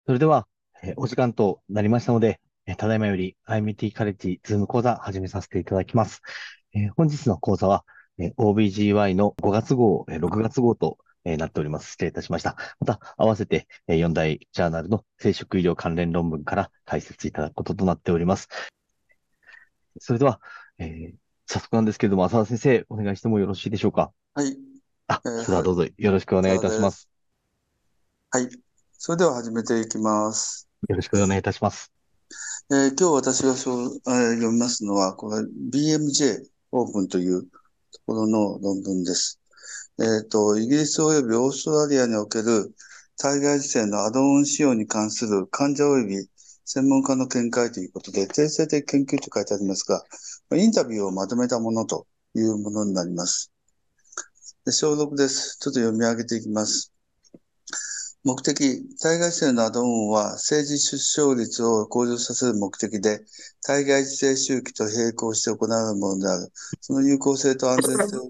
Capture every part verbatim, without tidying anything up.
それでは、えーお時間となりましたので、えーただいまより アイエムティー カレッジズーム講座始めさせていただきます。えー本日の講座は、えー オービージーワイ のごがつ号、えーろくがつ号と、えーなっております。失礼いたしました。また、合わせて、えーよん大ジャーナルの生殖医療関連論文から解説いただくこととなっております。それでは、えー早速なんですけれども、浅田先生、お願いしてもよろしいでしょうか。 はい。 あ、 えーは、 それではどうぞよろしくお願いいざたします。 です。はい。それでは始めていきます。 よろしくお願いいたします。 えー今日私がしょう、えー読みますのは、これ ビーエムジェー オープンというところの論文です。えっと、イギリス及びオーストラリアにおける体外受精のアドオン使用に関する患者及び専門家の見解ということで、定性的研究と書いてありますが、インタビューをまとめたものというものになります。で、小ろくです。ちょっと読み上げていきます。目的、体外受精のアドオンは政治出生率を向上させる目的で、体外受精周期と並行して行うものである。その有効性と安全性を、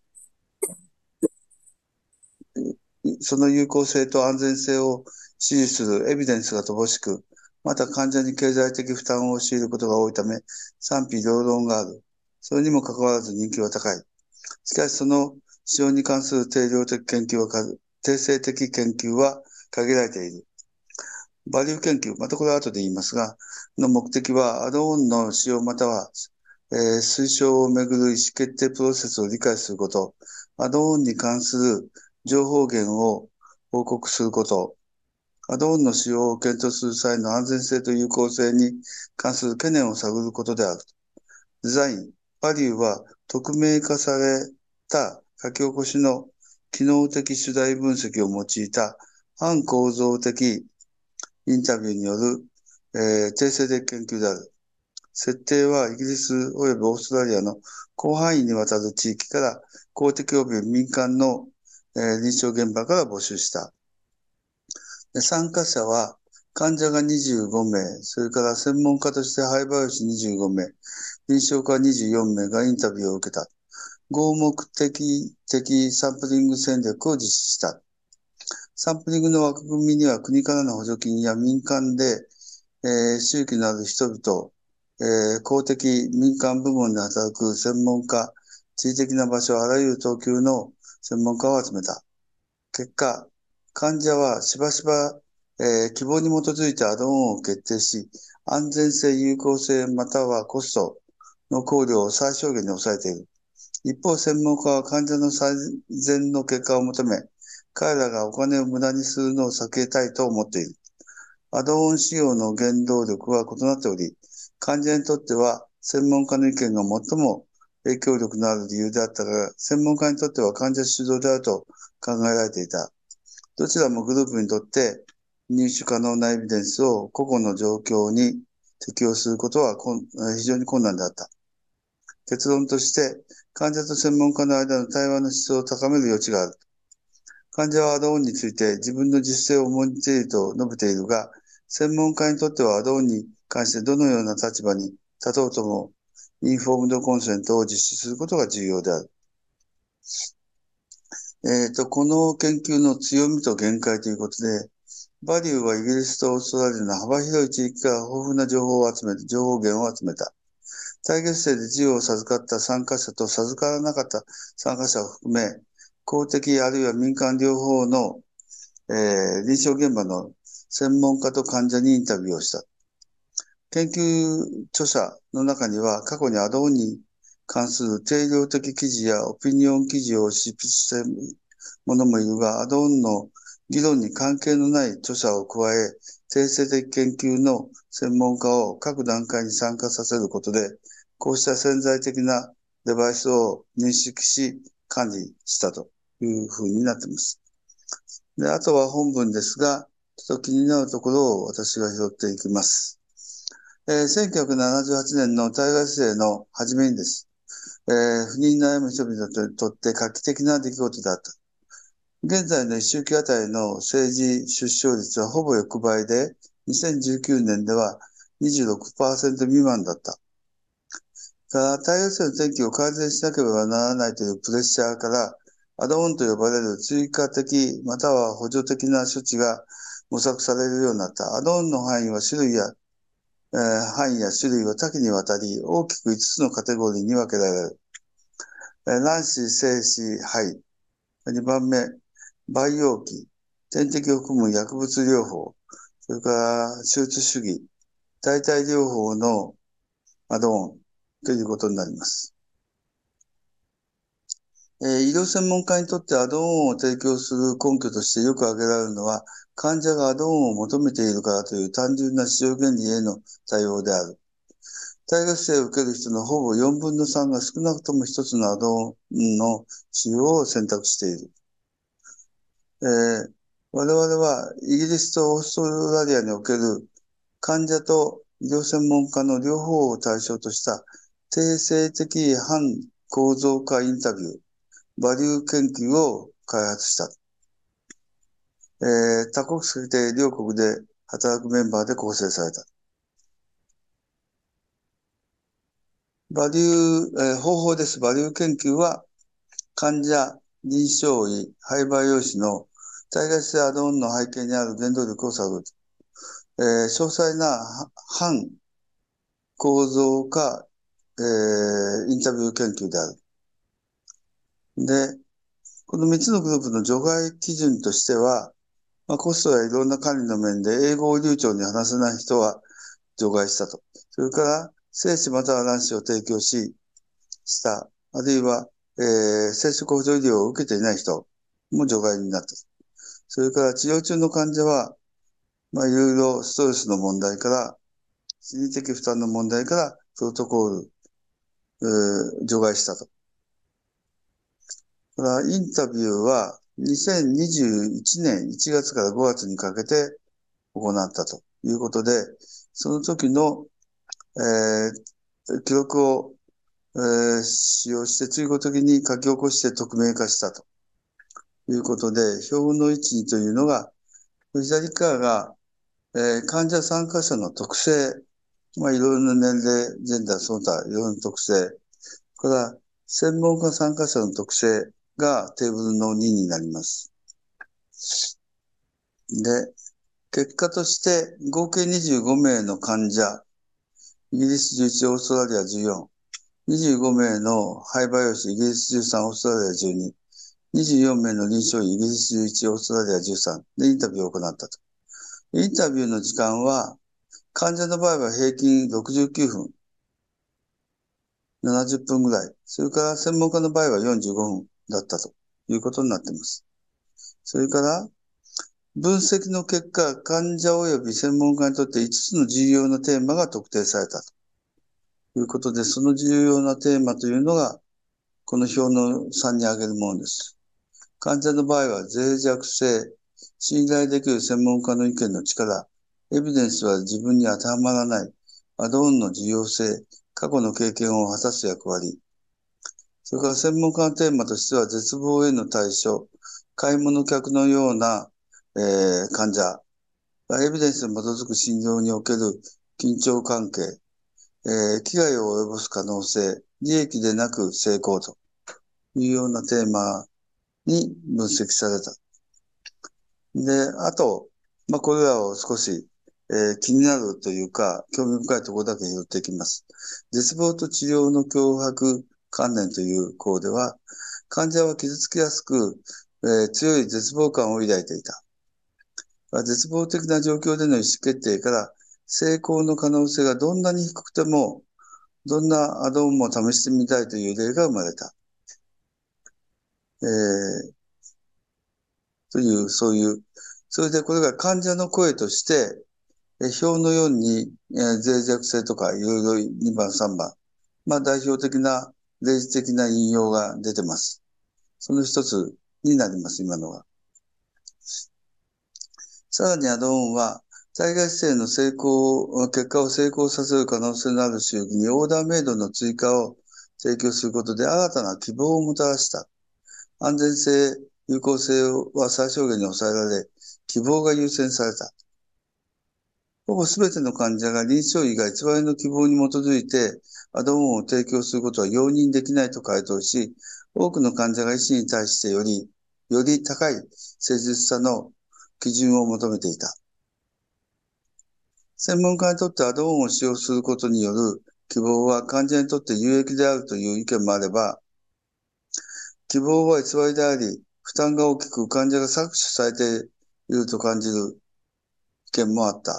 その有効性と安全性を支持するエビデンスが乏しく、また患者に経済的負担を強いることが多いため、賛否両論がある。それにもかかわらず人気は高い。しかしその使用に関する定量的研究は、定性的研究は限られている。バリュー研究、またこれは後で言いますが、の目的は、アドオンの使用または、えー推奨をめぐる意思決定プロセスを理解すること、アドオンに関する情報源を報告すること、アドオンの使用を検討する際の安全性と有効性に関する懸念を探ることである。デザイン、バリューは匿名化された書き起こしの機能的主題分析を用いた反構造的インタビューによる、えー定性的研究である。設定はイギリス及びオーストラリアの広範囲にわたる地域から公的及び民間の、えー臨床現場から募集した。で参加者は患者がにじゅうご名、それから専門家として胚培師にじゅうご名、臨床家にじゅうよん名がインタビューを受けた。合目的的サンプリング戦略を実施した。サンプリングの枠組みには国からの補助金や民間でえー、周期のある人々、えー、公的民間部門で働く専門家、地理的な場所、あらゆる等級の専門家を集めた。結果、患者はしばしば、えー希望に基づいてアドオンを決定し、安全性、有効性、またはコストの考慮を最小限に抑えている。一方、専門家は患者の最善の結果を求め、彼らがお金を無駄にするのを避けたいと思っている。アドオン使用の原動力は異なっており、患者にとっては専門家の意見が最も影響力のある理由であったが、専門家にとっては患者主導であると考えられていた。どちらもグループにとって入手可能なエビデンスを個々の状況に適用することは非常に困難であった。結論として、患者と専門家の間の対話の質を高める余地がある。患者はアドオンについて自分の実践を重んじていると述べているが、専門家にとってはアドオンに関してどのような立場に立とうとも、インフォームドコンセントを実施することが重要である。えっと、この研究の強みと限界ということで、バリューはイギリスとオーストラリアの幅広い地域から豊富な情報を集めて、情報源を集めた。体月生で授与を授かった参加者と授からなかった参加者を含め、公的あるいは民間両方のえー臨床現場の専門家と患者にインタビューをした。研究著者の中には、過去にアドオンに関する定量的記事やオピニオン記事を執筆した者もいるが、アドオンの議論に関係のない著者を加え、定性的研究の専門家を各段階に参加させることで、こうした潜在的なデバイスを認識し、管理したというふうになっています。で、あとは本文ですが、ちょっと気になるところを私が拾っていきます。えー、せんきゅうひゃくななじゅうはちねんの対外姿勢の初めにです。えー、不妊に悩む人々にとって画期的な出来事であった。現在の一周期あたりの政治出生率はほぼ横ばいで、にせんじゅうきゅうねんではにじゅうろくパーセント未満だった。から対外性の転機を改善しなければならないというプレッシャーから、アドオンと呼ばれる追加的または補助的な処置が模索されるようになった。アドオンの範囲は種類や、えー範囲や種類は多岐にわたり、大きくいつつのカテゴリーに分けられる。えー卵子、精子、胚。にばんめ、培養器。点滴を含む薬物療法。それから、手術主義。代替療法のアドオンということになります。えー医療専門家にとってアドオンを提供する根拠としてよく挙げられるのは、患者がアドオンを求めているからという単純な市場原理への対応である。大学生を受ける人のほぼよんぶんのさんが少なくとも一つのアドオンの使用を選択している。えー我々はイギリスとオーストラリアにおける患者と医療専門家の両方を対象とした定性的反構造化インタビュー、バリュー研究を開発した。えー多国籍で両国で働くメンバーで構成された。バリュー、えー方法です。バリュー研究は患者、臨床医、廃培養士の体外性アドオンの背景にある原動力を探る。えー詳細な反構造化、えーインタビュー研究である。で、このみっつのグループの除外基準としては、まあ、コストやいろんな管理の面で英語を流暢に話せない人は除外したと。それから、精子または卵子を提供し、した。あるいは、えー、生殖補助医療を受けていない人も除外になった。それから治療中の患者は、まあ、いろいろストレスの問題から、心理的負担の問題から、プロトコール、えー除外したと。だからインタビューはにせんにじゅういちねんいちがつからごがつにかけて行ったということで、その時の、えー記録を、えー使用して追語的に書き起こして匿名化したということで、表の位置というのが、左側が、えー患者参加者の特性、まあ、いろいろな年齢、ジェンダー、その他、いろいろな特性、から、専門家参加者の特性がテーブルのにになります。で、結果として合計にじゅうごめいの患者、イギリスじゅういち、オーストラリアじゅうよん、にじゅうごめいの廃培養士、イギリスじゅうさん、オーストラリアじゅうに、にじゅうよんめいの臨床医、イギリスじゅういち、オーストラリアじゅうさんでインタビューを行ったと。インタビューの時間は、患者の場合は平均ろくじゅうきゅうふん、ななじゅっぷんぐらい。それから専門家の場合はよんじゅうごふんだったということになっています。それから、分析の結果、患者及び専門家にとっていつつの重要なテーマが特定されたということで、その重要なテーマというのが、この表のさんに挙げるものです。患者の場合は脆弱性、信頼できる専門家の意見の力、エビデンスは自分に当てはまらない、アドオンの重要性、過去の経験を果たす役割、それから専門家のテーマとしては絶望への対処、買い物客のような、えー患者、エビデンスに基づく診療における緊張関係、えー危害を及ぼす可能性、利益でなく成功というようなテーマに分析された。で、あと、まあ、これらを少し、えー気になるというか、興味深いところだけ拾っていきます。絶望と治療の脅迫観念という項では、患者は傷つきやすく、えー強い絶望感を抱いていた。絶望的な状況での意思決定から成功の可能性がどんなに低くても、どんなアドオンも試してみたいという例が生まれた。えー、という、そういう。それでこれが患者の声として、え表のように、えー、脆弱性とかいろいろにばん、さんばん。まあ代表的な、例示的な引用が出てます。その一つになります、今のは。さらにアドオンは、体外姿勢の成功、結果を成功させる可能性のある周期にオーダーメイドの追加を提供することで新たな希望をもたらした。安全性、有効性は最小限に抑えられ、希望が優先された。ほぼすべての患者が臨床医が偽りの希望に基づいてアドオンを提供することは容認できないと回答し、多くの患者が医師に対してより、より高い誠実さの基準を求めていた。専門家にとってアドオンを使用することによる希望は患者にとって有益であるという意見もあれば、希望は偽りであり、負担が大きく患者が搾取されていると感じる意見もあった。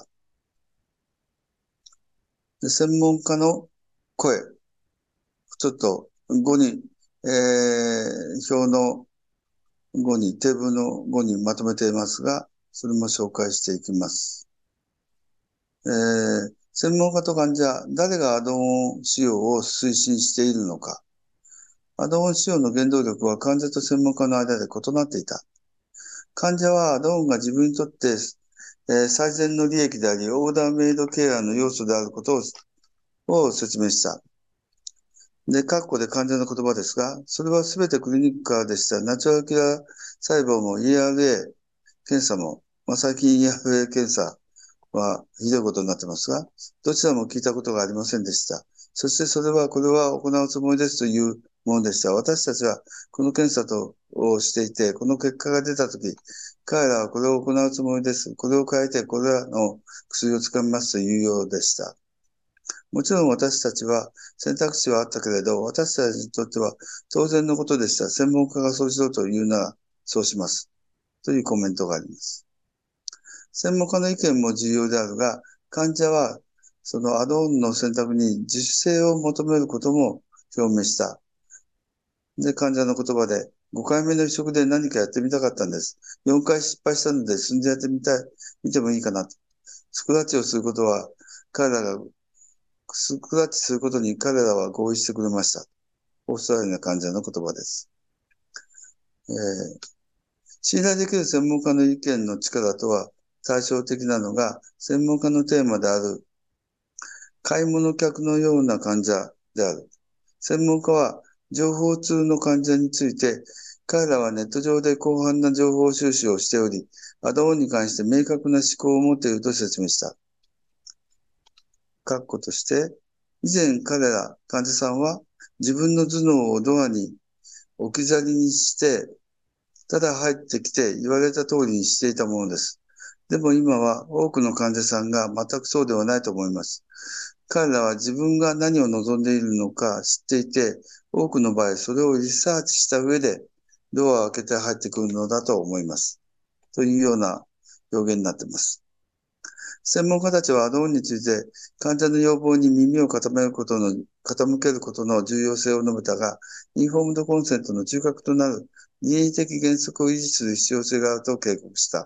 で専門家の声、ちょっとごに、えー、表のごに、テーブルのごにまとめていますが、それも紹介していきます。えー、専門家と患者、誰がアドオン使用を推進しているのか。アドオン使用の原動力は患者と専門家の間で異なっていた。患者はアドオンが自分にとって、えー、最善の利益であり、オーダーメイドケアの要素であることを、を説明した。で、括弧で患者の言葉ですが、それはすべてクリニックからでした。ナチュラルキラー細胞も イーアールエー 検査も、まあ、最近 イーアールエー 検査はひどいことになってますが、どちらも聞いたことがありませんでした。そしてそれは、これは行うつもりですというものでした。私たちはこの検査とをしていて、この結果が出たとき、彼らはこれを行うつもりです。これを変えて、これらの薬を使いますというようでした。もちろん私たちは選択肢はあったけれど、私たちにとっては当然のことでした。専門家がそうしろと言うなら、そうします。というコメントがあります。専門家の意見も重要であるが、患者はそのアドオンの選択に自主性を求めることも表明した。で、患者の言葉で、ごかいめの移植で何かやってみたかったんです。よんかい失敗したので、死んでやってみたい、見てもいいかなと。スクラッチをすることは、彼らがスクラッチすることに彼らは合意してくれました。オーストラリアの患者の言葉です。えー、信頼できる専門家の意見の力とは対照的なのが、専門家のテーマである、買い物客のような患者である。専門家は情報通の患者について、彼らはネット上で広範な情報収集をしており、アドオンに関して明確な思考を持っていると説明した。括弧として、以前彼ら、患者さんは自分の頭脳をドアに置き去りにして、ただ入ってきて言われた通りにしていたものです。でも今は多くの患者さんが全くそうではないと思います。彼らは自分が何を望んでいるのか知っていて、多くの場合それをリサーチした上でドアを開けて入ってくるのだと思います。というような表現になっています。専門家たちはアドオンについて患者の要望に耳を傾けることの、傾けることの重要性を述べたが、インフォームドコンセントの中核となる倫理的原則を維持する必要性があると警告した。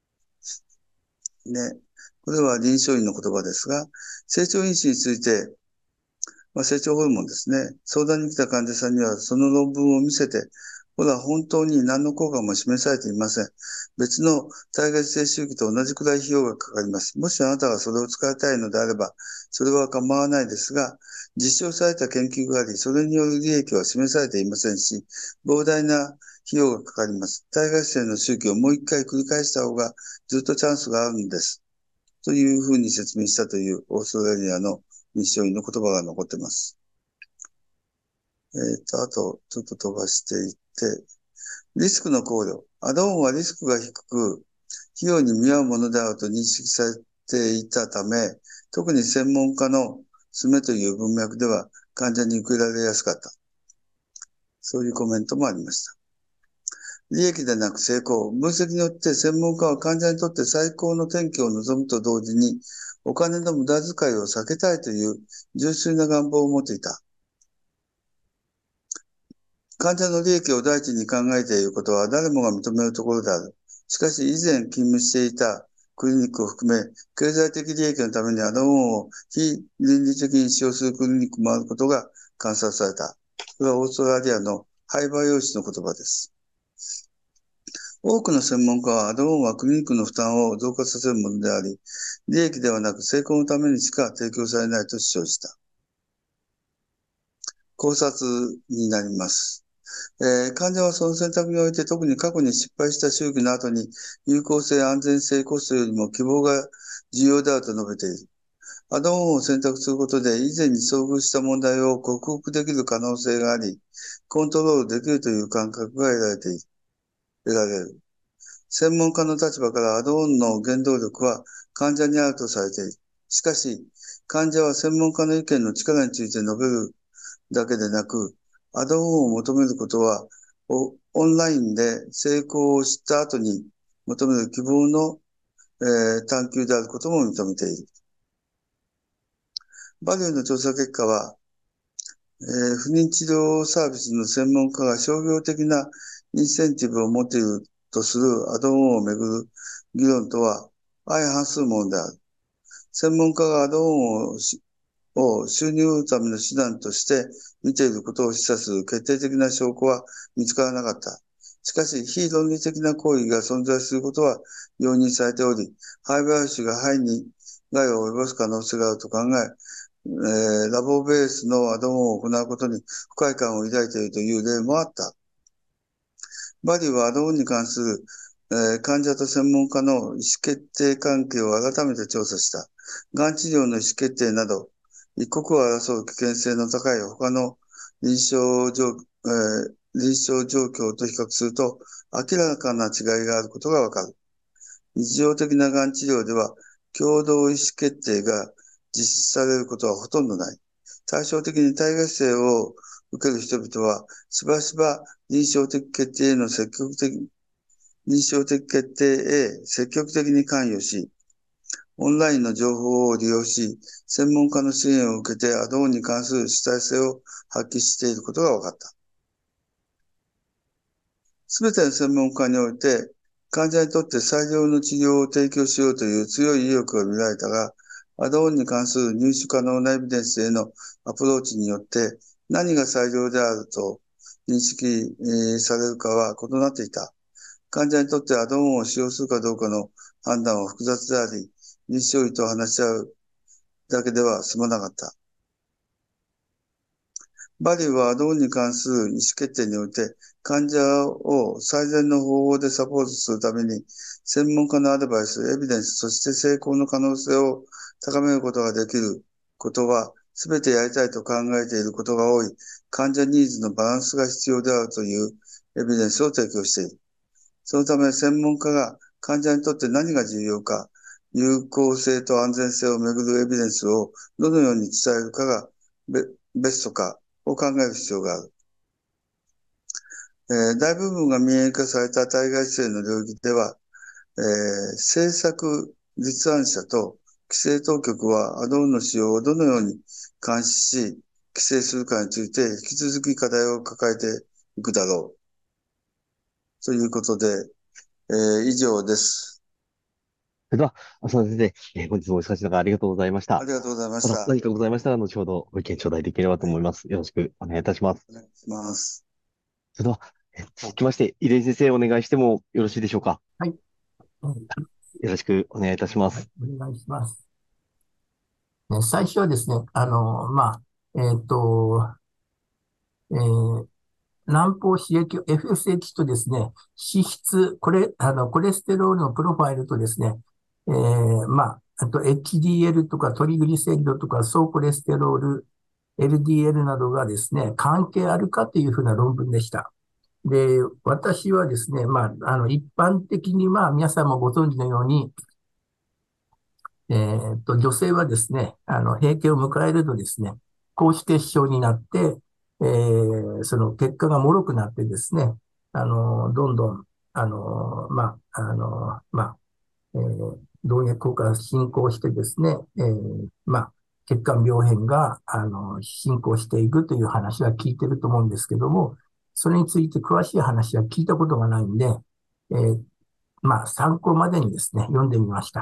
ね。これは臨床医の言葉ですが、成長因子について、まあ、成長ホルモンですね。相談に来た患者さんにはその論文を見せて、ほら、本当に何の効果も示されていません。別の体外性周期と同じくらい費用がかかります。もしあなたがそれを使いたいのであれば、それは構わないですが、実証された研究があり、それによる利益は示されていませんし、膨大な費用がかかります。体外性の周期をもう一回繰り返した方がずっとチャンスがあるんです。というふうに説明したというオーストラリアの日照医の言葉が残っています。えっと、あと、ちょっと飛ばしていって、リスクの考慮。アドオンはリスクが低く、費用に見合うものであると認識されていたため、特に専門家の勧めという文脈では患者に受けられやすかった。そういうコメントもありました。利益でなく成功。分析によって専門家は患者にとって最高の転機を望むと同時に、お金の無駄遣いを避けたいという純粋な願望を持っていた。患者の利益を第一に考えていることは誰もが認めるところである。しかし以前勤務していたクリニックを含め、経済的利益のためにアドオンを非倫理的に使用するクリニックもあることが観察された。これはオーストラリアの廃培養士の言葉です。多くの専門家はアドオンはクリニックの負担を増加させるものであり、利益ではなく成功のためにしか提供されないと主張した。考察になります。えー、患者はその選択において特に過去に失敗した周期の後に有効性、安全性、コストよりも希望が重要であると述べている。アドオンを選択することで以前に遭遇した問題を克服できる可能性があり、コントロールできるという感覚が得られている。得られる。 専門家の立場からアドオンの原動力は患者にあるとされている。しかし、患者は専門家の意見の力について述べるだけでなく、アドオンを求めることは、オンラインで成功を知った後に求める希望の、えー、探求であることも認めている。バリューの調査結果は、えー、不妊治療サービスの専門家が商業的なインセンティブを持っているとするアドオンをめぐる議論とは相反するものである。専門家がアドオンをを収入のための手段として見ていることを示唆する決定的な証拠は見つからなかった。しかし、非論理的な行為が存在することは容認されており、肺バイオシが肺に害を及ぼす可能性があると考え、えー、ラボベースのアドオンを行うことに不快感を抱いているという例もあった。バリューはアドオンに関する、えー、患者と専門家の意思決定関係を改めて調査した。がん治療の意思決定など、一刻を争う危険性の高い他の臨床状、えー、臨床状況と比較すると明らかな違いがあることがわかる。日常的ながん治療では共同意思決定が実施されることはほとんどない。対照的に体外受精を受ける人々はしばしば臨床的決定への積極的、臨床的決定へ積極的に関与し、オンラインの情報を利用し、専門家の支援を受けてアドオンに関する主体性を発揮していることが分かった。すべての専門家において、患者にとって最良の治療を提供しようという強い意欲が見られたが、アドオンに関する入手可能なエビデンスへのアプローチによって何が最良であると認識されるかは異なっていた。患者にとってアドオンを使用するかどうかの判断は複雑であり、臨床医と話し合うだけでは済まなかった。バリューはアドオンに関する意思決定において、患者を最善の方法でサポートするために、専門家のアドバイス、エビデンス、そして成功の可能性を高めることができることは、すべてやりたいと考えていることが多い、患者ニーズのバランスが必要であるというエビデンスを提供している。そのため、専門家が患者にとって何が重要か、有効性と安全性をめぐるエビデンスをどのように伝えるかがベベストかを考える必要がある。えー、大部分が民営化された体外受精の領域では、えー、政策立案者と規制当局はアドオンの使用をどのように監視し、規制するかについて引き続き課題を抱えていくだろう。ということで、えー、以上です。 それでは、浅田先生、えー本日もお忙しい中ありがとうございました。 ありがとうございままたした。 何かございましたら、後ほどご意見頂戴できればと思います。よろしくお願いいたします。 お願いします。 それでは、え続きまして、入江先生お願いしてもよろしいでしょうか。 はい。うんよろしくお願いいたしまはい、 す。 お願いします。ね、最初はですね、あの、まあ、えっと、えー南方刺激 エフエスエイチ とですね、脂質、これ、あの、コレステロールのプロファイルとですね、えーまあ、あと エイチディーエル とかトリグリセリドとか総コレステロール、エルディーエル などがですね、関係あるかというふうな論文でした。で、私はですね、まあ、あの、一般的に、まあ、皆さんもご存知のように、えーっと、女性はですね、あの、閉経を迎えるとですね、高脂血症になって、えーその結果が脆くなってですね、あの、どんどん、あの、まあ、あの、まあ、えー動脈硬化が進行してですね、えーまあ、血管病変が、あの、進行していくという話は聞いてると思うんですけども、それについて詳しい話は聞いたことがないんで、えーまあ、参考までにですね、読んでみました。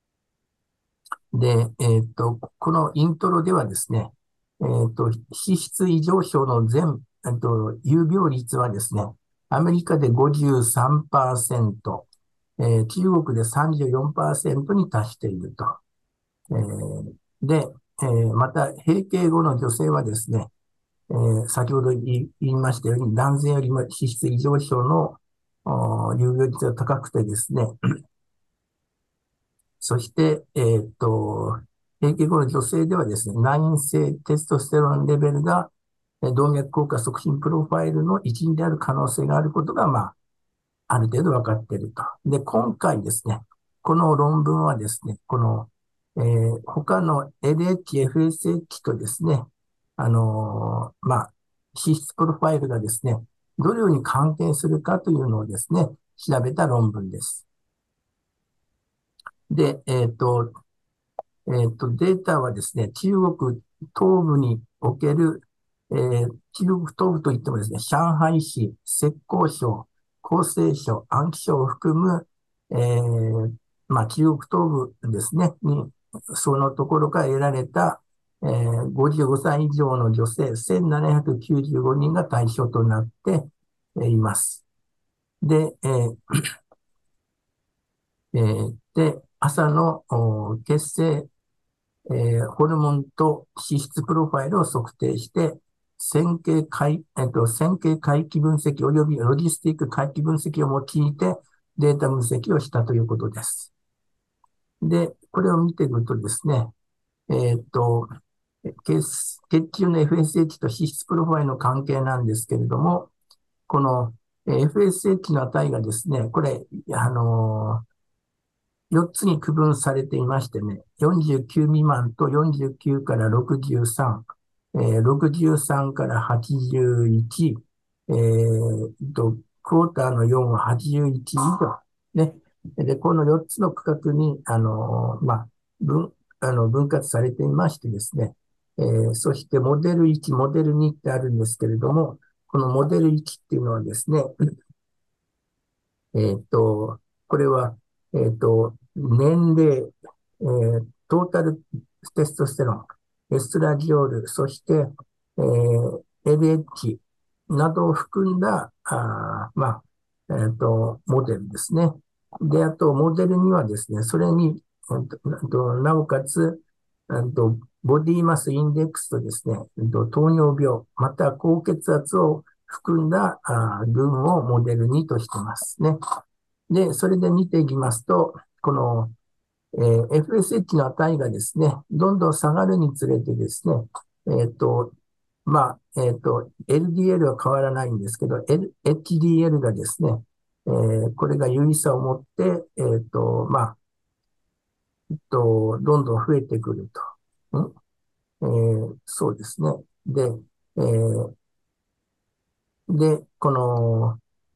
で、えっと、このイントロではですね、えっと、脂質異常症の全、えっと、有病率はですね、アメリカでごじゅうさんパーセント、えー中国でさんじゅうよんパーセントに達していると。えーで、えーまた、閉経後の女性はですね、えー先ほど言いましたように、男性よりも脂質異常症のお有病率が高くてですね、そして、えーっと、閉経後の女性ではですね、内因性テストステロンレベルがえー動脈硬化促進プロファイルの一因である可能性があることが、まあ、 ある程度分かっていると。で、今回ですね、この論文はですね、この、えー他の エルエイチ、エフエスエイチ とですね、あのーまあ、脂質プロファイルがですね、どのように関係するかというのをですね、調べた論文です。で、えっと、えっと、データはですね、中国東部における、えー中国東部といってもですね、上海市、浙江省、江西省、安徽省を含む、えーまあ、中国東部ですね、に、そのところから得られた、えーごじゅうごさい以上の女性せんななひゃくきゅうじゅうごにんが対象となっています。で、えーえーで、朝のお血清えーホルモンと脂質プロファイルを測定して、線形回、えっと、線形回帰分析及びロジスティック回帰分析を用いてデータ分析をしたということです。で、これを見ていくとですね、えっと、血、血中の エフエスエイチ と脂質プロファイルの関係なんですけれども、この エフエスエイチ の値がですね、これ、あのよっつに区分されていましてね、よんじゅうきゅう未満とよんじゅうきゅうからろくじゅうさん、えー、ろくじゅうさんからはちじゅういち、えーと、クォーターのよんははちじゅういち以上。ね。で、このよっつの区画に、あのーまあ、分、あの、分割されていましてですね、えーそしてモデルいち、モデルにってあるんですけれども、このモデルいちっていうのはですね、えっと、これは、えっと、年齢、えートータルテストステロン、エストラジオール、そして、えー エルエイチ などを含んだ、あーまあ、えっと、モデルですね。で、あと、モデルにはですね、それに、えっと、えっとなおかつ、えっと、ボディマスインデックスとですね、えっと、糖尿病、または高血圧を含んだあ群をモデルにとしてますね。で、それで見ていきますと、この、えー エフエスエイチ の値がですね、どんどん下がるにつれてですね、えっと、まあ、えっと、エルディーエル は変わらないんですけど、L- エイチディーエル がですね、えーこれが有意差を持って、えっと、まあ、えっと、どんどん増えてくると。んえーそうですね。で、えーで、この、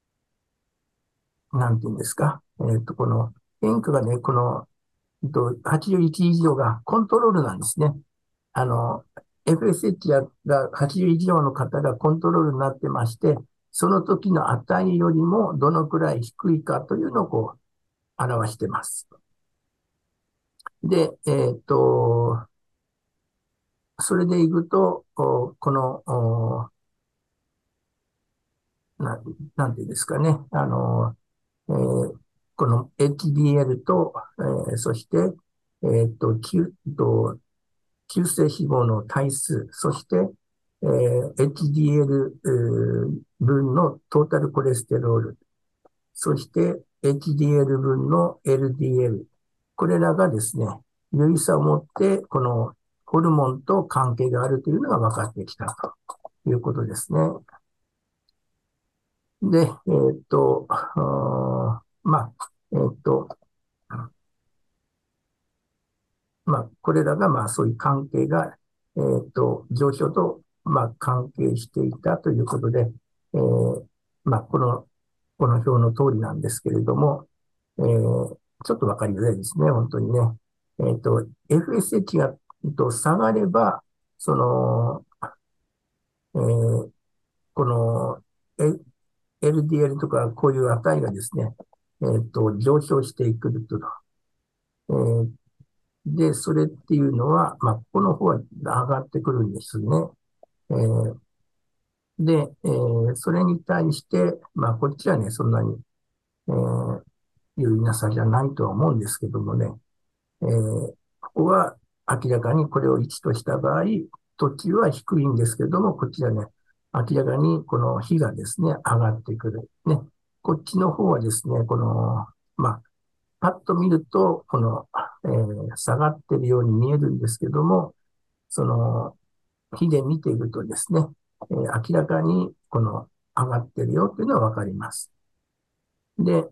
なんていうんですか。えっと、この変化がね、この、えっと、はちじゅういち以上がコントロールなんですね。あの、エフエスエイチ がはちじゅう以上の方がコントロールになってまして、その時の値よりもどのくらい低いかというのをこう表しています。で、えっと、それでいくと、この、な、なんていうんですかね。あの、えーこの エイチディーエル と、えーそして、えっと、きと、中性脂肪の体数、そして、えー エイチディーエル 分のトータルコレステロール、そして エイチディーエル 分の エルディーエル。これらがですね、有意差を持って、このホルモンと関係があるというのが分かってきたということですね。で、えーっと、あまあ、えーっと、まあ、これらが、まあ、そういう関係が、えーっと、上昇と、まあ、関係していたということで、えーまあ、この、この表の通りなんですけれども、えーちょっとわかりづらいですね、本当にね。えーっと、エフエスエイチ が、えっと、下がれば、その、えーこの、エルディーエル とかこういう値がですね、えーっと、上昇していくと。えーで、それっていうのは、まあ、ここの方は上がってくるんですね。えーで、えーそれに対して、まあ、こっちはね、そんなに、えー有意な差じゃないとは思うんですけどもね、えーここは明らかにこれをいちとした場合、途中は低いんですけども、こっちはね、明らかにこの比がですね、上がってくる。ね。こっちの方はですね、この、まあ、パッと見ると、この、えー下がってるように見えるんですけども、その、比で見ていくとですね、えー明らかにこの上がってるよっていうのはわかります。 で、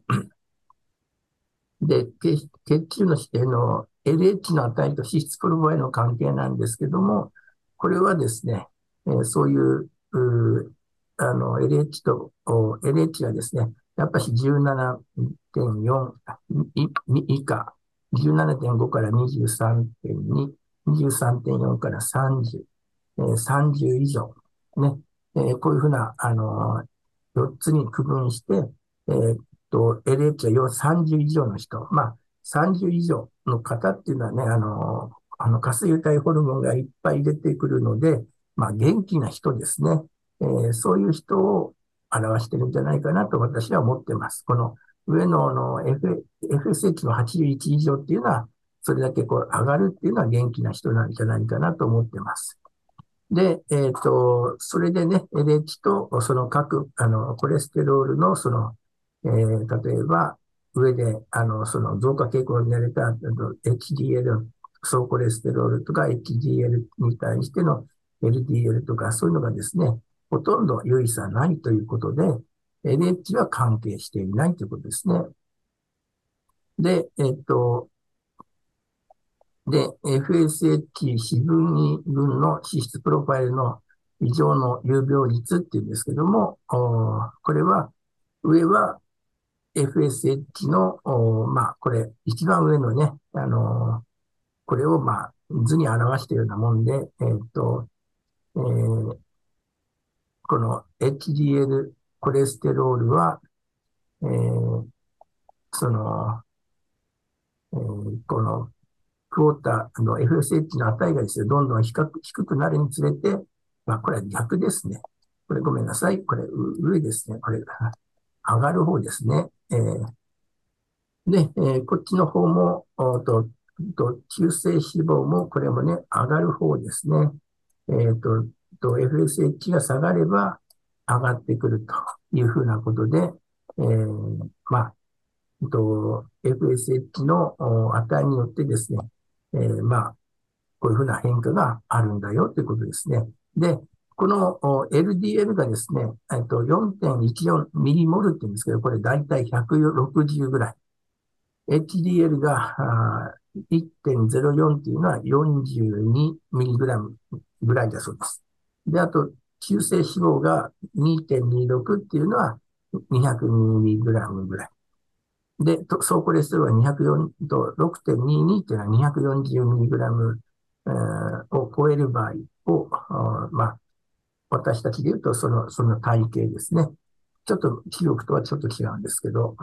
で、血血中の、えーの エルエイチ の値と脂質プロファイルの関係なんですけども、これはですね、えーそういう、うーあの、エルエイチ と、お エルエイチ がですね、やっぱりじゅうななてんよんいい以下、じゅうななてんごからにじゅうさんてんに、にじゅうさんてんよんからさんじゅう、えーさんじゅう以上、ね、えーこういうふうな、あのー、よっつに区分して、えーと、エルエイチ は要はさんじゅう以上の人、まあ、さんじゅう以上の方っていうのはね、あのー、あの、活性体ホルモンがいっぱい出てくるので、まあ、元気な人ですね。えーそういう人を表してるんじゃないかなと私は思ってます。この上の、あの F、エフエスエイチ のはちじゅういち以上っていうのは、それだけこう上がるっていうのは元気な人なんじゃないかなと思ってます。で、えっと、それでね、エルエイチ とその各、あの、コレステロールの、その、えー例えば、上で、あの、その増加傾向になれた、あの エイチディーエル、総コレステロールとか エイチディーエル に対しての エルディーエル とか、そういうのがですね、ほとんど有意差ないということで、エルエイチ は関係していないということですね。で、えっと、で、エフエスエイチ 四分に群の脂質プロファイルの異常の有病率っていうんですけども、これは、上は エフエスエイチ の、まあ、これ、一番上のね、あの、これを、まあ、図に表しているようなもんで、えっと、えーこの エイチディーエル コレステロールは、えーその、えーこのクォーター、あの エフエスエイチ の値がですね、どんどん低く低くなるにつれて、まあ、これは逆ですね。これごめんなさい。これ上ですね。これ上がる方ですね。えー、で、えーこっちの方も、おと、と中性脂肪も、これもね、上がる方ですね。えっと、と エフエスエイチ が下がれば上がってくるというふうなことで、えー、まあ、と エフエスエイチ の値によってですね、えー、まあ、こういうふうな変化があるんだよということですね。で、この エルディーエル がですね、えっと、よんてんいちよんミリモルって言うんですけど、これだいたいひゃくろくじゅうぐらい。エイチディーエル が いってんゼロよん っていうのはよんじゅうにミリグラムぐらいだそうです。で、あと、中性脂肪が にてんにろく っていうのはにひゃくミリグラムぐらい。で、総コレステロールはにひゃくよんと ろくてんにじゅうに っていうのは にひゃくよんじゅうミリグラム、えー、を超える場合を、まあ、私たちで言うと、その、その体型ですね。ちょっと、記憶とはちょっと違うんですけど。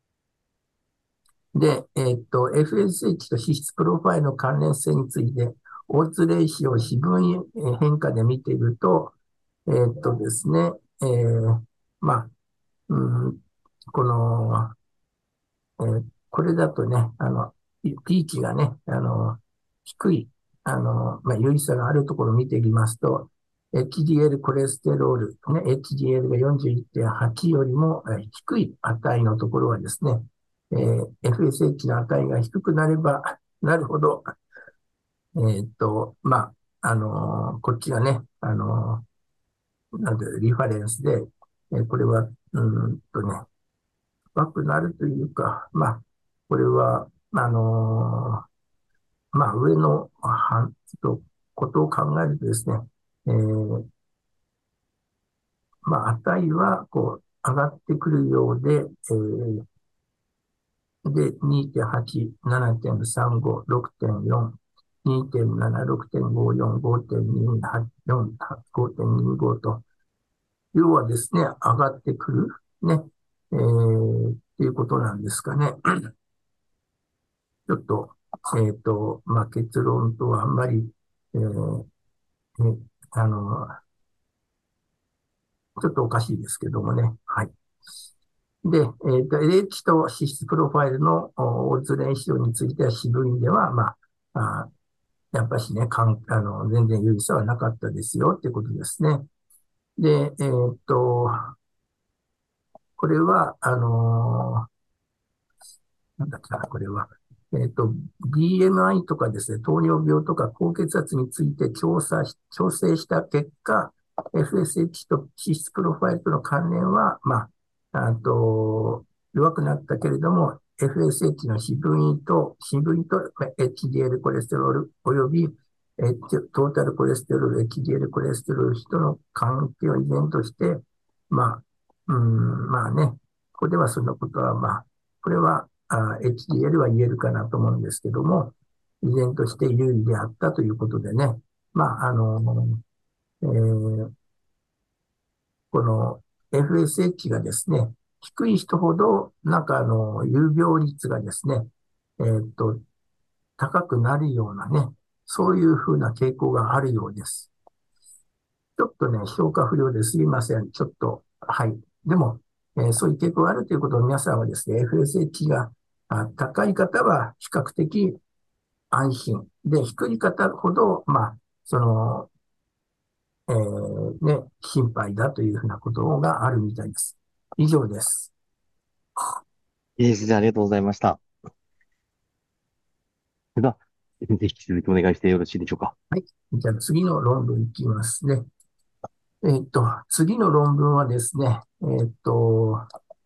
で、えーっと、エフエスエイチ と脂質プロファイルの関連性について、オーツレーシを四分変化で見ていると、えーっとですね、えー、まあ、うん、この、えーこれだとね、あの、ピーチがね、あの、低い、あの、まあ、有意差があるところを見てみますと、エイチディーエル コレステロール、ね、エイチディーエル が よんじゅういってんはち よりもえー低い値のところはですね、えー エフエスエイチ の値が低くなればなるほど、えーっと、まあ、あのーこっちがね、あのーなんていう、リファレンスで、えーこれは、うーんとね、高くなるというか、まあ、これは、あのーまあ、上の、は、ちょっと、ことを考えるとですね、えー、まあ、値は、こう、上がってくるようで、えー、で、にてんはち、ななてんさんご、ろくてんよん、にてんなな、ろくてんごよん、ごてんにはち、よん、ごてんにごと、要はですね、上がってくる、ね、えー、っていうことなんですかね。ちょっと、えっと、まあ、結論とはあんまり、えー、えあの、ちょっとおかしいですけどもね。はい。で、えっと、エルエイチ と脂質プロファイルのオーズレーシオについては、支部員では、まあ、あやっぱしね、かん、あの、全然有意差はなかったですよっていうことですね。で、えっと、これは、あのなんだっけな、これは。えっと、ビーエムアイ とかですね、糖尿病とか高血圧について調査し、調整した結果、エフエスエイチ と脂質プロファイルとの関連は、まあ、あと、 弱くなったけれども、エフエスエイチ の脂分位と、脂分位と エイチディーエル コレステロール及び、えートータルコレステロール、エイチディーエル コレステロール比との関係を依然として、まあ、うん、まあね、ここではそのことは、まあ、これはあ エイチディーエル は言えるかなと思うんですけども、依然として有利であったということでね、まあ、あの、えーこの エフエスエイチ がですね、低い人ほど、なんかあの、有病率がですね、えーっと、高くなるようなね、そういうふうな傾向があるようです。ちょっとね、消化不良ですいません。ちょっと、はい。でも、えーそういう傾向があるということを皆さんはですね、エフエスエイチ があ高い方は比較的安心。で、低い方ほど、まあ、その、えーね、心配だというふうなことがあるみたいです。以上です。 いいですね。ありがとうございました。では、ぜひ引き続きお願いしてよろしいでしょうか。 はい。じゃあ次の論文いきますね。えーっと、次の論文はですね、えーっと、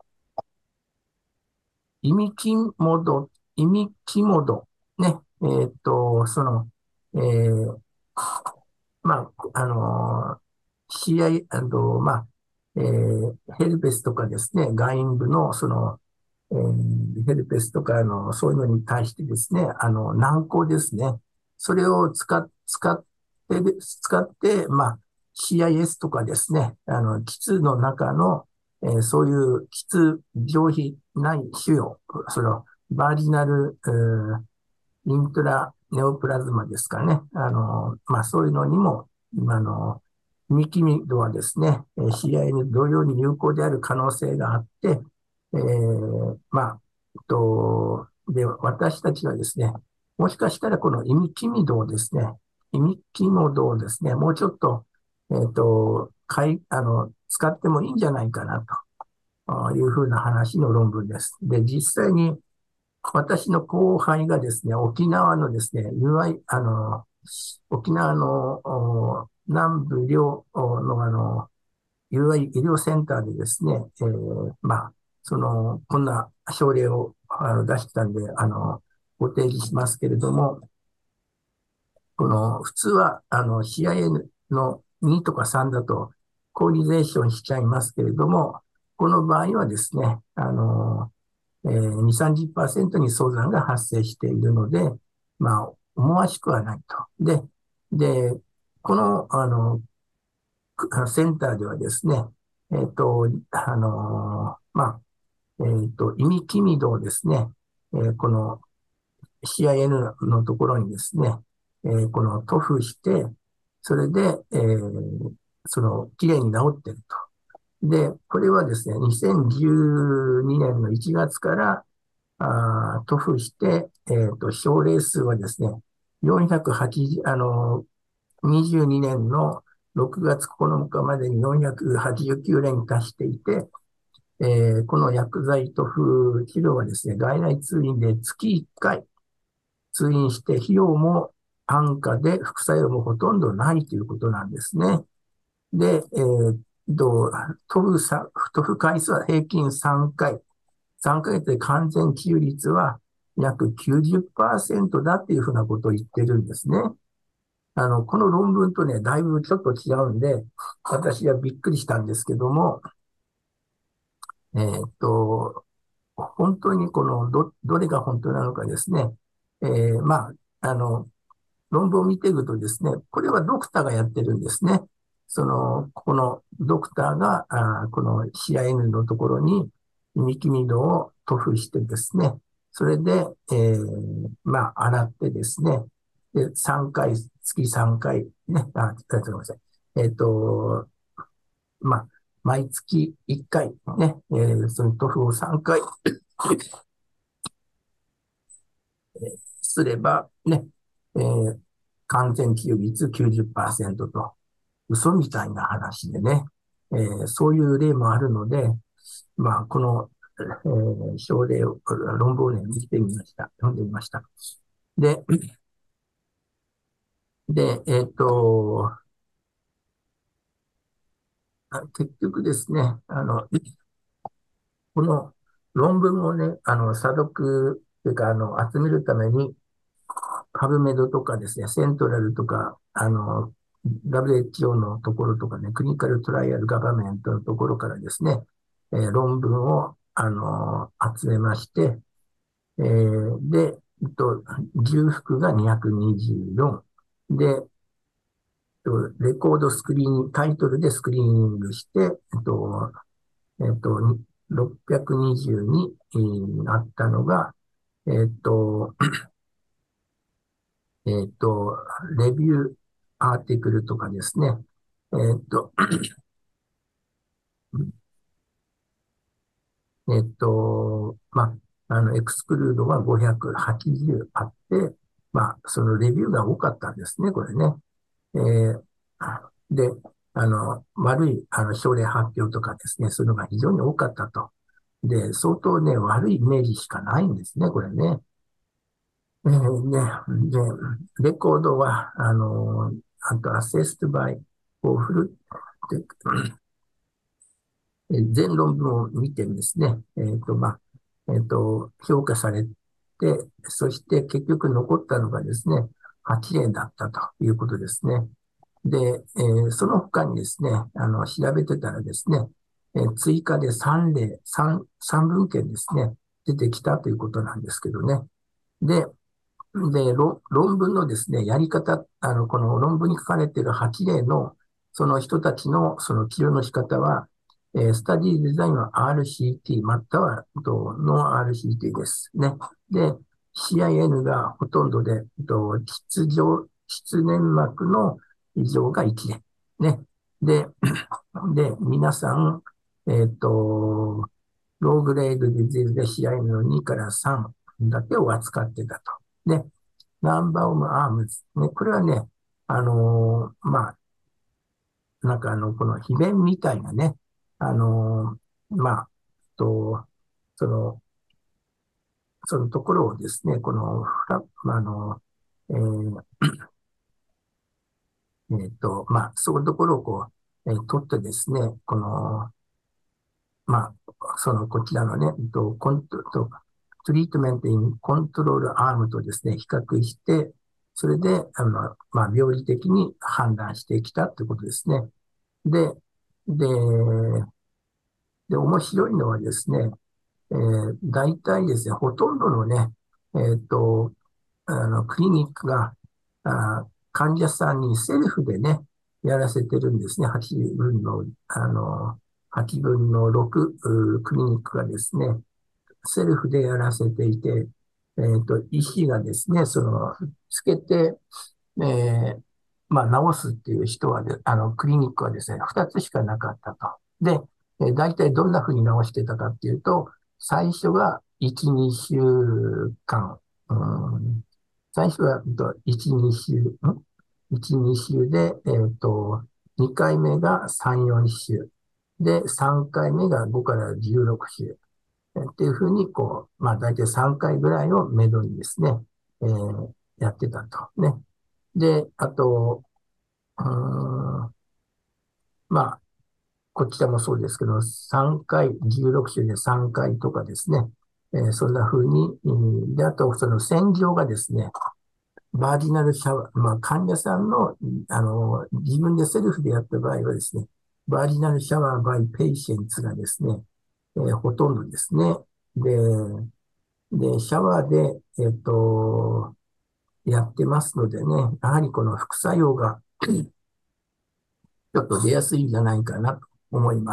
イミキモド、イミキモド、ね、えーっと、その、えーまあ、あの、シーアイ、あの、まあ、えーヘルペスとかですね、外陰部の、その、えーヘルペスとか、あの、そういうのに対してですね、あの、軟膏ですね。それを使っ、使ってで、使って、まあ、シーアイエス とかですね、あの、膣の中の、えーそういう膣上皮内腫瘍、その、バージナル、えーイントラネオプラズマですかね。あの、まあ、そういうのにも、あの、ニキミドはですね、シーアイに同様に有効である可能性があって、えー、まあ、と、で、私たちはですね、もしかしたらこのイミキミドをですね、イミキモドをですね、もうちょっと、えっと、かい、あの、使ってもいいんじゃないかなというふうな話の論文です。で、実際に私の後輩がですね、沖縄のですね、ユーアイ、あの、沖縄のお南部両のあの、ユーアイ 医療センターでですね、えーまあ、その、こんな症例をあの出したんで、あの、ご提示しますけれども、この、普通は、あの、シーアイエヌ のにとかさんだと、コーリゼーションしちゃいますけれども、この場合はですね、あの、えー、に、さんじゅっパーセントに早産が発生しているので、まあ、思わしくはないと。で、で、この、あの、センターではですね、えっと、あの、まあ、えっと、イミキミドをですね、えーこの シーアイエヌ のところにですね、えーこの塗布して、それで、えーその、きれいに治っていると。で、これはですね、にせんじゅうにねんのいちがつからあ塗布して、えっと、症例数はですね、よんひゃくはちじゅう、あの、にじゅうにねんのろくがつここのかまでによんひゃくはちじゅうきゅうれいに達していて、えーこの薬剤塗布治療はですね、外来通院で月いっかい通院して、費用も安価で副作用もほとんどないということなんですね。で、えーと、塗布さ、塗布回数は平均さんかい。さんかげつで完全治癒率は約きゅうじゅっパーセントだっていうふうなことを言ってるんですね。あの、この論文とね、だいぶちょっと違うんで、私はびっくりしたんですけども、えーっと、本当にこのど、どれが本当なのかですね。えーまあ、あの、論文を見ていくとですね、これはドクターがやってるんですね。その、このドクターが、あこの シーアイエヌ のところに、ニキビ度を塗布してですね、それで、えー、まあ、洗ってですね、で、さんかい、月さんかい、ね、あ、すみません。えっと、まあ、毎月いっかい、ね、えー、その塗布をさんかいすれば、ね、えー、完全治癒率きゅうじゅっパーセントと、嘘みたいな話でね、えーそういう例もあるので、まあ、この、えー症例を、論文をね、見てみました。読んでみました。で、で、えっと、結局ですね、あの、この論文をね、あの、査読というか、あの、集めるために、パブメドとかですね、セントラルとか、あの、ダブリューエイチオー のところとかね、クリニカルトライアルガバメントのところからですね、えー論文を、あの、集めまして、えーで、えっと、重複がにひゃくにじゅうよん。で、えっとレコードスクリーニング、タイトルでスクリーニングして、えっと、えっと、ろっぴゃくにじゅうにになったのが、えっと、えっと、レビューアーティクルとかですね。えっと、えっと、まあ、あの、エクスクルードがごひゃくはちじゅうあって、まあ、そのレビューが多かったんですね、これね。えーで、あの、悪い、あの、症例発表とかですね、そういうのが非常に多かったと。で、相当ね、悪いイメージしかないんですね、これね。えーね、で、レコードは、あの、あと、アセストバイ、こう、フル、でえー全論文を見てですね、えっと、まあ、えっと、評価されて、そして結局残ったのがですね、はち例だったということですね。で、えーその他にですね、あの、調べてたらですね、えー追加でさん例、さん、三文献ですね、出てきたということなんですけどね。で、で、論論文のですね、やり方、あの、この論文に書かれているはち例の、その人たちのその治療の仕方は、えースタディデザインは アールシーティー、または、と、ノン アールシーティー ですね。で、シーアイエヌ がほとんどで、と、質上、質粘膜の異常がいち例。ね。で、で、皆さん、えっと、ローグレードディジーズで シーアイエヌ のにからさんだけを扱ってたと。で、ナンバーオブアームズ。ね、これはね、あのーまあ、なんかあの、この秘弁みたいなね、あのーまあ、と、その、そのところをですね、この、フラまあ、あの、えーえーと、まあ、そういうところをこう、えー取ってですね、この、まあ、その、こちらのね、えっと、コント、と、トリートメントインコントロールアームとですね、比較して、それで、あの、まあ、病理的に判断してきたということですね。で、で、で、面白いのはですね、えー、大体ですね、ほとんどのね、えっと、あの、クリニックが、あ、患者さんにセルフでね、やらせてるんですね。はちぶんの、あの、はちぶんのろく、うクリニックがですね、セルフでやらせていて、えっと、医師がですね、その、つけて、えーまあ、治すっていう人はで、あの、クリニックはですね、ふたつしかなかったと。で、えー大体どんな風に治してたかっていうと、最初がいち、にしゅうかん、うん、最初は、えっといち、に週、ん ?いち、に週で、えっと、にかいめがさん、よん週。で、さんかいめがごからじゅうろく週。えっていうふうに、こう、まあ、大体さんかいぐらいをめどにですね、えーやってたと。ね。で、あと、うーん、まあ、こちらもそうですけど、さんかい、じゅうろく週でさんかいとかですね、えーそんな風に、うんで、あと、その洗浄がですね、バージナルシャワー、まあ、患者さんの、あの、自分でセルフでやった場合はですね、バージナルシャワーバイペイシェンツがですね、えーほとんどですね。で、で、シャワーで、えっと、やってますのでね、やはりこの副作用がちょっと出やすいんじゃないかなと思います。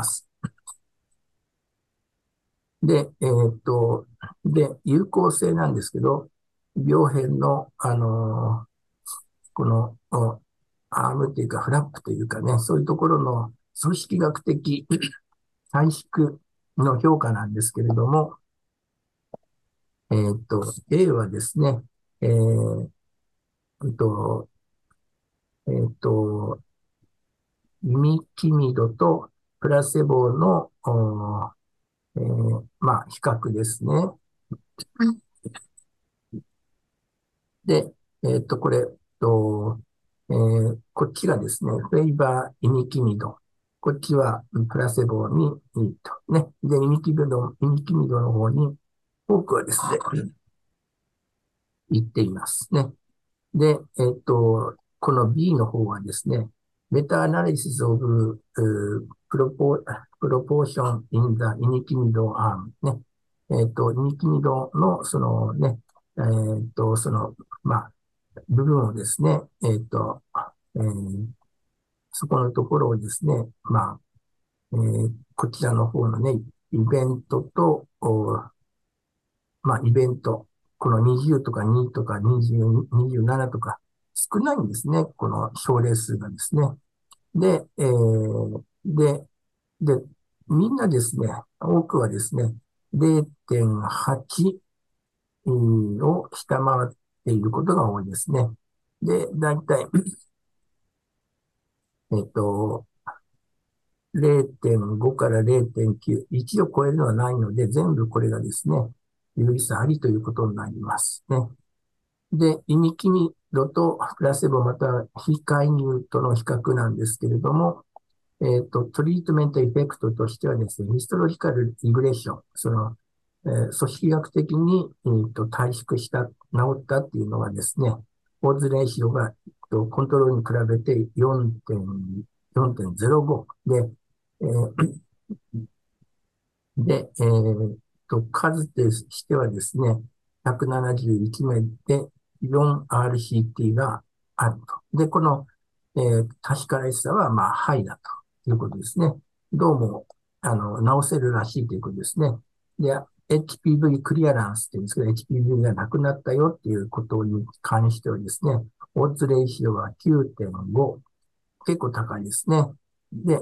で、えっと、で、有効性なんですけど、病変の、あのこの、アームっていうか、フラップというかね、そういうところの組織学的短縮の評価なんですけれども、えっと、A はですね、えーえっと、えっと、イミキミドとプラセボの、おえーまあ、比較ですね。で、えっと、これ、とえーこっちがですね、フェイバーイミキミド。 こっちはプラセボにいいと。ね。で、イミキミド、イミキミドの方に多くはですね、言っていますね。で、えっと、この B の方はですね、メタアナリシスオブ、プロポ、プロポーション in the イニキミド arm ね。えっと、イニキミドの、そのね、えっと、その、まあ、部分をですね、えっと、えーそこのところをですね、まあ、えーこちらの方のね、イベントと、おまあ、イベント、このにじゅうとかにとかにじゅう、にじゅうななとか少ないんですね。この症例数がですね。で、えー、で、で、みんなですね、多くはですね、れいてんはちを下回っていることが多いですね。で、だいたい、えっと、れいてんごかられいてんきゅう、いちを超えるのはないので、全部これがですね、有意差ありということになりますね。で、イミキミドとプラセボまたは非介入との比較なんですけれども、えっと、トリートメントエフェクトとしてはですね、ヒストロジカルリグレッション、その、えー組織学的に、えーと、短縮した、治ったっていうのはですね、オーズレーシオが、えっと、コントロールに比べてよんてん、よんてんゼロごで、えーで、えーと、数としてはですね、ひゃくななじゅういち名で よんアールシーティー があると。で、この、えー確からしさは、まあ、ハイだということですね。どうも、あの、直せるらしいということですね。で、エイチピーブイ クリアランスって言うんですけど、エイチピーブイ がなくなったよっていうことに関してはですね、オッズレーシオは きゅうてんご、結構高いですね。で、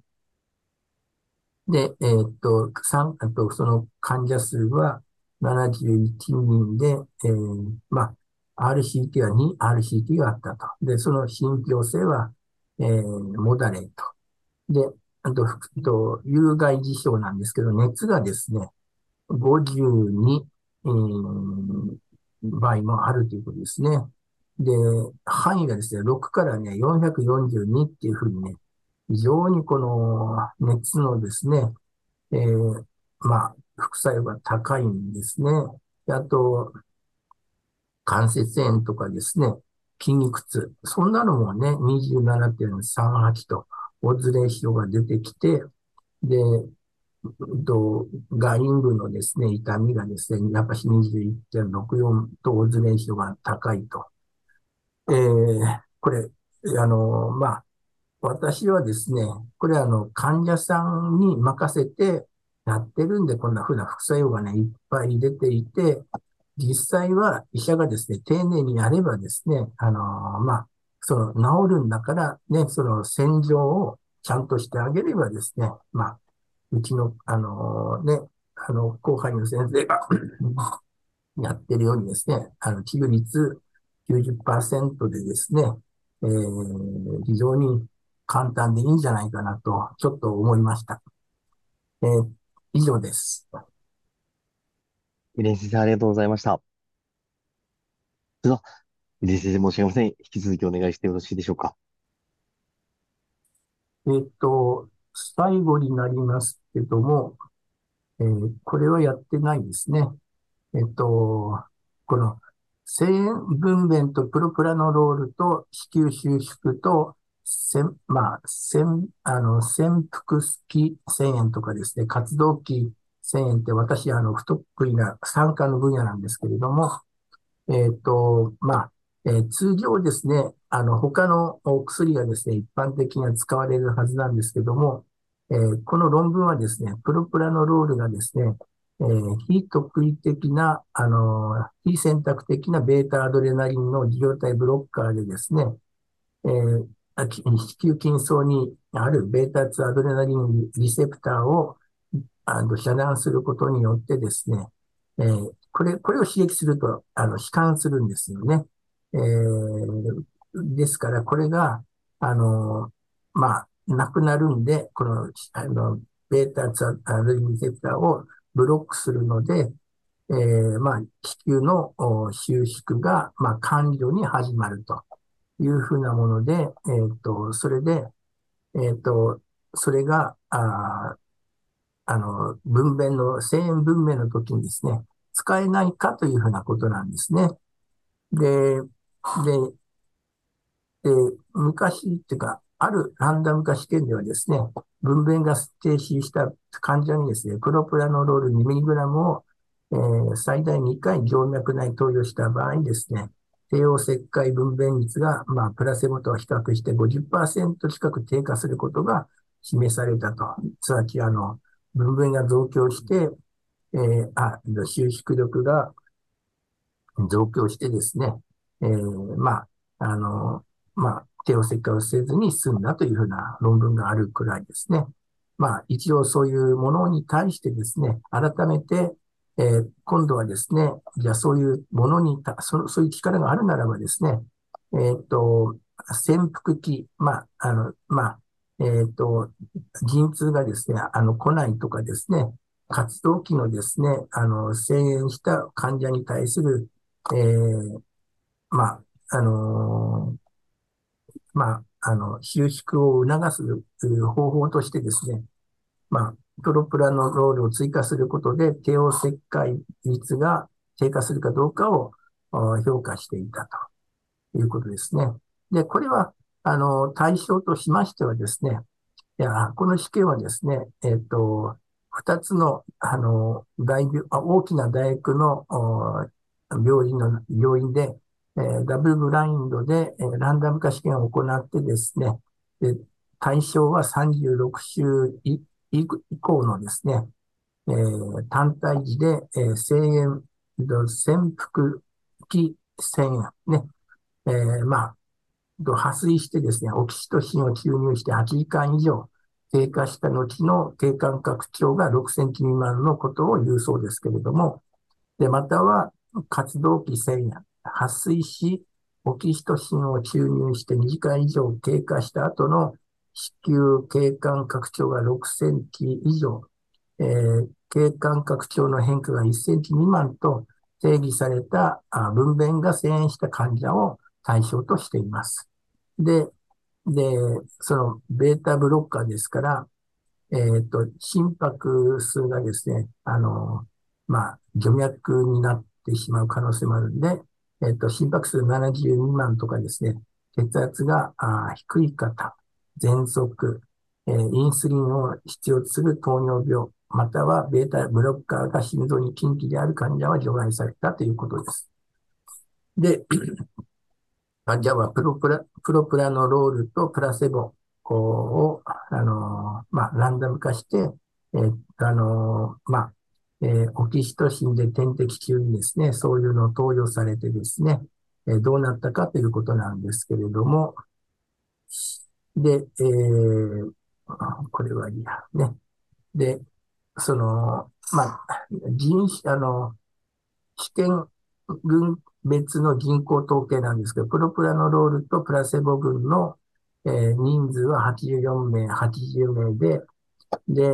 で、えーっと、三あと、その患者数はななじゅういちにんで、えー、まあ、アールシーティー はに、アールシーティー があったと。で、その信憑性は、えー、モダレート。で、あと、ふと有害事象なんですけど、熱がですね、ごじゅうに、えー、場合もあるということですね。で、範囲がですね、ろくからね、よんひゃくよんじゅうにっていうふうにね、非常にこの熱のですね、えー、まあ、副作用が高いんですね。であと、関節炎とかですね、筋肉痛。そんなのもね、にじゅうななてんさんはちと、オズレーションが出てきて、で、と、外陰部のですね、痛みがですね、やっぱしにじゅういってんろくよんとオズレーションが高いと。えー、これ、あの、まあ、私はですね、これあの、患者さんに任せてやってるんで、こんな風な副作用がね、いっぱい出ていて、実際は医者がですね、丁寧にやればですね、あのまあ、その治るんだからね、その洗浄をちゃんとしてあげればですね、まあ、うちの、あのね、あの、後輩の先生がやってるようにですね、あの、治癒率きゅうじゅっパーセントでですね、えー、非常に簡単でいいんじゃないかなと、ちょっと思いました。えー、以上です。 ミレイ先生、ありがとうございました。では、ミレイ先生、申し訳ありません。引き続きお願いしてよろしいでしょうか。 えーっと、最後になりますけども、えーこれはやってないですね。えっと、この、声援分娩とプロプラノロールと子宮収縮と、せん、まあ、せん、あの、潜伏期遷延とかですね、活動期遷延って私、あの、不得意な産科の分野なんですけれども、えっと、まあ、えー通常ですね、あの、他のお薬がですね、一般的には使われるはずなんですけども、えーこの論文はですね、プロプラノロールがですね、えー非特異的な、あの、非選択的なベータアドレナリンの受容体ブロッカーでですね、えーあき子宮筋層にあるベータツアドレナリンリセプターをあの遮断することによってですね、えーこれ、これを刺激すると、あの、弛緩するんですよね。えーですから、これが、あの、まあ、なくなるんで、この、あの、ベータツアドレナリンリセプターをブロックするので、えーまあ、子宮のお収縮が、まあ、完了に始まるというふうなもので、えっと、それで、えっと、 それが、あ、あの、分娩の、遷延分娩の時にですね、使えないかというふうなことなんですね。で、で、で、昔っていうか、あるランダム化試験ではですね、分娩が停止した患者にですね、クロプラノロール にミリグラム を、えー最大にかい静脈内投与した場合にですね、帝王切開分娩率が、まあ、プラセボと比較してごじゅっパーセント近く低下することが示されたと。つまり、あの、分娩が増強して、えーあ、収縮力が増強してですね、えー、まあ、あの、まあ、帝王切開をせずに済んだというふうな論文があるくらいですね。まあ、一応そういうものに対してですね、改めて、えー今度はですね、じゃあそういうものにた、そそういう力があるならばですね、えーっと、潜伏期、まあ、あの、まあ、えーっと、陣痛がですね、あの、来ないとかですね、活動期のですね、あの、遷延した患者に対するえー、まあ、あのーまあ、あの、収縮を促す方法としてですね、まあ、プロプラノロールを追加することで、帝王切開率が低下するかどうかをあ評価していたということですね。で、これは、あの、対象としましてはですね、いや、この試験はですね、えっと、二つの、あの、大病、あ大きな大学のお病院の、病院で、えーダブルブラインドで、えーランダム化試験を行ってですね、で、対象はさんじゅうろく週以以降のですね、えー単体児で、えー、遷延、潜伏期遷延、ね、えーまあ、と破水してですね、オキシトシンを注入してはちじかん以上経過した後の経管拡張がろくセンチ未満のことを言うそうですけれども、で、または活動期遷延、破水し、オキシトシンを注入してにじかん以上経過した後の子宮経管拡張がろくセンチ以上、えー、経管拡張の変化がいっセンチ未満と定義されたあ分娩が遷延した患者を対象としています。で、で、そのベータブロッカーですから、えっと、心拍数がですね、あの、まあ、徐脈になってしまう可能性もあるんで、えっと、心拍数ななじゅうにまんとかですね、血圧があ低い方、喘息、えーインスリンを必要とする糖尿病、またはベータブロッカーが心臓に禁忌である患者は除外されたということです。で、患者はプロプラ、プロプラノロールとプラセボを、あの、まあ、ランダム化して、えーあの、まあ、えーオキシトシンで点滴中にですね、そういうのを投与されてですね、えーどうなったかということなんですけれども、で、えーこれはいいや、ね。で、その、まあ、人種、あの、試験群別の人口統計なんですけど、プロプラノロールとプラセボ群の、えー人数ははちじゅうよんめい、はちじゅうめいで、で、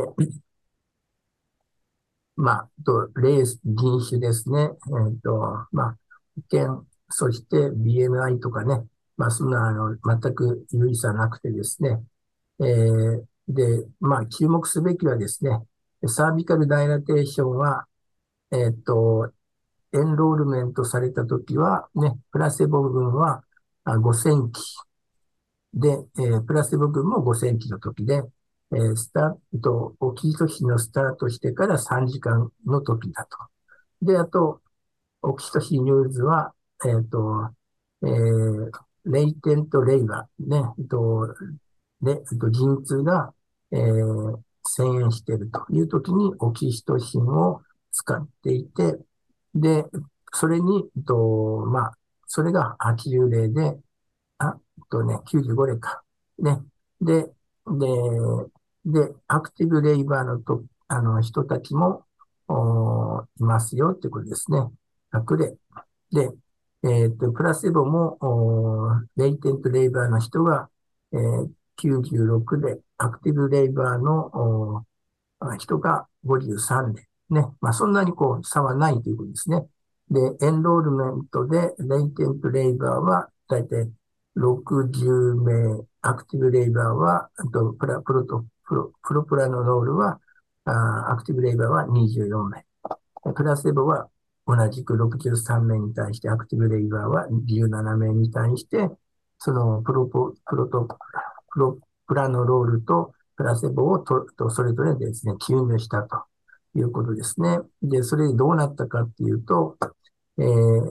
まあ、と、レース、人種ですね。えっと、まあ、保険、そして ビーエムアイ とかね、まあ、そんな、あの、全く有意差なくてですね。えーで、まあ、注目すべきはですね、サービカルダイラテーションは、えっと、エンロールメントされたときは、ね、プラセボ群はあごセンチで、えープラセボ群もごセンチの時で、えースタート、オキシトシンのスタートしてからさんじかんの時だと。で、あと、オキシトシンニューズは、えっと、えーレイテントレイバー、ね、えっと、で、えっと、陣痛が、えー、遷延しているという時にオキシトシンを使っていて、で、それに、えっと、まあ、それがはちじゅう例で、あ、えっとね、きゅうじゅうご例か。ね。で、で、で、アクティブレイバーのと、あの、人たちも、おいますよってことですね。ひゃく例。で、えっと、プラセボも、おレイテントレイバーの人が、えー、きゅうじゅうろく例、アクティブレイバーのお人がごじゅうさん例。ね。まあ、そんなにこう、差はないということですね。で、エンロールメントで、レイテントレイバーは、だいたいろくじゅう名、アクティブレイバーは、あとプラ、プロト、 プロ、プロプラノロールは、あアクティブレイバーはにじゅうよんめい。プラセボは同じくろくじゅうさんめいに対して、アクティブレイバーはじゅうななめいに対して、そのプロポ、プロト、プロプラノロールとプラセボをと、とそれぞれですね、吸入したということですね。で、それでどうなったかっていうと、えー、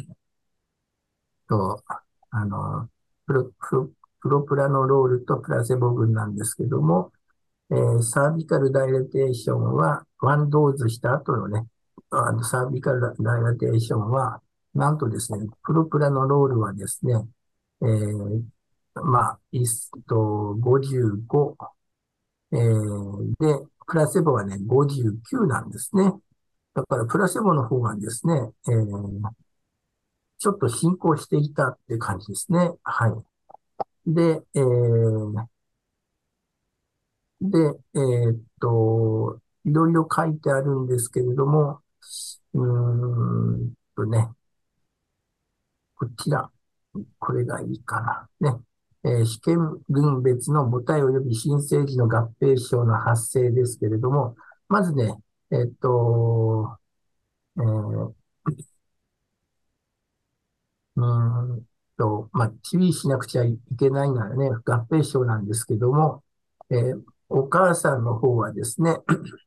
と、あの、プロ、プロ、プロプラノロールとプラセボ群なんですけども、えーサービカルダイラテーションは、ワンドーズした後のね、あのサービカルダイラテーションは、なんとですね、プロプラノロールはですね、えー、まあ、いっと、ごじゅうご、えー、で、プラセボはね、ごじゅうきゅうなんですね。だから、プラセボの方がですね、えー、ちょっと進行していたって感じですね。はい。で、えー、で、えーっと、いろいろ書いてあるんですけれども、うーんとね、こちら、これがいいかな。ね。えー試験群別の母体及び新生児の合併症の発生ですけれども、まずね、えーっと、えーうーんと、まあ、注意しなくちゃいけないならね、合併症なんですけども、えーお母さんの方はですね、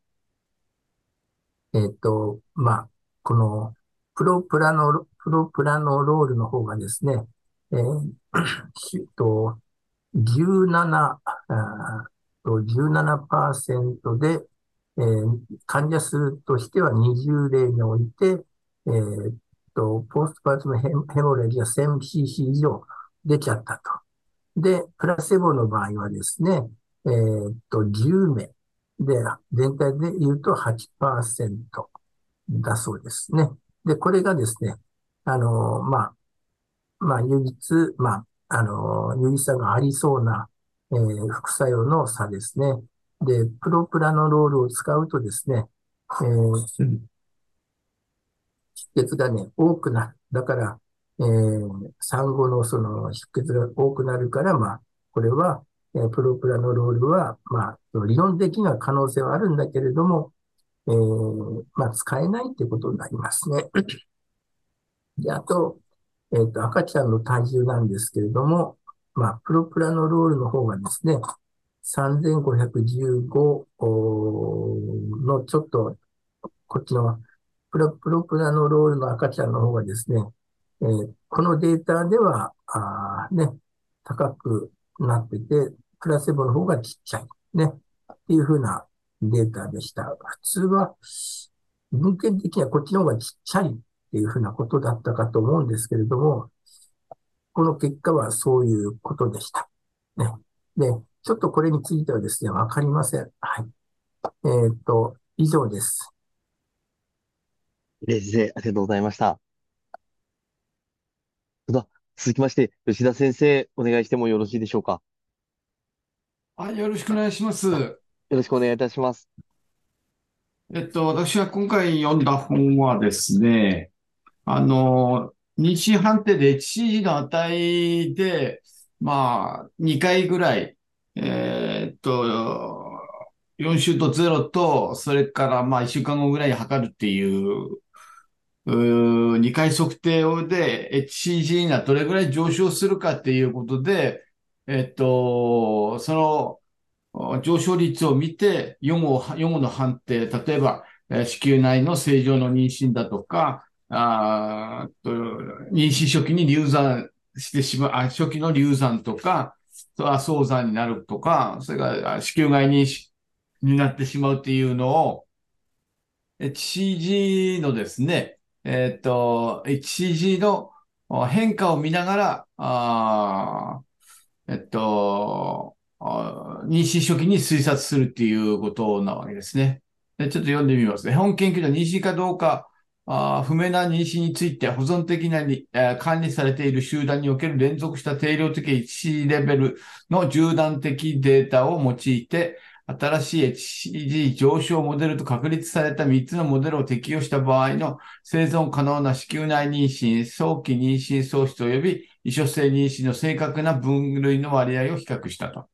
えっと、まあ、この、プロプラノロ、プロプラノロールの方がですね、えーしと、じゅうなな、あーとじゅうななパーセントで、えー患者数としてはにじゅう例において、えーっと、ポストパートムヘヘモレージが せんシーシー 以上出ちゃったと。で、プラセボの場合はですね、えーっと、じゅうめいで、全体で言うとはちパーセントだそうですね。で、これがですね、あの、まあ、まあ、唯一、まあ、あの、有意差がありそうな、えー副作用の差ですね。で、プロプラノロールを使うとですね、えー出血がね、多くなる。だから、えー産後のその出血が多くなるから、まあ、これは、えープロプラノロールは、まあ、理論的な可能性はあるんだけれども、えーまあ、使えないってことになりますね。で、あと、えっと、赤ちゃんの体重なんですけれども、まあ、プロプラノロールの方がですね、さんぜんごひゃくじゅうごのちょっと、こっちのプロ、プロプラノロールの赤ちゃんの方がですね、えーこのデータでは、あーね、高くなってて、プラセボの方がちっちゃい。ね。っていう風なデータでした。普通は、文献的にはこっちの方がちっちゃいっていう風なことだったかと思うんですけれども、この結果はそういうことでした。ね。で、ちょっとこれについてはですね、わかりません。はい。えっと、以上です。 先生、ありがとうございました。では続きまして、吉田先生、お願いしてもよろしいでしょうか。 はい、よろしくお願いします。 あ、よろしくお願いいたします。 えっと、私は今回読んだ本はですね、あの、妊娠判定で エイチシージー の値で、まあ、にかいぐらい、えーっと、よん週とゼロと、それからまあいっしゅうかんごぐらいに測るっていう、うーにかい測定をで エイチシージー がどれぐらい上昇するかっていうことで、えっと、その、上昇率を見て、予後、予後の判定、例えば、えー子宮内の正常の妊娠だとか、あーと妊娠初期に流産してしまう、あ、初期の流産とか、あ早産になるとか、それからあ子宮外妊娠になってしまうっていうのを、エイチシージー のですね、えっと、エイチシージー のあ変化を見ながら、あーえっと、あ妊娠初期に推察するっていうことなわけですね。でちょっと読んでみますね。本研究では妊娠かどうか、あ不明な妊娠について保存的なに、えー管理されている集団における連続した定量的 エイチシー レベルの縦断的データを用いて、新しい エイチシージー 上昇モデルと確立されたみっつのモデルを適用した場合の生存可能な子宮内妊娠、早期妊娠喪失及び異所性妊娠の正確な分類の割合を比較したと。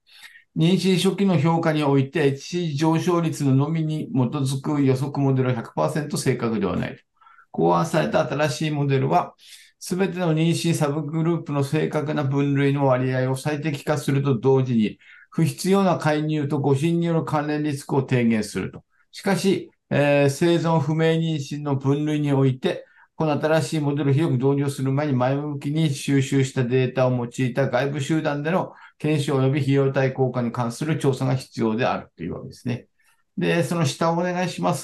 妊娠初期の評価において エイチシージー 上昇率ののみに基づく予測モデルはひゃくパーセント正確ではない。考案された新しいモデルは、すべての妊娠サブグループの正確な分類の割合を最適化すると同時に、不必要な介入と誤診による関連リスクを低減すると。しかし、えー生存不明妊娠の分類において、この新しいモデルを広く導入する前に前向きに収集したデータを用いた外部集団での検証及び費用対効果に関する調査が必要であるというわけですね。で、その下をお願いします。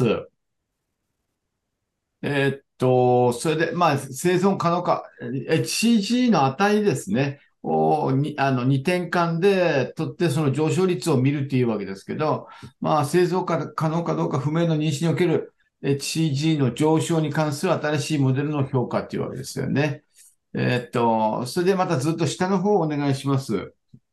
えーっと、それで、まあ、生存可能か、エイチシージー の値ですね。をに、あの、にてんかんで取って、その上昇率を見るっていうわけですけど、まあ、生存か可能かどうか不明の妊娠における エイチシージー の上昇に関する新しいモデルの評価っていうわけですよね。えーっと、それでまたずっと下の方をお願いします。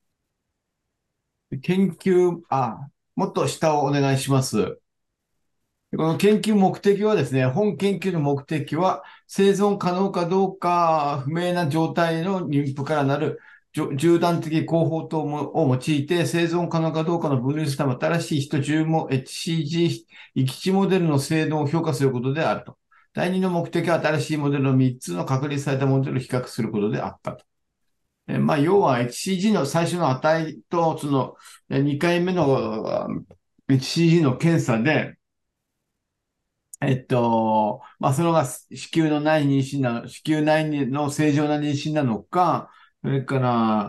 研究、あ、もっと下をお願いします。この研究目的はですね、本研究の目的は、生存可能かどうか不明な状態の妊婦からなるじょ縦断的広報等もを用いて、生存可能かどうかの分類した新しいヒトじゅうも エイチシージー 域値モデルの精度を評価することであると。第二の目的は新しいモデルのみっつの確立されたモデルを比較することであったと。えまあ、要は エイチシージー の最初の値と、そのえにかいめの エイチシージー の検査で、えっと、まあ、それが子宮のない妊娠なの、子宮内の正常な妊娠なのか、それから、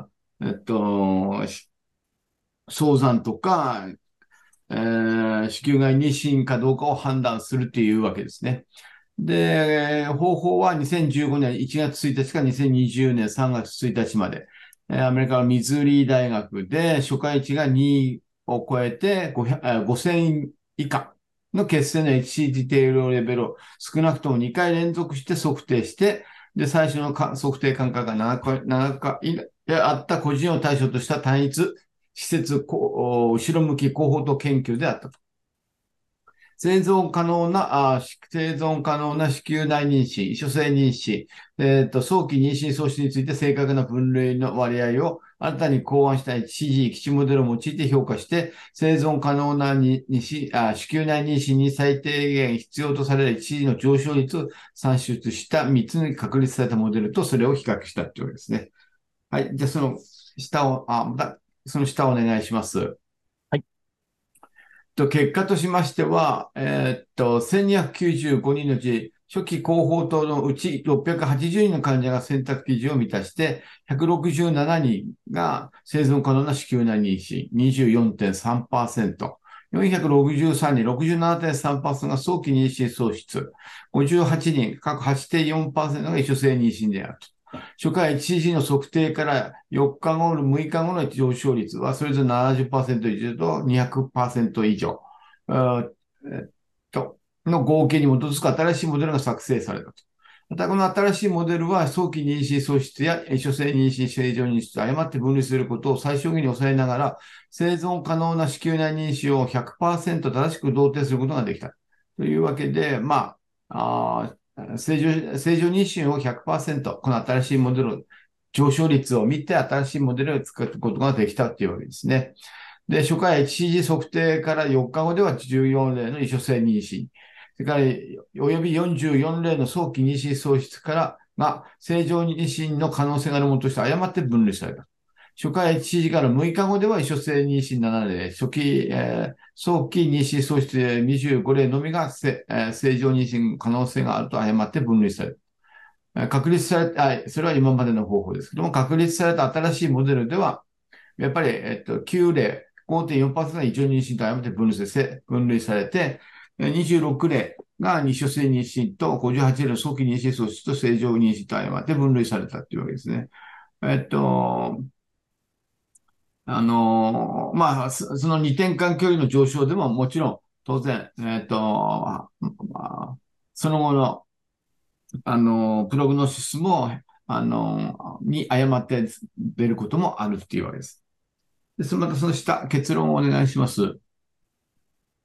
えっと、し早産とか、えー子宮外妊娠かどうかを判断するっていうわけですね。で、方法はにせんじゅうごねんいちがつついたちからにせんにじゅうねんさんがつついたちまで、えーアメリカのミズーリー大学で初回値がにを超えてごひゃくえーごせん以下の血清の エイチシージー 定量レベルを少なくともにかい連続して測定して、で、最初のか測定間隔がななか、ななかいあった個人を対象とした単一施設、こう後ろ向き広報と研究であったと。生存可能な、あ生存可能な子宮内妊娠、初生妊娠、えっと、早期妊娠喪失について正確な分類の割合を新たに考案した エイチシージー 基地モデルを用いて評価して、生存可能なに妊娠あ子宮内妊娠に最低限必要とされる エイチシージー の上昇率を算出したみっつに確立されたモデルとそれを比較したというわけですね。はい。じゃあ、その下を、あ、また、その下をお願いします。 はい。 と、結果としましては、えーっと、せんにひゃくきゅうじゅうごにんのうち、初期広報等のうちろっぴゃくはちじゅうにんの患者が選択基準を満たして、ひゃくろくじゅうななにんが生存可能な子宮内妊娠、にじゅうよんてんさんパーセント。よんひゃくろくじゅうさんにん、ろくじゅうななてんさんパーセントが早期妊娠喪失。ごじゅうはちにん、各 はちてんよんパーセント が異所性妊娠であると。初回 エイチシージー の測定からよっかご、むいかごの上昇率はそれぞれ ななじゅっパーセント 以上と にひゃくパーセント 以上。あえっと、の合計に基づく新しいモデルが作成されたと。また、この新しいモデルは、早期妊娠喪失や異所性妊娠正常妊娠と誤って分離することを最小限に抑えながら、生存可能な子宮内妊娠をひゃくパーセント正しく同定することができた。というわけで、まあ、あ正常、正常妊娠をひゃくパーセント、この新しいモデル、上昇率を見て新しいモデルを作ることができたというわけですね。で、初回 エイチシージー 測定からよっかごではじゅうよんれいの異所性妊娠。それから、およびよんじゅうよんれいの早期妊娠喪失からが正常妊娠の可能性があるものとして誤って分類された。初回 エイチシージー からむいかごでは異所性妊娠ななれい、初期、えー早期妊娠喪失にじゅうごれいのみがせ、えー正常妊娠可能性があると誤って分類される。確立された、あそれは今までの方法ですけども、確立された新しいモデルでは、やっぱり、えっと、きゅうれい、ごてんよんパーセント が異常妊娠と誤って分類され分類されて、にじゅうろくれいが二所性妊娠とごじゅうはちれいの早期妊娠喪失と正常妊娠と誤って分類されたというわけですね。えっと、あの、まあ、そそのにてんかん距離の上昇でももちろん、当然、えっと、まあ、その後の、あの、プログノシスも、あの、に誤って出ることもあるっていうわけです。で、そまたその下、結論をお願いします。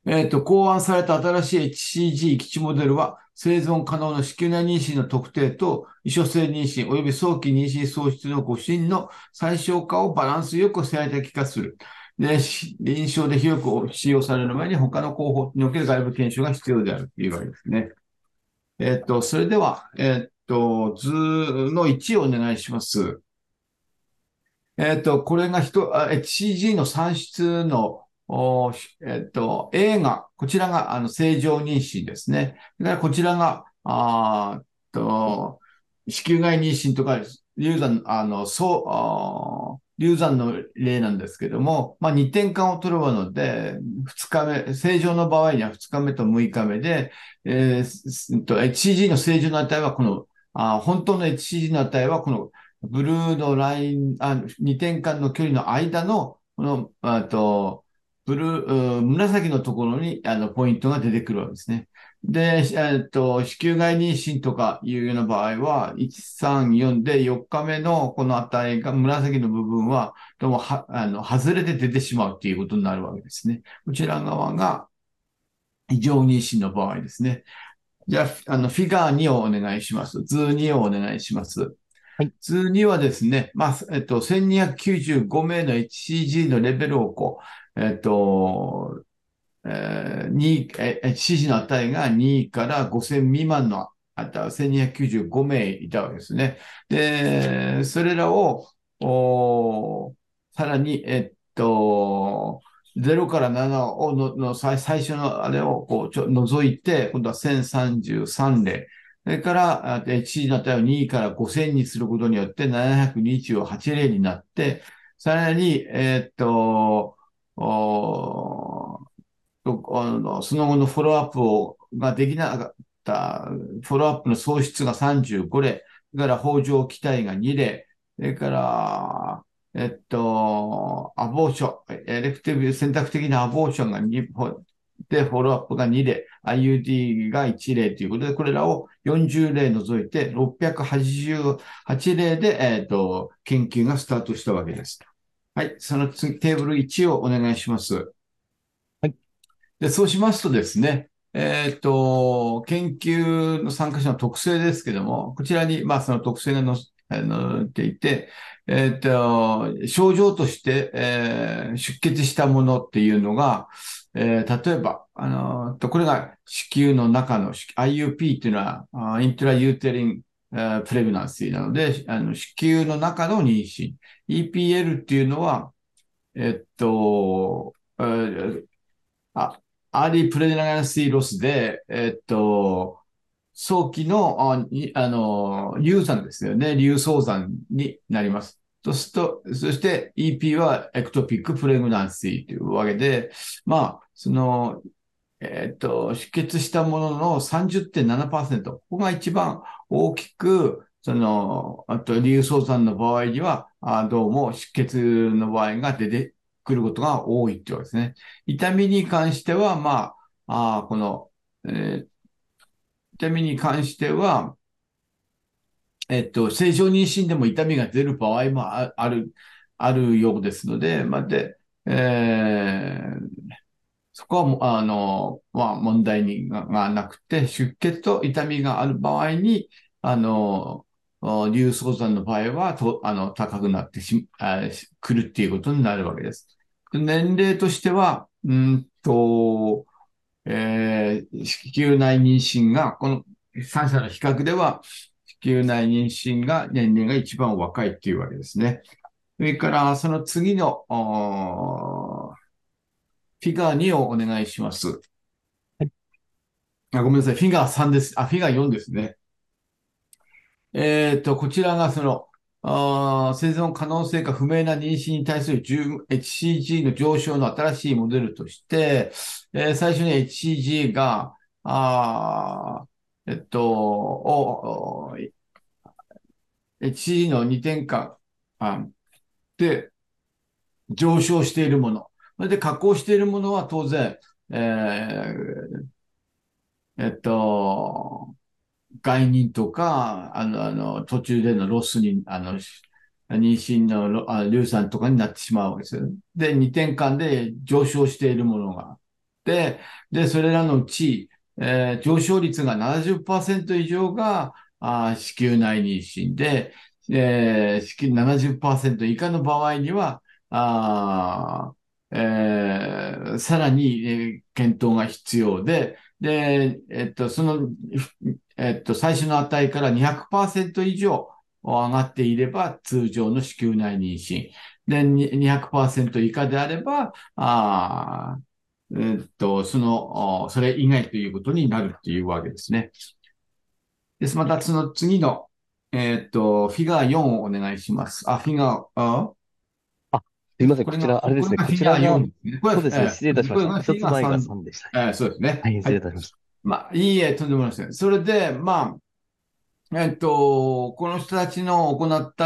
えっと、考案された新しい エイチシージー 基地モデルは、生存可能な子宮内妊娠の特定と、異所性妊娠及び早期妊娠喪失の誤診の最小化をバランスよく最適化する。で、し臨床で広く使用される前に他の候補における外部検証が必要であるというわけですね。えっと、それでは、えっと、図のいちをお願いします。えっと、これが人、あ エイチシージー の算出の、おえっと、A が、こちらが、あの、正常妊娠ですね。だからこちらが、あーっと、子宮外妊娠とか、流産、あの、そう、あー流産の例なんですけども、まあ、にてんかんを取るので、ふつかめ、正常の場合にはふつかめとむいかめで、えーすと、エイチシージー の正常の値はこの、あー本当の エイチシージー の値はこのブルーのライン、あ、にてんかんの距離の間の、この、あと、ブルー、う紫のところに、あの、ポイントが出てくるわけですね。で、えっと、子宮外妊娠とかいうような場合は、いち、さん、よんでよっかめのこの値が、紫の部分は、どうもは、あの、外れて出てしまうということになるわけですね。こちら側が異常妊娠の場合ですね。じゃあ、あの、フィガーにをお願いします。図にをお願いします。 はい。 図にはですね、まあ、えっと、せんにひゃくきゅうじゅうご名の エイチシージー のレベルをこう、えっと、えー、に、え エイチシージー の値がにからごせん未満の値、せんにひゃくきゅうじゅうご名いたわけですね。で、それらを、おさらに、えっと、ゼロからななをのの最最初のあれをこうちょ除いて、今度はせんさんじゅうさん例。それから、あ エイチシージー の値をにからごせんにすることによってななひゃくにじゅうはち例になって、さらに、えっと、おとあのその後のフォローアップをができなかったフォローアップの喪失がさんじゅうご例、それから北条期待がに例、それから、えっと、アボーション、エレクティブ選択的なアボーションがにで、フォローアップがに例、アイユーディー がいち例ということで、これらをよんじゅう例除いてろっぴゃくはちじゅうはち例で、えっと、研究がスタートしたわけです。はい、その次、テーブルいちをお願いします。 はい。 で、そうしますとですね、えっと、研究の参加者の特性ですけども、こちらに、まあ、その特性が載載っていて、えっと、症状として、えー出血したものっていうのが、えー例えば、あの、とこれが子宮の中の アイユーピー っていうのは、あイントラユーテリン、えープレグナンシーなので、あの子宮の中の妊娠。イーピーエル っていうのは、えっと、えーあ、アーリープレグナンシーロスで、えっと、早期の、あ、にあの、流産ですよね。流早産になります。そうすると、そして イーピー はエクトピックプレグナンシーというわけで、まあ、その、えっと、出血したもののさんじゅってんななパーセント。ここが一番大きく、その、あと、流早産の場合には、あどうも出血の場合が出てくることが多いっていうわけですね。痛みに関しては、まあ、あこの、えー痛みに関しては、えっと、正常妊娠でも痛みが出る場合もあある、あるようですので、まあ、で、えーそこはもう、あの、まあ、問題にががなくて、出血と痛みがある場合に、あの、お流早産の場合は、と、あの、高くなってし、あ、し来るっていうことになるわけです。年齢としては、うんと、えー子宮内妊娠が、このさん者の比較では、子宮内妊娠が年齢が一番若いっていうわけですね。それから、その次の、おーフィガーにをお願いします。 はい。 あ、ごめんなさい。フィガーさんです。あ、フィガーよんですね。えっと、こちらがその、あー生存可能性か不明な妊娠に対する エイチシージー の上昇の新しいモデルとして、えー最初に エイチシージー が、あーえっと、お、お エイチシージー のにてんかんあで上昇しているもの。それで加工しているものは当然、えーえっと、概認とか、あの、あの、途中でのロスに、あの、妊娠のロあ流産とかになってしまうわけですよ。で、にてんかんで上昇しているものがて、で、それらのうち、えー上昇率がななじゅっパーセント以上が、あー子宮内妊娠で、えー、子宮ななじゅっパーセント以下の場合には、あーえーさらに、えー検討が必要で、で、えっと、その、えっと、最初の値からにひゃくパーセント以上上がっていれば通常の子宮内妊娠。で、ににひゃくパーセント以下であれば、あーえっと、その、おそれ以外ということになるっていうわけですね。です。また、その次の、えっと、フィガーよんをお願いします。あ、フィガー、あ、 あ、すいません。こちこれが、 ら、あれですね。 これがこフィガーよんちらが、 ですね。これは、 そうですね。 え失礼いたしー、これました。 がフィガー一つ前がさん、 さんでした。 えー、そうですね。 大変はい。 失礼いたしました。 まあ、いいえ、とんでもありません。それで、まあ、えっと、この人たちの行った、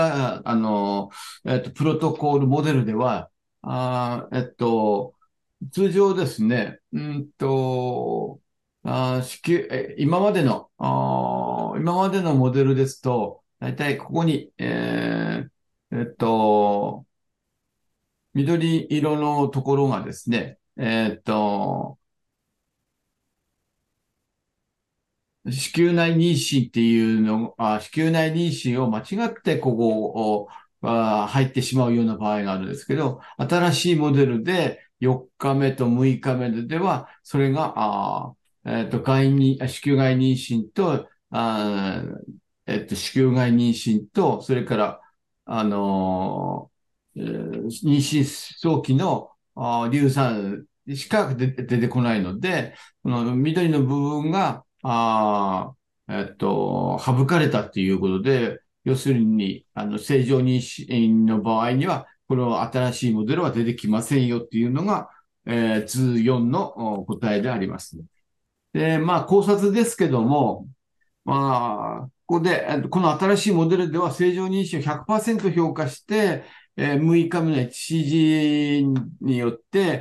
あの、えっと、プロトコールモデルでは、あー、えっと、通常ですね、うんと、あー、子宮、え今までの、あー今までのモデルですと、だいたいここに、えーえっと、緑色のところがですね、えっと、子宮内妊娠っていうの、あ、子宮内妊娠を間違ってここをあ入ってしまうような場合があるんですけど、新しいモデルでよっかめとむいかめでは、それが、あ、えっと、外に、子宮外妊娠と、あ、えっと、子宮外妊娠と、それから、あのえー妊娠早期のあ流産しか出出てこないので、この緑の部分が、あーえっと、省かれたっていうことで、要するに、あの、正常妊娠の場合には、この新しいモデルは出てきませんよっていうのが、えー、図よんのお答えであります。で、まあ、考察ですけども、まあ、ここで、えっとこの新しいモデルでは正常妊娠をひゃくパーセント評価して、えー、むいかめの エイチシージー によって、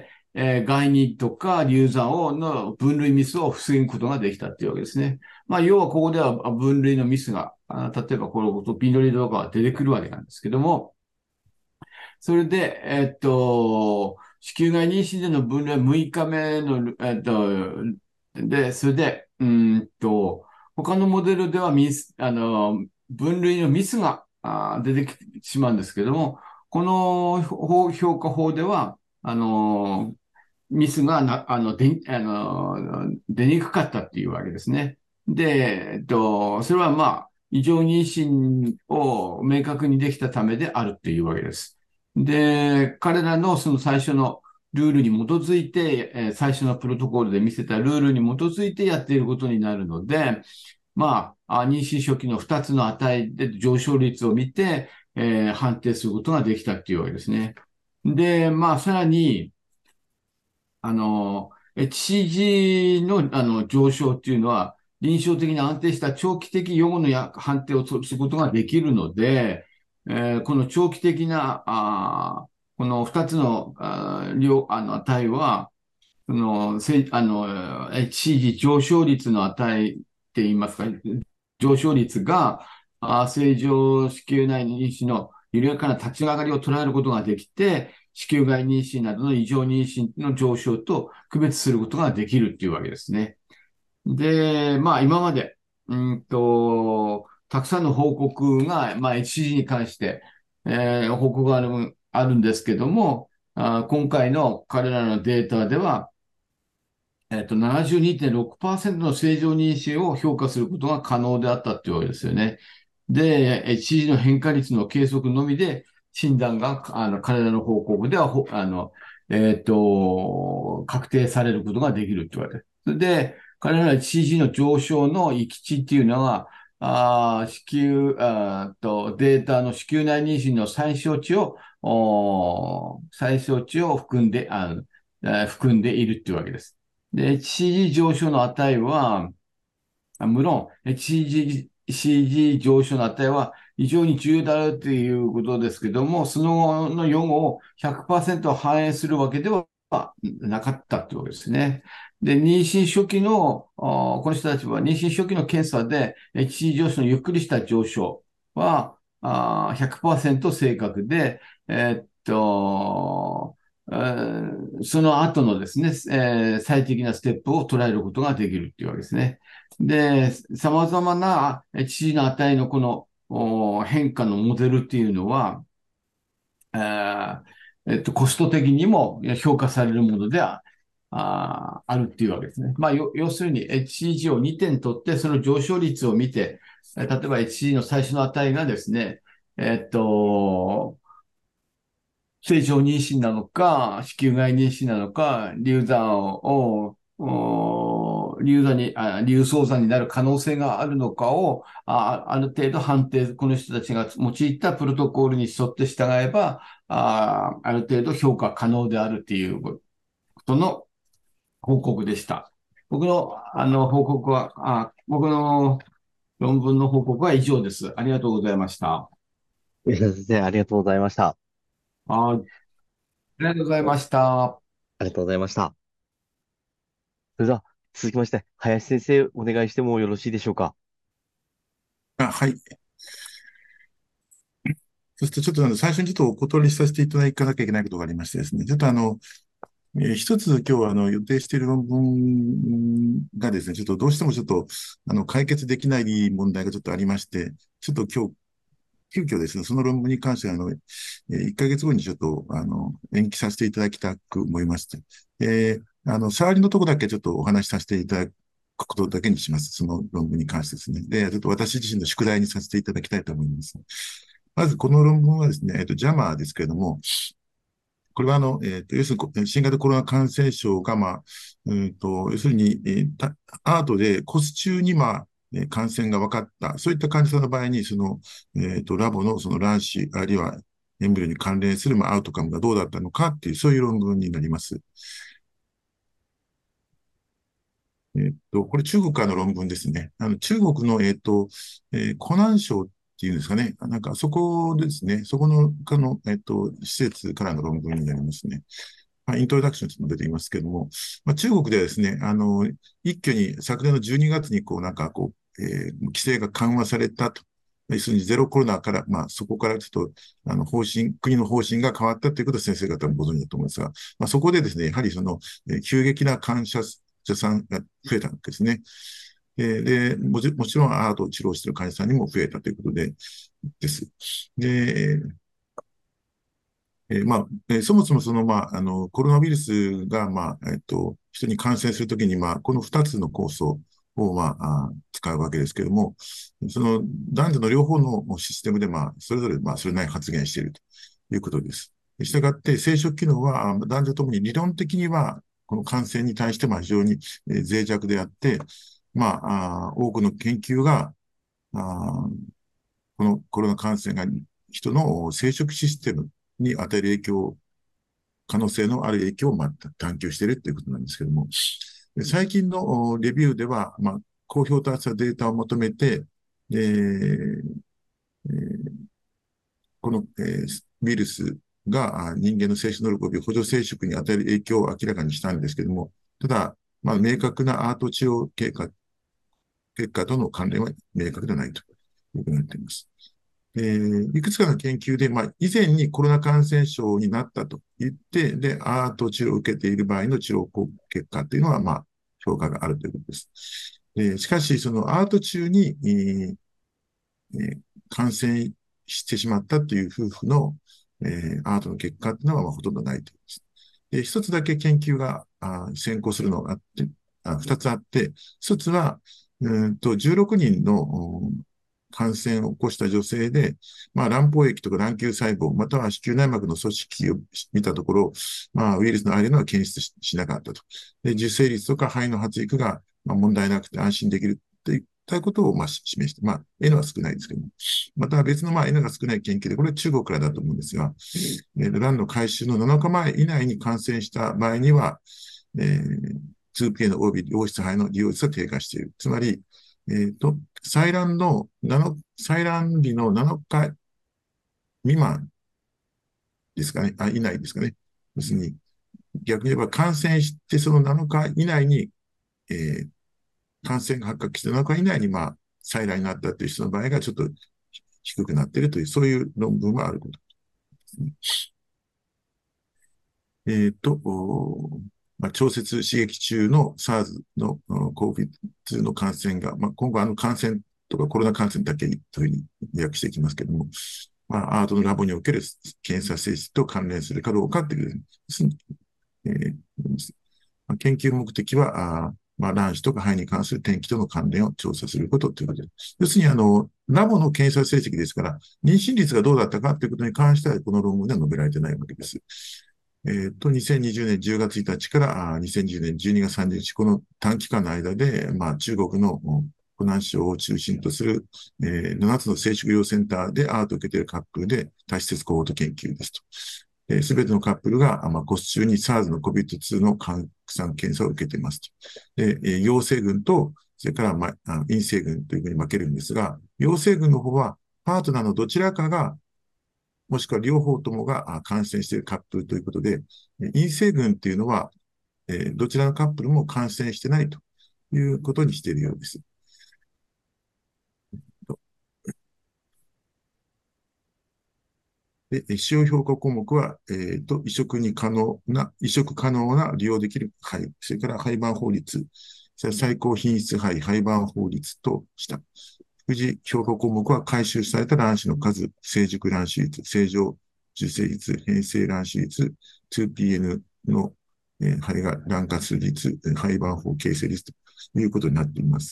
えー、概認とか流産をの分類ミスを防ぐことができたっていうわけですね。まあ、要はここではあ分類のミスが、あ例えばこのこと、ピンドリとかが出てくるわけなんですけども、それで、えっと、子宮外妊娠での分類はむいかめの、えっと、で、それで、うーんと、他のモデルではミス、あの、分類のミスがあ出てきてしまうんですけども、この法評価法では、あの、ミスがな、あの、で、あの、出にくかったっていうわけですね。で、えっと、それはまあ、異常妊娠を明確にできたためであるっていうわけです。で、彼らのその最初のルールに基づいて、えー最初のプロトコールで見せたルールに基づいてやっていることになるので、まあ、あ妊娠初期のふたつの値で上昇率を見て、えー判定することができたっていうわけですね。で、まあ、さらに、あの、エイチシージー の、あの上昇っていうのは、臨床的に安定した長期的予後のや判定をすることができるので、えーこの長期的な、あーこのふたつの、あー量、あの値は、その、せ、あの、エイチシージー 上昇率の値って言いますか、上昇率が、あー正常子宮内妊娠の緩やかな立ち上がりを捉えることができて、子宮外妊娠などの異常妊娠の上昇と区別することができるっていうわけですね。で、まあ今まで、うんと、たくさんの報告が、まあ エイチシージー に関して、えー報告がある、あるんですけども、あー今回の彼らのデータでは、えっと、ななじゅうにてんろくパーセントの正常妊娠を評価することが可能であったっていうわけですよね。で、エイチシージー の変化率の計測のみで、診断が、あの、彼らの報告では、ほあの、えっと、確定されることができるって言われて。それで、彼らの エイチシージー の上昇の域値っていうのは、あー子宮、あーと、データの子宮内妊娠の最小値を、おー最小値を含んで、あの、えー含んでいるっていうわけです。で、エイチシージー 上昇の値は、あ無論、エイチシージー、シージー 上昇の値は非常に重要だということですけども、その後の予後をひゃくパーセント反映するわけではなかったということですね。で、妊娠初期の、あこの人たちは妊娠初期の検査で エイチシージー 上昇のゆっくりした上昇はあひゃくパーセント正確で、えーっと、 えーその後のですね、えー最適なステップを捉えることができるっていうわけですね。で、様々なえー知事の値のこのお変化のモデルっていうのは、えーえっと、コスト的にも評価されるものでは、あー、あるっていうわけですね。まあ、よ要するに エイチシージー をにてん取って、その上昇率を見て、えー例えば エイチシージー の最初の値がですね、えっと、正常妊娠なのか、子宮外妊娠なのか、流産を、お流産に、あ、流早産になる可能性があるのかを、あ、ある程度判定、この人たちが用いたプロトコルに沿って従えば、あ、ある程度評価可能であるっていうことの報告でした。僕の、あの、報告は、あ、僕の論文の報告は以上です。ありがとうございました。 吉田先生、ありがとうございました。 あ、ありがとうございました。 ありがとうございました。それでは、続きまして、林先生、お願いしてもよろしいでしょうか。 あ、はい。そしてちょっとあの最初にちょっとお断りさせていただかなきゃいけないことがありましてですね、ちょっとあの、えー一つ今日はあの予定している論文がですね、ちょっとどうしてもちょっとあの解決できない問題がちょっとありまして、ちょっと今日、急遽ですね、その論文に関してはあの、えーいっかげつごにちょっとあの延期させていただきたく思いまして、えーあの、触りのところだけちょっとお話しさせていただくことだけにします。その論文に関してですね。で、ちょっと私自身の宿題にさせていただきたいと思います。まずこの論文はですね、えっと、ジャマーですけれども、これはあの、えっと、要するに新型コロナ感染症が、まあ、うんと、要するに、えーたアートでコス中に、まあ、えー感染が分かった、そういった患者さんの場合に、その、えっと、ラボのその卵子、あるいはエンブリオに関連する、まあ、アウトカムがどうだったのかっていう、そういう論文になります。えっと、これ中国からの論文ですね。あの、中国の、えっと、えー湖南省っていうんですかね。なんか、そこですね。そこの、かの、えっと、施設からの論文になりますね。まあ、イントロダクションにも出ていますけれども、まあ、中国ではですね、あの、一挙に昨年のじゅうにがつに、こう、なんか、こう、えー規制が緩和されたと。要するにゼロコロナから、まあ、そこからちょっと、あの、方針、国の方針が変わったということを先生方もご存知だと思いますが、まあ、そこでですね、やはりその、えー急激な感謝者さんが増えたわけですね。で、でもちもちろんアートを治療している患者さんにも増えたということで、です。で、えーまあ、えーそもそもその、まあ、あの、コロナウイルスが、まあ、えっと、人に感染するときに、まあ、この二つの酵素を、まあ、あ使うわけですけれども、その男女の両方のシステムで、まあ、それぞれ、まあ、それなりに発現しているということです。したがって、生殖機能はあ男女ともに理論的には、この感染に対して、まあ、非常にえー脆弱であって、まあ、あ多くの研究が、あこのコロナ感染が人の生殖システムに与える影響、可能性のある影響をまあ探求しているということなんですけれども、最近のレビューでは、まあ、公表としたデータを求めて、えーえーこの、えーウイルスが人間の精子能力及び補助生殖に与える影響を明らかにしたんですけれども、ただ、まあ、明確なアート治療経過、結果との関連は明確ではないということになっています。えーいくつかの研究で、まあ、以前にコロナ感染症になったと言って、で、アート治療を受けている場合の治療結果というのは、まあ、評価があるということです。えーしかし、そのアート中に、えーえー感染してしまったという夫婦の、えーアートの結果というのは、まあ、ほとんどないということです。で、一つだけ研究があ先行するのがあって、あ二つあって、一つは、うんとじゅうろくにんの感染を起こした女性で、まあ、卵胞液とか卵球細胞、または子宮内膜の組織を見たところ、まあ、ウイルスのあるのは検出しなかったと。で、受精率とか肺の発育が、まあ、問題なくて安心できるといったことを、まあ、示して、まあ、N は少ないですけども、また別の、まあ、N が少ない研究で、これは中国からだと思うんですが、えー、卵の回収のなのかまえ以内に感染した場合には、えー、ツーピーエー の及び良質肺の利用率が低下している。つまり、えー、と、採卵の、採卵日のなのか未満ですかね、あ、以内ですかね。要するに、逆に言えば感染してそのなのか以内に、えー、感染が発覚してなのか以内に、まあ、採卵になったという人の場合がちょっと低くなっているという、そういう論文はあることですね。 えっと、まあ、調節刺激中の SARS の コービッドティー の感染が、まあ、今後あの感染とかコロナ感染だけというふうに訳していきますけれども、まあ、アートのラボにおける検査性質と関連するかどうかという、えー、研究目的は、あまあ、卵子とか肺に関する天気との関連を調査することということで、要するにあの、ラボの検査成績ですから、妊娠率がどうだったかということに関しては、この論文では述べられてないわけです。えっと、にせんにじゅうねんじゅうがつついたちからにせんにじゅうねんじゅうにがつさんじゅうにち、この短期間の間で、まあ、中国の湖南省を中心とする、えー、ななつの生殖医療センターでアートを受けているカップルで多施設コホート研究ですと。すべてのカップルが、まあ、骨中に SARS の コビッドツー の拡散検査を受けていますと。で、陽性群と、それから、まあ、陰性群というふうに分けるんですが、陽性群の方は、パートナーのどちらかが、もしくは両方ともが感染しているカップルということで、陰性群っていうのは、えー、どちらのカップルも感染してないということにしているようです。で、使用評価項目は、えっと、移植に可能な、移植可能な利用できる肺、それから胚盤法律、それ最高品質肺、胚盤法律とした。副次評価項目は回収された卵子の数、成熟卵子率、正常受精率、変性卵子率、ツーピーエヌ の、えー、肺が卵活率、胚盤法形成率ということになっています。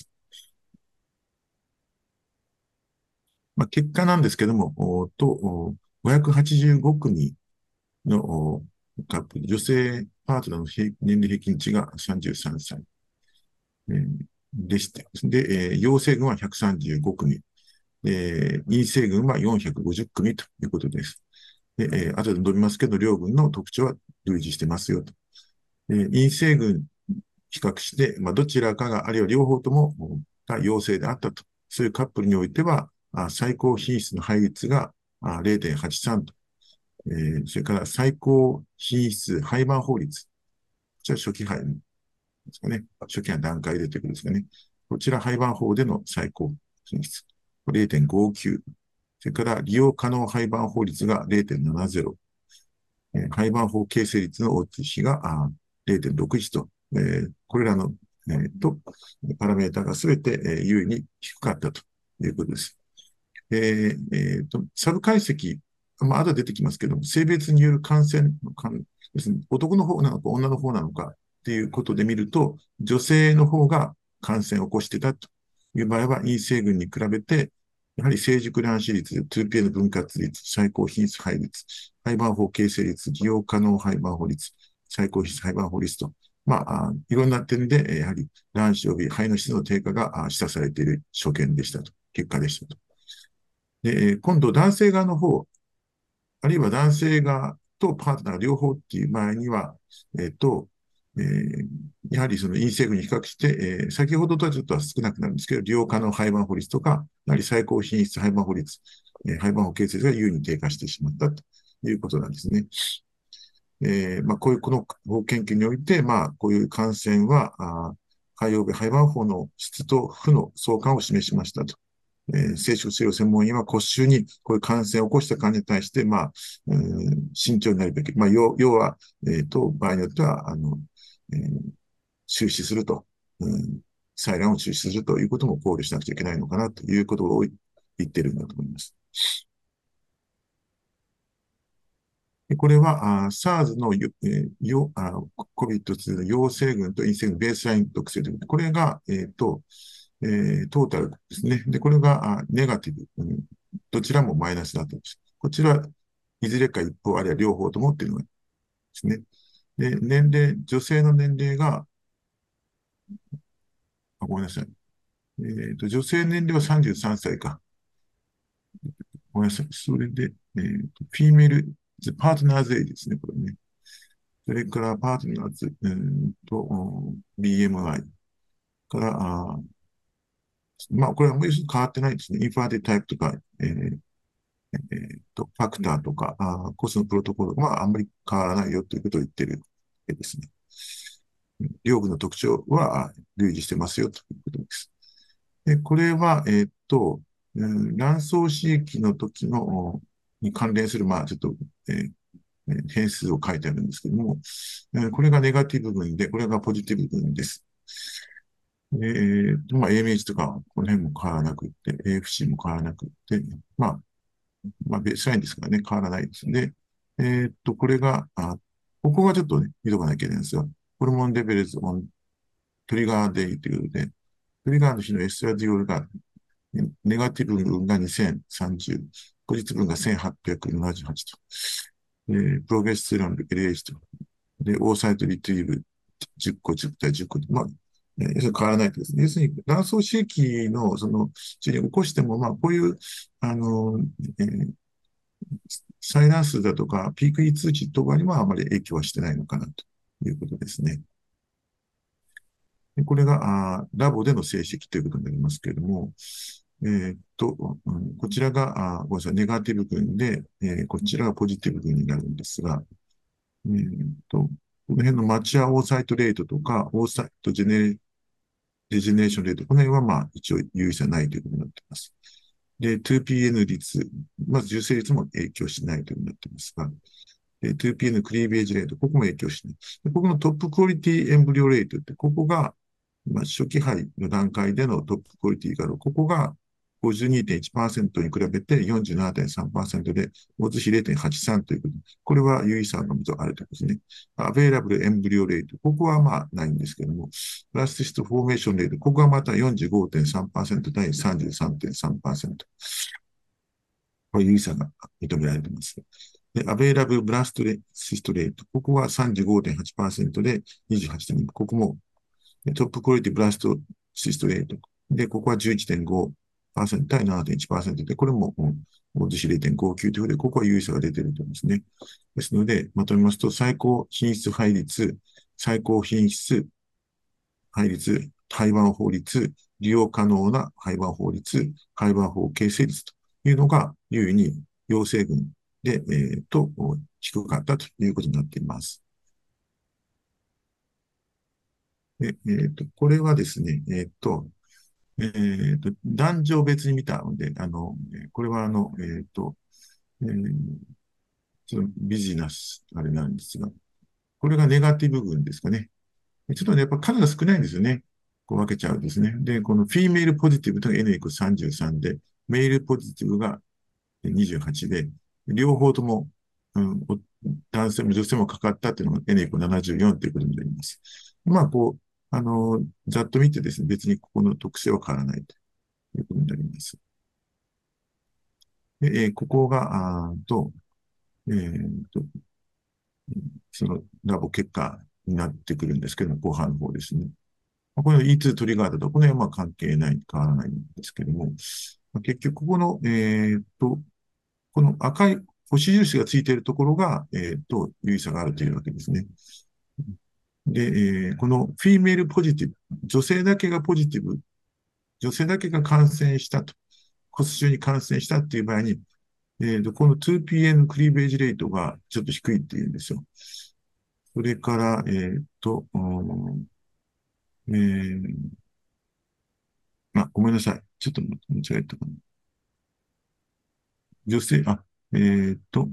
まあ、結果なんですけども、おとごひゃくはちじゅうごくみのカップル、女性パートナーの年齢平均値がさんじゅうさんさい、えー、でして、で、えー、陽性群はひゃくさんじゅうごくみ、えー、陰性群はよんひゃくごじゅっくみということです。で、えー、後で述べますけど、両群の特徴は類似してますよと。えー、陰性群比較して、まあ、どちらかが、あるいは両方ともが陽性であったと。そういうカップルにおいては、あ最高品質の配率が れいてんはちさん と。えー、それから最高品質胚盤法律。こちら初期胚ですかね。初期の段階で出てくるんですかね。こちら胚盤法での最高品質。れいてんごきゅう。それから利用可能胚盤法率が れいてんななぜろ。えー、胚盤法形成率の大きい比が れいてんろくいち と、えー、これらの、えー、とパラメータがすべて、えー、優位に低かったということです。えーえー、とサブ解析、まあ、後で出てきますけども、性別による感染の感、ですね、男の方なのか女の方なのかっていうことで見ると、女性の方が感染を起こしてたという場合は、陰性群に比べて、やはり成熟卵子率、ツーピーエヌ 分割率、最高品質配率、胚盤法形成率、利用可能胚盤法率、最高品質胚盤法率と、まあ、いろんな点で、やはり卵子及び肺の質の低下が示唆されている所見でしたと、結果でしたと。で、今度男性側の方、あるいは男性側とパートナーが両方っていう場合には、えっと、えー、やはりその陰性群に比較して、えー、先ほどとはちょっと少なくなるんですけど、利用可能胚盤法率とか、やはり最高品質胚盤法率、えー、胚盤法形成が優位に低下してしまったということなんですね。えー、まあ、こういう、この法研究において、まあ、こういう感染は、あ肺及び胚盤法の質と負の相関を示しましたと。えー、生殖治療専門医は骨臭にこういう感染を起こした患者に対して、まあ、うん、慎重になるべき。まあ、要要は、えっと、場合によっては、あの、えー、中止すると、うん、採卵を中止するということも考慮しなくちゃいけないのかなということを言ってるんだと思います。これは、SARS の、えー、よあ コビッドツー の陽性群と陰性群、ベースライン特性ということで、これが、えっ、ー、と、えー、トータルですね。で、これがネガティブ、うん。どちらもマイナスだったんです。こちら、いずれか一方、あるいは両方ともっていうのがですね。で、年齢、女性の年齢が、あ、ごめんなさい。えっ、ー、と、女性年齢はさんじゅうさんさいか。ごめんなさい。それで、えっ、ー、と、フィメール、パートナーズエイですね、これね。それからパートナーズ、えー、と、ビーエムアイ から、あまあ、これはもう変わってないですね。インファーティタイプとか、えーえー、と、ファクターとか、あコスのプロトコルはあんまり変わらないよということを言っているわけですね。両部の特徴は類似してますよということです。で、これは、えー、っと、うん、卵巣刺激の時の、に関連する、まあ、ちょっと、えーえー変数を書いてあるんですけども、えーこれがネガティブ群で、これがポジティブ群です。えーと、まあ、エーエムエイチ とか、この辺も変わらなくって、エーエフシー も変わらなくって、まあ、まあ、ベースラインですからね、変わらないですね。えーっと、これが、あ、ここがちょっとね、見とかなきゃいけないんですよ。ホルモンレベルズオントリガーデイということで、トリガーの日のエストラディオールが、ねネガティブ分がにせんさんじゅう、ポジティブ分がせんはっぴゃくななじゅうはちと、えープログレステロン エルエイチ と、で、オーサイトリトリーブじゅっこ、じゅう対じゅっこ、まあ、えー要するに変わらないとですね。要するに、卵巣刺激の、その、中に起こしても、まあ、こういう、あの、えー採卵数だとか、ピーク E 通知とかにはあまり影響はしてないのかなということですね。でこれがあラボでの成績ということになりますけれども、えーっと、うん、こちらが、あごめんなさい、ネガティブ群で、えーこちらがポジティブ群になるんですが、えーっと、この辺のマチュアオーサイトレートとか、オーサイトジェネレ、デジェネレーションレート、この辺はまあ一応有意差ないということになっています。で、ツーピーエヌ 率、まず受精率も影響しないということになっていますが、ツーピーエヌ クリーベージレート、ここも影響しない。でここのトップクオリティエンブリオレートって、ここが、まあ、初期胚の段階でのトップクオリティがある。ここが ごじゅうにてんいちパーセント に比べて よんじゅうななてんさんパーセント で、オッズ比 ゼロてんはちさん ということで、これは有意差があるということですね。アベイラブルエンブリオレート、ここはまあないんですけども、プラスティストフォーメーションレート、ここはまた よんじゅうごてんさんパーセント 対 さんじゅうさんてんさんパーセント。これ有意差が認められています。で、アベイラブルブラストレシストレート。ここは さんじゅうごてんはちパーセント で にじゅうはちてんに。ここもトップクオリティブラストシストレート。で、ここは じゅういちてんごパーセント 対 ななてんいちパーセント で、これも、うん、オッズ比 ゼロてんごきゅう ということで、ここは有意差が出ていると思いますね。ですので、まとめますと、最高品質配率、最高品質配率、廃盤法律、利用可能な廃盤法律、廃盤法形成率というのが優位に陽性群で、えー、と、低かったということになっています。で、えー、と、これはですね、えっ、と、えー、と、男女別に見たので、あの、これはあの、えっ、と、えー、ちょっとビジネス、あれなんですが、これがネガティブ群ですかね。ちょっとね、やっぱ数が少ないんですよね。こう分けちゃうんですね。で、このフィメールポジティブと エヌイコールさんじゅうさん で、メールポジティブがにじゅうはちで、両方とも、うん、男性も女性もかかったっていうのが エヌイコールななじゅうよんということになります。まあ、こう、あの、ざっと見てですね、別にここの特性は変わらないということになります。で、えーここが、あーと、えーと、そのラボ結果になってくるんですけども、後半の方ですね。この イーツー トリガーだと、この辺はまあ関係ない、変わらないんですけども、結局、ここの、えーっと、この赤い星印がついているところが、えーっと、有意差があるというわけですね。で、えーこのフィメールポジティブ、女性だけがポジティブ、女性だけが感染したと、骨腫に感染したっていう場合に、えーと、この ツーピーエヌ クリーベージレートがちょっと低いっていうんですよ。それから、えーと、うんえー、あ、ごめんなさい。ちょっと間違えたかな。女性、あ、えーと、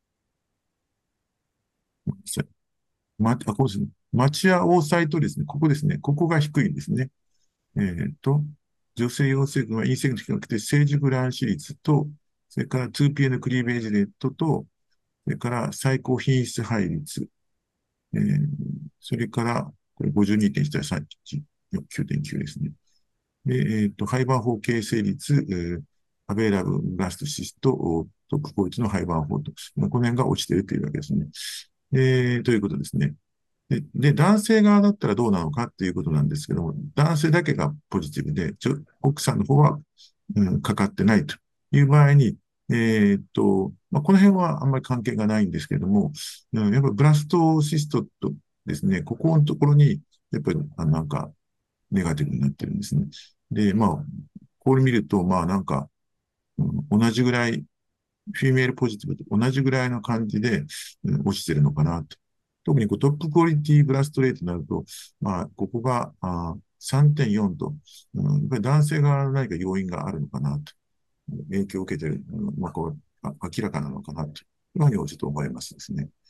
ごめんなさい。ま、あ、こうですね。マチアオーサイトですね。ここですね。ここが低いんですね。えーと、女性陽性群は陰性群と比較して成熟卵子率と、それから ツーピーエヌ クリーベージレートと、それから最高品質配率、えー、それから、これ ごじゅうにてんいち 対さんじゅうきゅうてんきゅう ですね。で、えっ、と、廃盤法形成率、えー、アベイラブルガストシスト、トップ効率の廃盤法と、まあ、この辺が落ちているというわけですね。えー、ということですね。で、で、男性側だったらどうなのかっていうことなんですけども、男性だけがポジティブで、ちょ奥さんの方は、うん、かかってないという場合に、えーっと、まあ、この辺はあんまり関係がないんですけども、うん、やっぱりブラストシストとですね、ここのところに、やっぱり、あなんか、ネガティブになってるんですね。で、まあ、これ見ると、まあなんか、うん、同じぐらい、フィメールポジティブと同じぐらいの感じで、うん、落ちてるのかなと。特にこうトップクオリティブラストレートになると、まあ、ここがあ さんてんよん と、うん、やっぱり男性が何か要因があるのかなと、影響を受けてる、うん、まあ、こう、あ明らかなのかなというふうにちょっと思いますですね。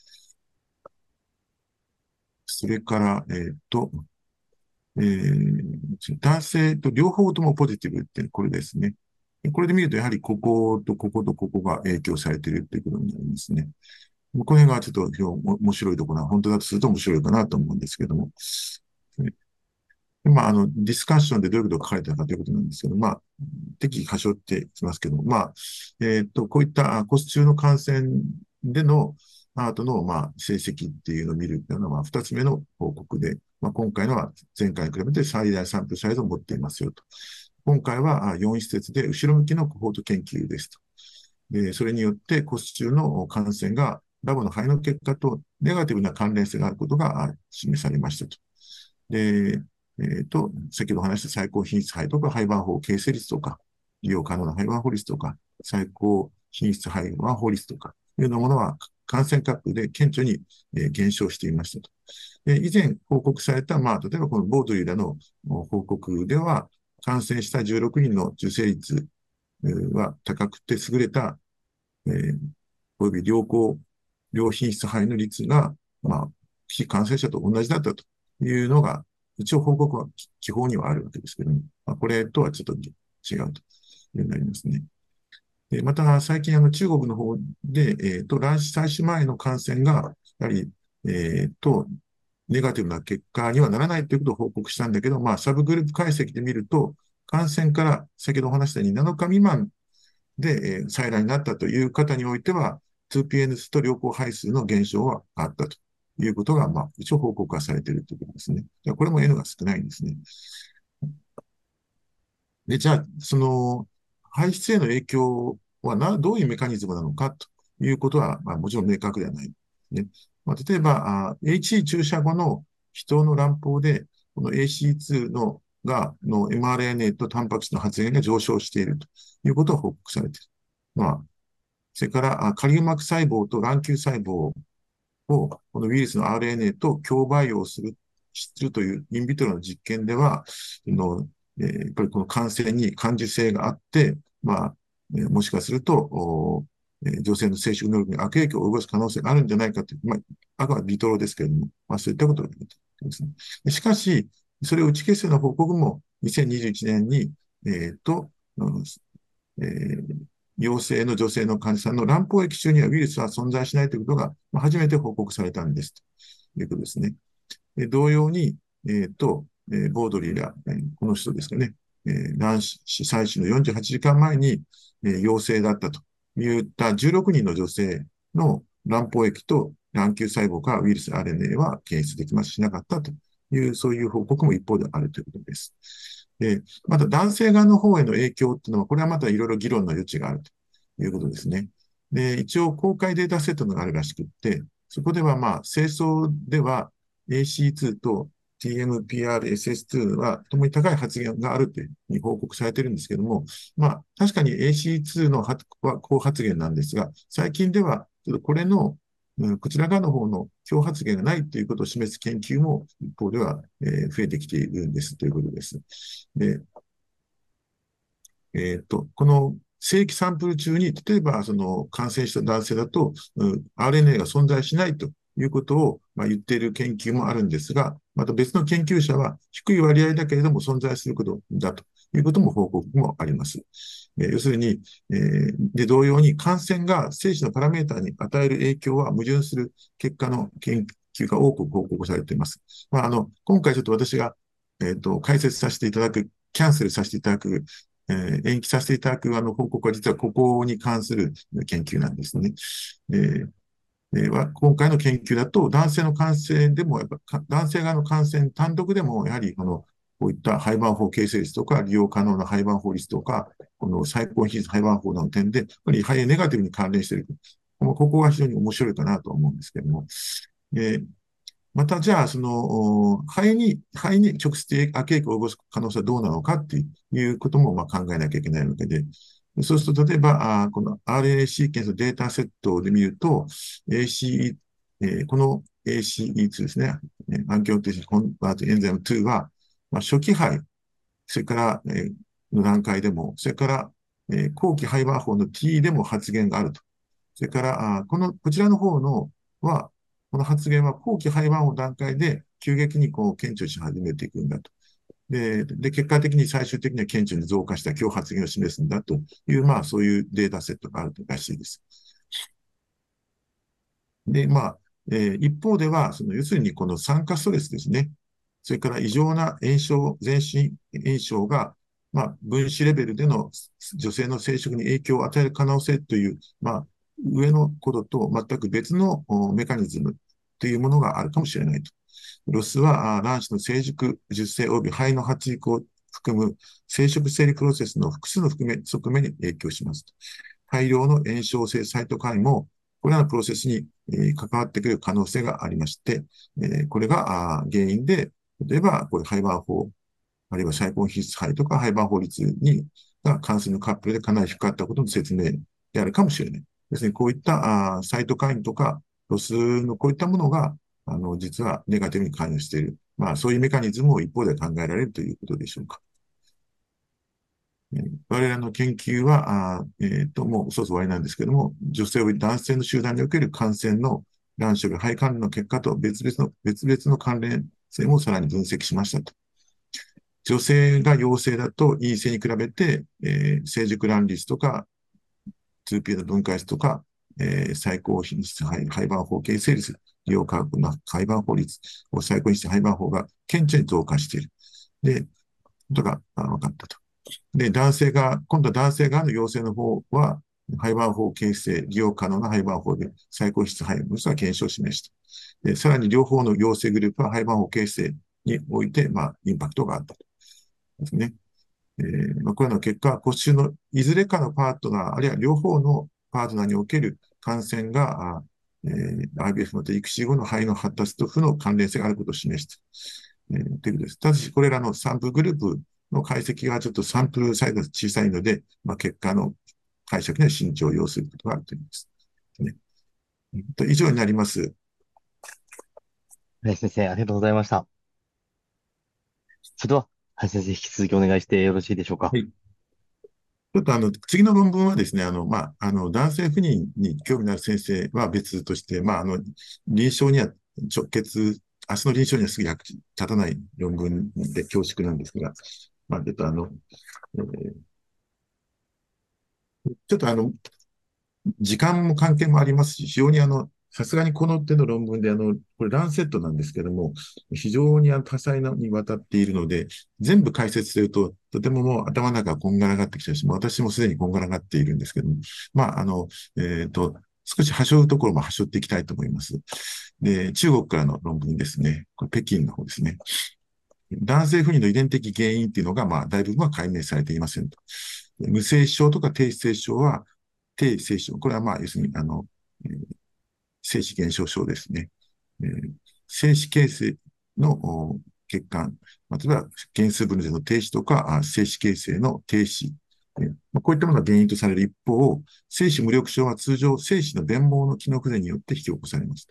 それから、えっと、えー、男性と両方ともポジティブってこれですね。これで見ると、やはりこことこことここが影響されているということになりますね。この辺がちょっと今日面白いところな、本当だとすると面白いかなと思うんですけども。まあ、あの、ディスカッションでどういうことが書かれたかということなんですけど、まあ、適宜箇所ってきますけど、まあ、えっと、こういった骨中の感染でのアートの、まあ、成績っていうのを見るというのは、まあ、二つ目の報告で、まあ、今回のは前回に比べて最大サンプルサイズを持っていますよと。今回はよん施設で後ろ向きのコホート研究ですと。で、それによって骨中の感染がラボの肺の結果とネガティブな関連性があることが示されましたと。で、えっと、先ほど話した最高品質肺とか肺盤法形成率とか、利用可能な肺盤法率とか、最高品質肺盤法率とか、いうようなものは感染拡大で顕著に減少していましたと。で以前報告された、まあ、例えばこのボードリーらの報告では、感染したじゅうろくにんの受精率は高くて優れた、えー、および良好、良品質肺の率が、まあ、非感染者と同じだったというのが、一応報告は基本にはあるわけですけども、まあ、これとはちょっと違うというようになりますね。でまた、最近、あの、中国の方で、えっと、卵子採取前の感染が、やはり、えっと、ネガティブな結果にはならないということを報告したんだけど、まあ、サブグループ解析で見ると、感染から先ほどお話したようになのか未満で、えー、再来になったという方においては、ツーピーエヌエス と良好配数の減少はあったということが、まあ、一応報告がされているということですね。これも N が少ないんですね。で、じゃあ、その、排出への影響はな、どういうメカニズムなのかということは、まあ、もちろん明確ではない。ね。まあ、例えば、エイチイー 注射後の人の卵胞で、この エーシーツー のが、の エムアールエヌエー とタンパク質の発現が上昇しているということが報告されている。まあ、それから、カリウマ膜細胞と卵球細胞を、このウイルスの アールエヌエー と共培養する、するというインビトロの実験では、のえー、やっぱりこの感染に感受性があって、まあ、えー、もしかすると、えー、女性の生殖能力に悪影響を及ぼす可能性があるんじゃないかという、まあ、あくまでビトロですけれども、まあ、そういったことが言ってですね。しかし、それを打ち消すような報告もにせんにじゅういちねんに、えっと、えー、陽性の女性の患者さんの卵胞液中にはウイルスは存在しないということが、まあ、初めて報告されたんですということですね。で同様に、えっと、えー、ボードリーが、えー、この人ですかね、えー、卵子採取のよんじゅうはちじかんまえに、えー、陽性だったといったじゅうろくにんの女性の卵胞液と卵球細胞からウイルス アールエヌエー は検出できますしなかったという、そういう報告も一方であるということです。で、また男性側の方への影響っていうのは、これはまたいろいろ議論の余地があるということですね。で、一応公開データセットがあるらしくって、そこではまあ、清掃では エーシーツー と ティーエムピーアールエスエスツー はともに高い発現があるというふうに報告されているんですけども、まあ、確かに エーシーツー のは高発現なんですが、最近では、ちょっとこれの、うん、こちら側の方の強発現がないということを示す研究も一方では、えー、増えてきているんですということです。で、えっと、この正規サンプル中に、例えばその感染した男性だと、うん、アールエヌエー が存在しないということを、まあ、言っている研究もあるんですが、また別の研究者は低い割合だけれども存在することだということも報告もあります。えー、要するに、えー、で、同様に感染が精子のパラメータに与える影響は矛盾する結果の研究が多く報告されています。まあ、あの、今回ちょっと私が、えっと、解説させていただく、キャンセルさせていただく、えー、延期させていただくあの報告は実はここに関する研究なんですね。えーえー、今回の研究だと男性の感染でも、やっぱ男性側の感染単独でも、やはりこのこういった肺盤法形成率とか、利用可能な肺盤法率とか、この最高品質肺盤法の点で、やっぱり肺ネガティブに関連している。ここが非常に面白いかなと思うんですけれども。えーまた、じゃあ、その、肺に、肺に直接悪影響を及ぼす可能性はどうなのかっていうこともまあ考えなきゃいけないわけで、そうすると、例えば、あこの アールエヌエー シーケンスのデータセットで見ると、エーシー、えー、この エーシーイーツー ですね、環境停止コンバートエンザイムには、まあ、初期肺、それから、えー、の段階でも、それから、えー、後期肺盤法の T でも発現があると。それから、あこの、こちらの方のは、この発現は後期肺盤法の段階で急激にこう、顕著し始めていくんだと。で、で、結果的に最終的には顕著に増加した強発現を示すんだという、まあ、そういうデータセットがあるらしいです。で、まあ、えー一方では、その、要するにこの酸化ストレスですね。それから異常な炎症、全身炎症が、まあ、分子レベルでの女性の生殖に影響を与える可能性という、まあ、上のことと全く別のメカニズムというものがあるかもしれないと。ロスは卵子の成熟、受精及び肺の発育を含む生殖生理プロセスの複数の側面側面に影響します。大量の炎症性サイトカインも、これらのプロセスに、えー関わってくる可能性がありまして、えーこれがあ原因で、例えば、これ、廃盤法、あるいは細胞必須肺とか廃盤法律に、が関するカップルでかなり低かったことの説明であるかもしれない。ですね、こういったあサイトカインとか、ロスのこういったものが、あの、実はネガティブに関与している。まあ、そういうメカニズムを一方で考えられるということでしょうか。我々の研究は、あえっと、もうそろそろ終わりなんですけども、女性及び男性の集団における感染の卵子及び肺関連の結果と別々の、別々の関連性もさらに分析しましたと。女性が陽性だと陰性に比べて、えー、成熟卵率とか、ツーピー の分解率とか、えー、最高品質廃盤法形成率、利用価格の廃盤法率、最高品質廃盤法が顕著に増加している。で、ことが分かったと。で、男性が、今度は男性側の陽性の方は、廃盤法形成、利用可能な廃盤法で最高質廃物は検証を示した。で、さらに両方の陽性グループは廃盤法形成において、まあ、インパクトがあったと。ですね。えーまあ、これらの結果、骨種のいずれかのパートナー、あるいは両方のパートナーにおける感染が、えー、アイビーエフ また育児後の肺の発達と負の関連性があることを示した。えー、ということです。ただし、これらのサンプルグループの解析がちょっとサンプルサイズが小さいので、まあ、結果の解釈には慎重を要することがあるということです。ね、と以上になります。 林先生、ありがとうございました。それでは、林先生、引き続きお願いしてよろしいでしょうか。 はい。ちょっとあの、次の論文はですね、あの、まあ、あの、男性不妊に興味のある先生は別として、まあ、あの、臨床には直結、明日の臨床にはすぐ役立たない論文で恐縮なんですが、まあ、ちょっとあの、えーちょっとあの、時間も関係もありますし、非常にあの、さすがにこの手の論文で、あの、これランセットなんですけども、非常にあの多彩なにわたっているので、全部解説すると、とてももう頭の中がこんがらがってきちゃうし、私もすでにこんがらがっているんですけども、まあ、あの、えっと、少し端折るところも端折っていきたいと思います。で、中国からの論文ですね。これ北京の方ですね。男性不妊の遺伝的原因っていうのが、まあ、大部分は解明されていませんと。無精子症とか低精子症は、低精子症。これはまあ、要するに、あの、えー精子減少症ですね。えー精子形成の血管、例えば原数分裂の停止とか、精子形成の停止、えーまあ、こういったものが原因とされる一方、精子無力症は通常精子の弁毛の機能不全によって引き起こされます。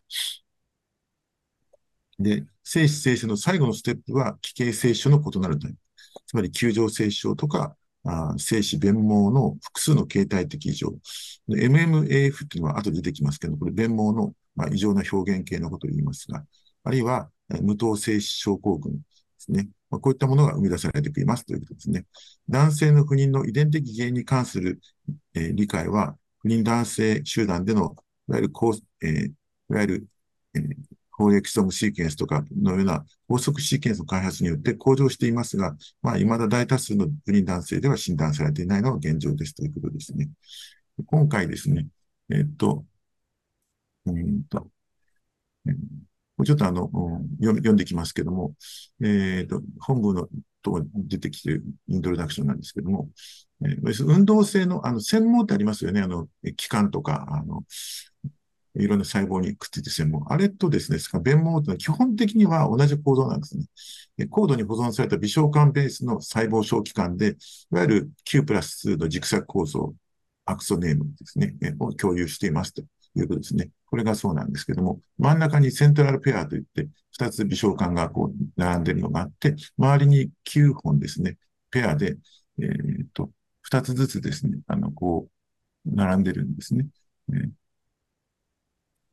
で、精子生成の最後のステップは奇形精子症の異なるタイプ。つまり、球状精子症とか、あ精子弁毛の複数の形態的異常。エムエムエーエフ っていうのは後で出てきますけど、これ弁毛の、まあ、異常な表現系のことを言いますが、あるいは無頭精子症候群ですね。まあ、こういったものが生み出されていますということですね。男性の不妊の遺伝的原因に関する、えー、理解は、不妊男性集団での、いわゆる、えー、いわゆる、えー法エクソムシーケンスとかのような高速シーケンスの開発によって向上していますが、まあ、未だ大多数の不妊男性では診断されていないのが現状ですということですね。今回ですね、えっと、うんと、ちょっとあの、読んできますけども、えっと、本部のとこ出てきているイントロダクションなんですけども、えー、運動性の、あの、専門ってありますよね。あの、器官とか、あの、いろんな細胞にくっついて専門。あれとですね、弁毛というのは基本的には同じ構造なんですね。高度に保存された微小管ベースの細胞小器官で、いわゆる Q プラスにの軸索構造、アクソネームですね、を共有していますということですね。これがそうなんですけども、真ん中にセントラルペアといって、ふたつ微小管がこう並んでいるのがあって、周りにきゅうほんですね、ペアで、えー、っと、ふたつずつですね、あの、こう、並んでるんですね。えー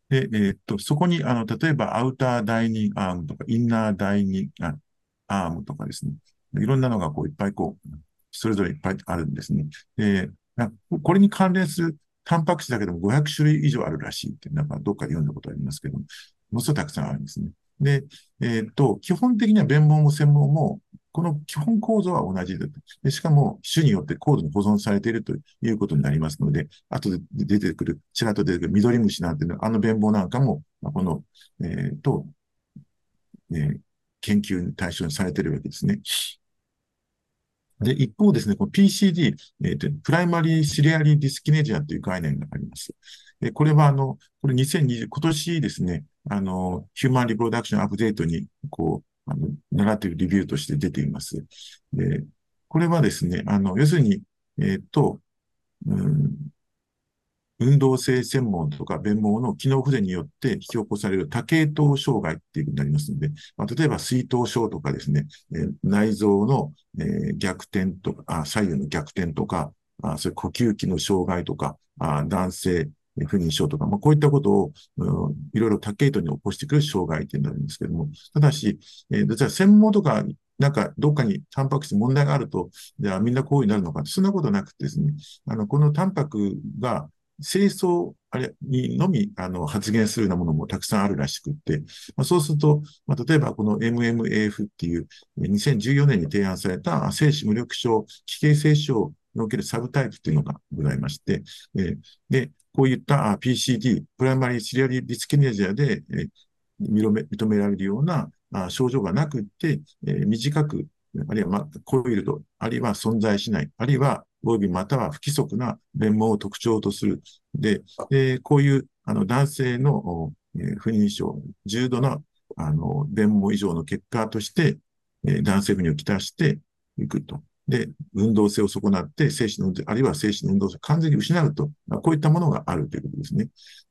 で、えーっと、そこに、あの、例えばアウターダイニングアームとか、インナーダイニングアームとかですね。いろんなのがこういっぱいこう、それぞれいっぱいあるんですね。で、なこれに関連するタンパク質だけでもごひゃく種類以上あるらしいって、なんかどっかで読んだことありますけど、ものすごいたくさんあるんですね。で、えーっと、基本的には弁毛も繊毛も、この基本構造は同じで、でしかも種によって高度に保存されているということになりますので、後で出てくる、ちらっと出てくるミドリムシなんていうのは、あの弁毛なんかも、この、えー、と、えー、研究に対象にされているわけですね。で、一方ですね、この ピーシーディー、えーと、プライマリーシリアリーディスキネジアという概念があります。でこれは、あの、これにせんにじゅう、今年ですね、あの、ヒューマンリプロダクションアップデートに、こう、あの、習っているリビューとして出ています。で、これはですね、あの、要するに、えっと、うん、運動性専門とか弁毛の機能不全によって引き起こされる多系統障害っていうふうになりますので、まあ、例えば水頭症とかですね、えー、内臓の、えー、逆転とか、あ、左右の逆転とか、あ、それ呼吸器の障害とか、あ、男性不妊症とか、まあ、こういったことを、うん、いろいろ多系統に起こしてくる障害ってなるんですけども、ただし、えー、実は専門とかなんか、どっかにタンパク質問題があると、じゃあみんなこうになるのか、そんなことなくてですね、あの、このタンパクが清掃あれにのみあの発現するようなものもたくさんあるらしくって、まあ、そうすると、まあ、例えばこの エムエムエーエフ っていうにせんじゅうよねんに提案された精子無力症、奇形性症におけるサブタイプっていうのがございまして、えー、で、こういった ピーシーディー、プライマリーシリアリーディスキネジアで、えー、認め認められるような症状がなくって、えー、短く、あるいは、まあ、コイルド、あるいは存在しない、あるいは及びまたは不規則な弁毛を特徴とする。で、でこういうあの男性の、えー、不妊症、重度なあの弁毛異常の結果として、えー、男性不妊をきたしていくと。で、運動性を損なって、精子の、あるいは精子の運動性を完全に失うと、こういったものがあるということですね。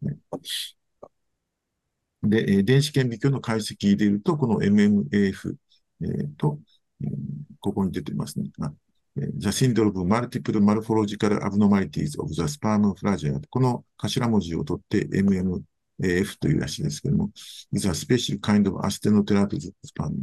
で、電子顕微鏡の解析で入れると、この エムエムエーエフ、えー、と、えー、ここに出てますね。The Syndrome of Multiple Morphological Abnormalities of the Sperm Flagella。この頭文字を取って エムエムエーエフ というらしいですけども、is a special kind of astenoteratous sperm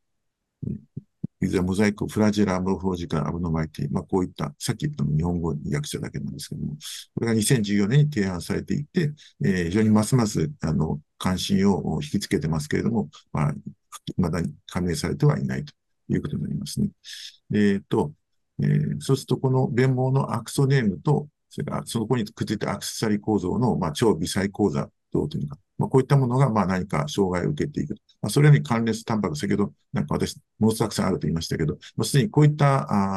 with a mosaic of flagellar morphological abnormality。まあ、こういった、さっき言ったの日本語訳しただけなんですけども、これがにせんじゅうよねんに提案されていて、えー、非常にますます、あの、関心を引きつけてますけれども、まあ、まだ加盟されてはいないということになりますね。えっと、えー、そうすると、この弁毛のアクソネームと、それからそこにくっついたアクセサリー構造の、まあ、超微細構造というか、まあ、こういったものが、まあ、何か障害を受けていく。まあ、それに関連するタンパク、先ほど、なんか私、もうたくさんあると言いましたけど、まあ、すでにこういった、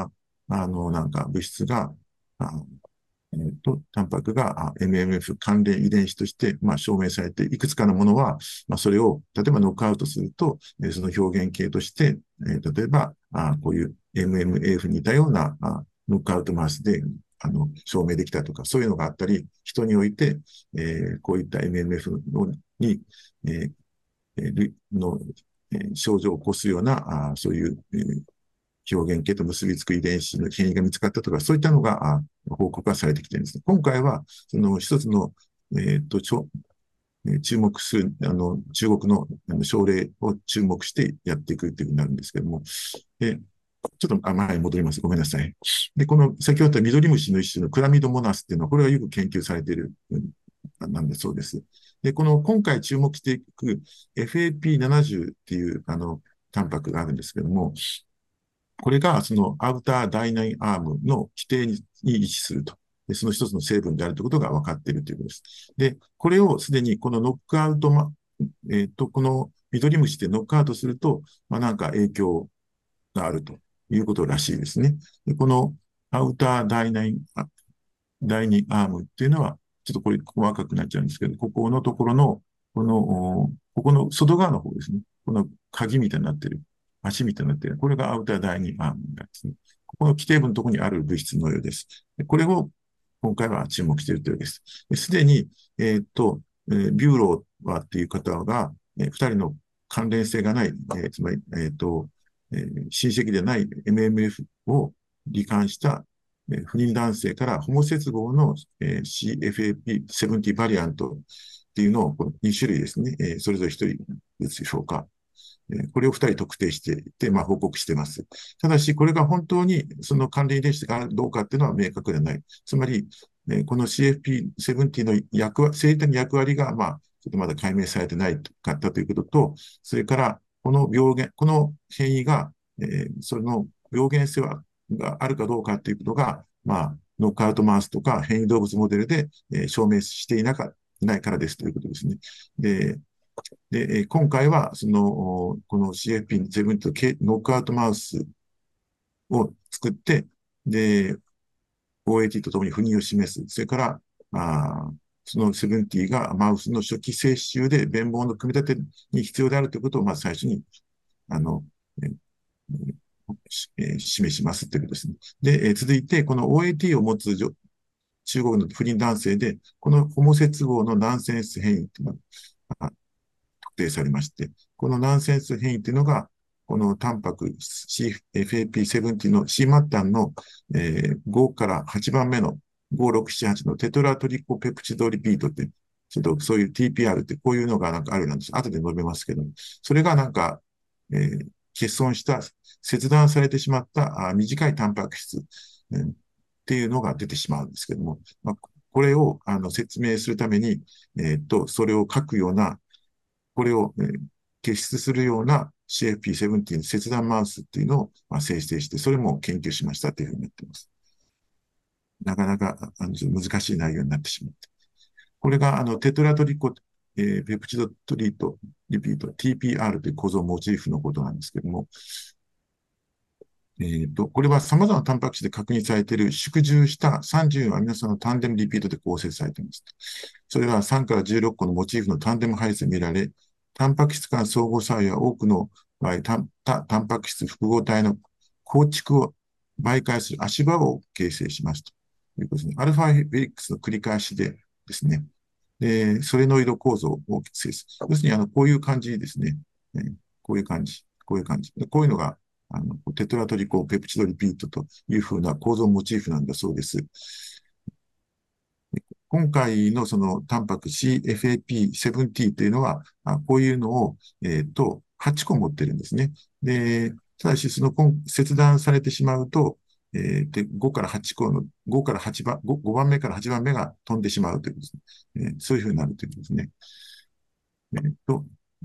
あ、あの、なんか物質が、あえー、と、タンパクが エムエムエフ 関連遺伝子として、まあ、証明されて、いくつかのものは、まあ、それを、例えばノックアウトすると、えー、その表現形として、えー、例えば、あこういう エムエムエーエフ に似たようなあノックアウトマウスで、あの、証明できたとか、そういうのがあったり、人において、えー、こういった エムエムエフ に、えー、の、えー、症状を起こすような、あそういう、えー表現系と結びつく遺伝子の変異が見つかったとか、そういったのが報告がされてきてるんですね。今回は、その一つの、えっと、注目する、あの、中国の症例を注目してやっていくっていうふうになるんですけども、でちょっと前に戻ります。ごめんなさい。で、この先ほど言ったミドリムシの一種のクラミドモナスっていうのは、これがよく研究されている、なんだそうです。で、この今回注目していく エフエーピーななじゅう っていう、あの、タンパクがあるんですけども、これがそのアウターダイナインアームの規定に位置すると。でその一つの成分であるということが分かっているということです。で、これをすでにこのノックアウト、ま、えっ、ー、と、このミドリムシでノックアウトすると、まあ、なんか影響があるということらしいですね。でこのアウターダイナイン、ダイニアームっていうのは、ちょっとこれ細かくなっちゃうんですけど、ここのところの、この、ここの外側の方ですね。この鍵みたいになってる。足みたいになっている。これがアウターダイニングアームなんですね。ここの規定文のところにある物質のようです。これを今回は注目しているというわけです。すでに、えー、っと、えー、ビューローはっていう方が、えー、二人の関連性がない、えー、つまり、えー、っと、えー、親戚でない エムエムエフ を罹患した、えー、不妊男性からホモ接合の、えー、シーエフエーピーセブンティー バリアントっていうのを、このに種類ですね、えーそれぞれひとりずつ評価。えーこれをふたり特定していて、まあ、報告しています。ただし、これが本当にその関連遺伝子がどうかっていうのは明確ではない。つまり、えーこの シーエフピーセブンティー の役割、生理的役割が、まあ、ちょっとまだ解明されてないかったということと、それから、この病原、この変異が、えーその病原性はがあるかどうかということが、まあ、ノックアウトマウスとか変異動物モデルで、えー証明していなかいないからですということですね。で、で、今回は、その、この シーエフピーセブンティー のノックアウトマウスを作って、で、オーエーティー とともに不妊を示す。それから、あそのセブンティーがマウスの初期接種で弁毛の組み立てに必要であるということを、まず最初に、あの、えー、示しますということですね。で、続いて、この オーエーティー を持つ中国の不妊男性で、このホモ接合のナンセンス変異というのが特定されまして、このナンセンス変異というのが、このタンパク シーエフエーピーセブンティー の C 末端の、えー、ごからはちばんめのご、ろく、なな、はちのテトラトリコペプチドリピートって、ちょっとそういう ティーピーアール ってこういうのがなんかあるなんです。後で述べますけど、それがなんか、えー、欠損した、切断されてしまったあ短いタンパク質、えー、っていうのが出てしまうんですけども、まあ、これをあの説明するために、えー、っと、それを書くような、これを、えー、結出するような シーエフピーセブンティー の切断マウスっていうのを、まあ、生成して、それも研究しましたというふうになっています。なかなかあの難しい内容になってしまって。これがあのテトラトリコ、えー、ペプチドトリート、リピート、ティーピーアール という構造モチーフのことなんですけども、えー、とこれは様々なタンパク質で確認されている縮充したさんじゅうのアミノ酸のタンデムリピートで構成されています。それはさんからじゅうろっこのモチーフのタンデム配列で見られ、タンパク質間相互作用は多くの場合、タンタタンパク質複合体の構築を媒介する足場を形成しますということですね。アルファヘリックスの繰り返しでですね、で、ソレノイド構造を形成する。要するに、あの、こういう感じですね。こういう感じ。こういう感じ。こういうのが、あの、テトラトリコペプチドリピートというふうな構造モチーフなんだそうです。今回のそのタンパク シーエフエーピーセブンティー というのは、こういうのを、えっと、はちこ持ってるんですね。で、ただし、その切断されてしまうと、えー、でごからはちこの、ごからはちばん、ご, ごばんめからはちばんめが飛んでしまうということですね。えー、そういうふうになるということですね。えー、と、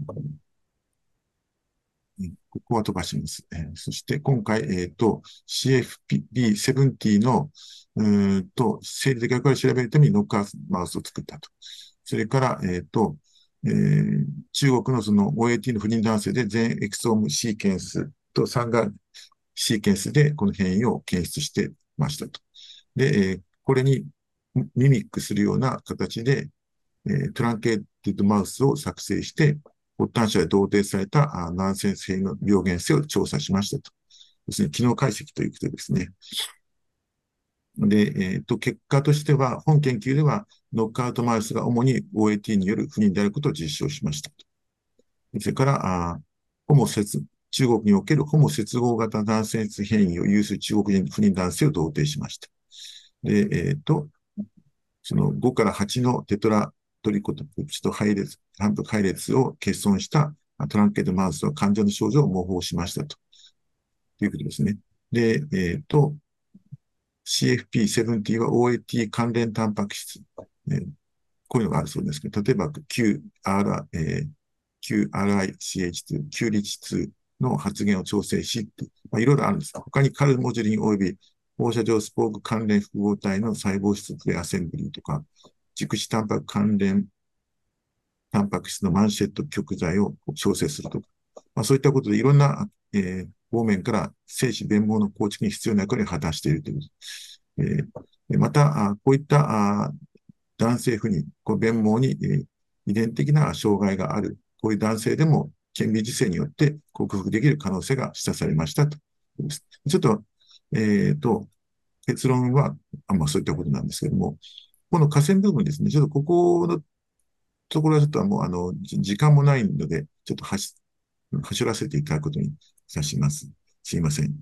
ここは飛ばします。えー、そして今回、えっと、シーエフピーセブンティー の、うんと、生理的役割を調べるためにノックアウトマウスを作ったと。それから、えっと、えー、中国のその オーエーティー の不妊男性で全エクソームシーケンスと産がシーケンスでこの変異を検出してましたと。で、えー、これにミミックするような形で、えー、トランケーティッドマウスを作成して、発端者で同定されたナンセンス変異の病原性を調査しましたと。要するに機能解析ということですね。で、えっと、結果としては、本研究では、ノックアウトマウスが主に オーエーティー による不妊であることを実証しましたと。それから、あホモ接、中国におけるホモ接合型ナンセンス変異を有する中国人不妊男性を同定しました。で、えっと、そのごからはちのテトラトリコとペプチド配列、タンパク配列を欠損したトランケートマウスは患者の症状を模倣しましたと。ということですね。で、えっと、シーエフピーセブンティー は オーエーティー 関連タンパク質、えー、こういうのがあるそうですけど、例えば キューアール、えー、キューアールアイシーエイチツー、キューリッチツー の発現を調整し、まあ、いろいろあるんです。他にカルモジュリン及び放射状スポーク関連複合体の細胞質プレアセンブリーとか、蓄子タンパク関連タンパク質のマンシェット極材を調整するとか、まあ、そういったことでいろんな、えー、方面から精子弁毛の構築に必要な役割を果たしているということです。えー、また、こういった男性不妊、こう弁毛に、えー、遺伝的な障害がある、こういう男性でも顕微授精によって克服できる可能性が示唆されましたと。ちょっと、えっと、結論は、あまあ、そういったことなんですけれども、この下線部分ですね、ちょっとここのところはちょっともう、あの、時間もないので、ちょっと走、走らせていただくことにいたします。すいません。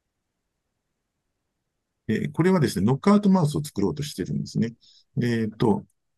えー、これはですね、ノックアウトマウスを作ろうとしてるんですね。えっと、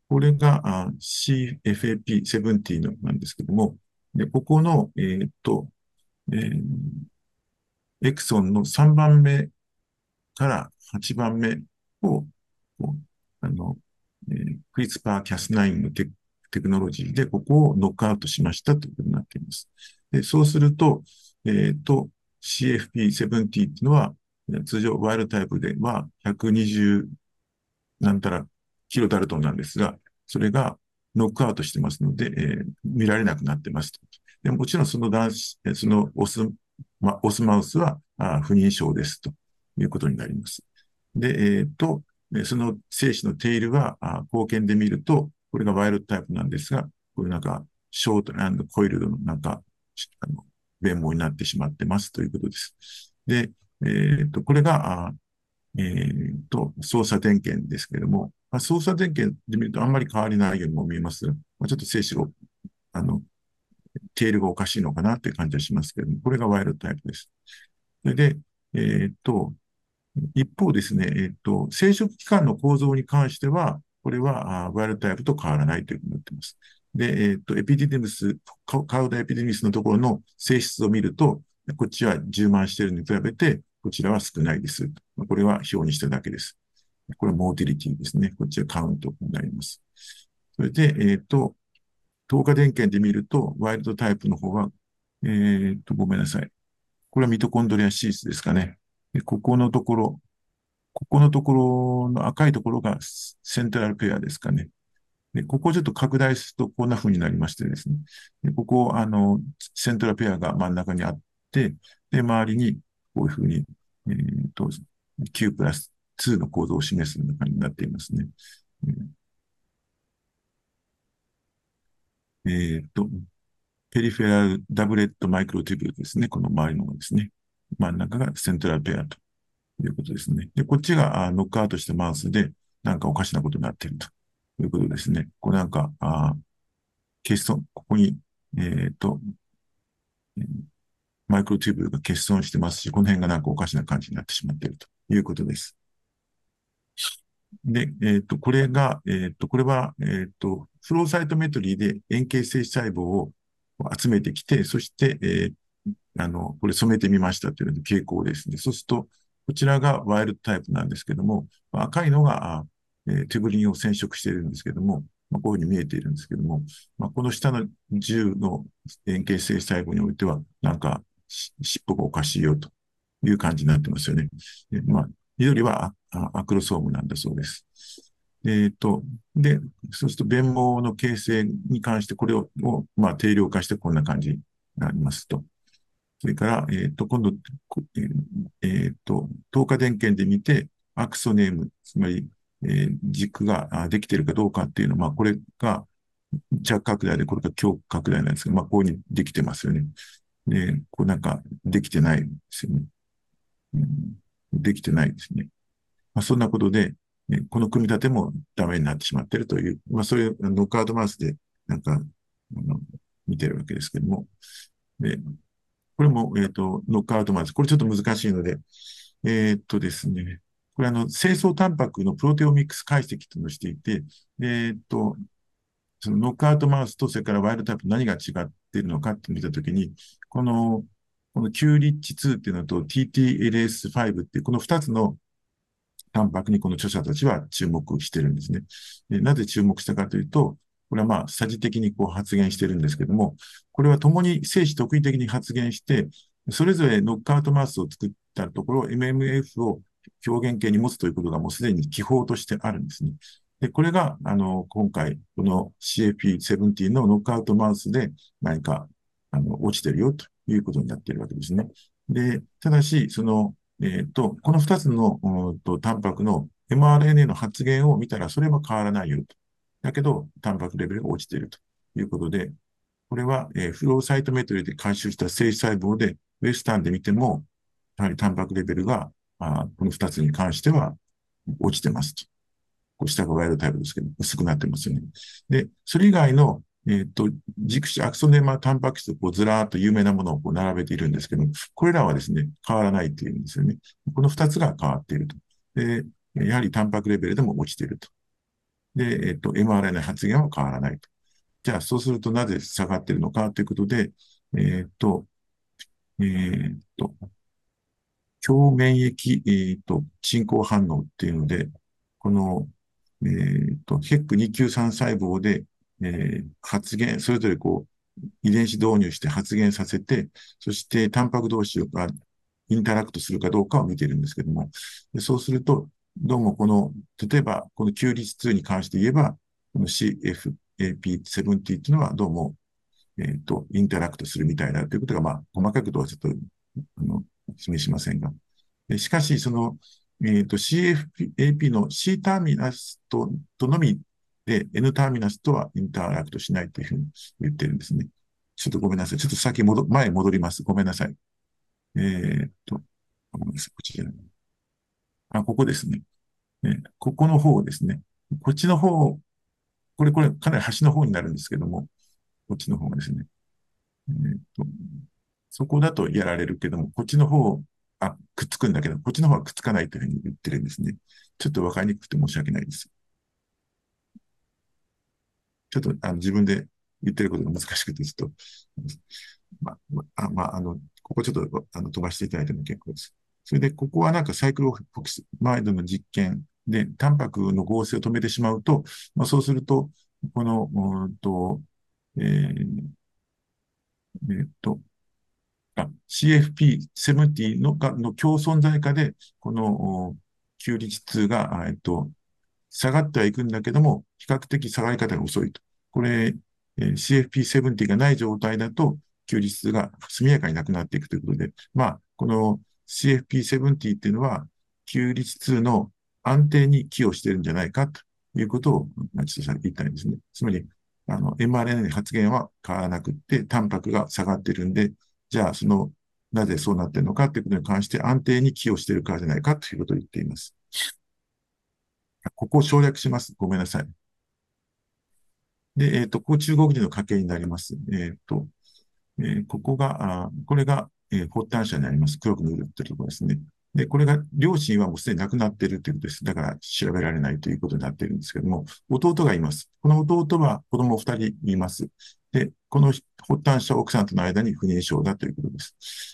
これがあ シーエフエーピーセブンティー のなんですけども、で、ここの、えーっと、えーエクソンのさんばんめからはちばんめを、こうあの、えー、クリスパーキャスナインのテ、テクノロジーで、ここをノックアウトしましたということになっています。で、そうすると、えっと、シーエフピーセブンティー っていうのは、通常ワイルドタイプではひゃくにじゅうなんたらキロダルトンなんですが、それがノックアウトしてますので、えー見られなくなってますと。でもちろんその男子、そのオス、ま、オスマウスはあ不妊症ですということになります。で、えっと、その精子のテールは、あ光圏で見ると、これがワイルドタイプなんですが、これなんか、ショートコイルドのなんか、あの、弁毛になってしまってますということです。で、えっと、これが、あえっと、操作点検ですけれども、まあ、操作点検で見るとあんまり変わりないようにも見えますが、まあ、ちょっと精子を、あの、テールがおかしいのかなっていう感じはしますけれども、これがワイルドタイプです。それで、えっと、一方ですね、えっと、生殖器官の構造に関しては、これは、あワイルドタイプと変わらないというふうになっています。で、えっと、エピディデミス、カウダエピディミスのところの性質を見ると、こっちは充満しているのに比べて、こちらは少ないです。これは表にしただけです。これはモーティリティですね。こっちはカウントになります。それで、えっと、透過電検で見ると、ワイルドタイプの方は、えっと、ごめんなさい。これはミトコンドリアシースですかね。でここのところ、ここのところの赤いところがセントラルペアですかね。で、ここをちょっと拡大するとこんな風になりましてですね。で、ここ、あの、セントラルペアが真ん中にあって、で、周りにこういう風に、えーと、Q プラスにの構造を示すような感じになっていますね。えーと、ペリフェラルダブレットマイクロテュブルですね。この周りのものですね。真ん中がセントラルペアということですね。で、こっちがあノックアウトしたマウスで、なんかおかしなことになっているということですね。これなんか、あ欠損、ここに、えっと、マイクロチューブルが欠損してますし、この辺がなんかおかしな感じになってしまっているということです。で、えっと、これが、えっと、これは、えっと、フローサイトメトリーで円形性細胞を集めてきて、そして、えーあの、これ染めてみましたというの傾向ですね。そうすると、こちらがワイルドタイプなんですけども、赤いのが、えー、テュブリンを染色しているんですけども、まあ、こういうふうに見えているんですけども、まあ、この下のじゅうの円形性細胞においては、なんか、尻尾がおかしいよという感じになってますよね。でまあ、緑はアクロソームなんだそうです。えっと、で、そうすると弁毛の形成に関してこれを、をまあ、定量化してこんな感じになりますと。それから、えっと、今度、えっと、透過電検で見て、アクソネーム、つまり、えー、軸ができているかどうかっていうのは、まあ、これが弱拡大で、これが強拡大なんですけど、まあ、こういうふうにできてますよね。で、こうなんか、できてないですよね。うん、できてないですね。まあ、そんなことで、ね、この組み立てもダメになってしまっているという、まあ、そういうノックアウトマウスで、なんか、あの見てるわけですけども。で、これも、えっと、ノックアウトマウス。これちょっと難しいので、えっとですね、これあの、清掃タンパクのプロテオミックス解析というのをしていて、えっと、そのノックアウトマウスとそれからワイルドタイプ何が違っているのかって見たときに、この、この Q リッチツーっていうのと ティーティーエルエスファイブ っていうこの二つのタンパクにこの著者たちは注目してるんですね。でなぜ注目したかというと、これはまあ、作事的にこう発言してるんですけども、これは共に精子特異的に発言して、それぞれノックアウトマウスを作ったところ、エムエムエフ を表現形に持つということがもうすでに記法としてあるんですね。で、これが、あの、今回、この シーエーピーセブンティー のノックアウトマウスで何か、あの、落ちてるよということになっているわけですね。で、ただし、その、えっと、この二つの、うんと、タンパクの エムアールエヌエー の発現を見たら、それは変わらないよと。だけど、タンパクレベルが落ちているということで、これは、えー、フローサイトメトリーで回収した精子細胞で、ウエスタンで見ても、やはりタンパクレベルが、あこの二つに関しては落ちてますと。こう下がワイルドタイプですけど、薄くなってますよね。で、それ以外の、えっと、軸子、アクソネーマタンパク質をこうずらーっと有名なものをこう並べているんですけど、これらはですね、変わらないっていうんですよね。この二つが変わっていると。で、やはりタンパクレベルでも落ちているとで、えっと、エムアールエヌエー 発現は変わらないと。じゃあ、そうするとなぜ下がってるのかということで、えっと、えっと、強免疫、えっと、進行反応っていうので、この、えっと、ヘックにきゅうさん 細胞で、えー発現、それぞれこう、遺伝子導入して発現させて、そしてタンパク同士がインタラクトするかどうかを見ているんですけども、でそうすると、どうもこの、例えばこのキュウリツーに関して言えば、この シーエフエーピーセブンティー っていうのはどうも、えっと、インタラクトするみたいだということが、まあ、細かくとはちょっと、あの、示しませんが。しかし、その、えっと、シーエフエーピー の C ターミナスと、とのみで、N ターミナスとはインタラクトしないというふうに言ってるんですね。ちょっとごめんなさい。ちょっと先戻、前戻ります。ごめんなさい。えーっと、ごめんなさい。こっちじゃない。あ、ここですね。ね、ここの方ですね。こっちの方、これ、これ、かなり端の方になるんですけども、こっちの方がですね。えーっと、そこだとやられるけども、こっちの方、あ、くっつくんだけど、こっちの方はくっつかないというふうに言ってるんですね。ちょっとわかりにくくて申し訳ないです。ちょっとあの自分で言ってることが難しくて、ちょっと、まあ、まあ、あの、ここちょっとあの飛ばしていただいても結構です。それで、ここはなんかサイクロフォキシマイドの実験で、タンパクの合成を止めてしまうと、まあ、そうすると、この、うんと、えーえーっと、あ シーエフピーセブンティー のがの強存在下で、このキュウリジツーが、えっと、下がってはいくんだけども、比較的下がり方が遅いと。これ、えー シーエフピーセブンティー がない状態だと、キュウリ質が速やかになくなっていくということで、まあ、この シーエフピーセブンティー っていうのは、キュウリ質の安定に寄与しているんじゃないかということを、まあ、ちょっと言いたいんですね。つまり、あの、エムアールエヌエー 発現は変わらなくって、タンパクが下がっているんで、じゃあ、その、なぜそうなっているのかということに関して安定に寄与しているからじゃないかということを言っています。ここを省略します。ごめんなさい。で、えっ、ー、と、ここ中国人の家系になります。えっ、ー、と、えー、ここが、あこれが、えー、発端者になります。黒く塗ってるところですね。で、これが、両親はもうすでに亡くなっているということです。だから調べられないということになっているんですけども、弟がいます。この弟は子供二人います。で、この発端者奥さんとの間に不妊症だということです。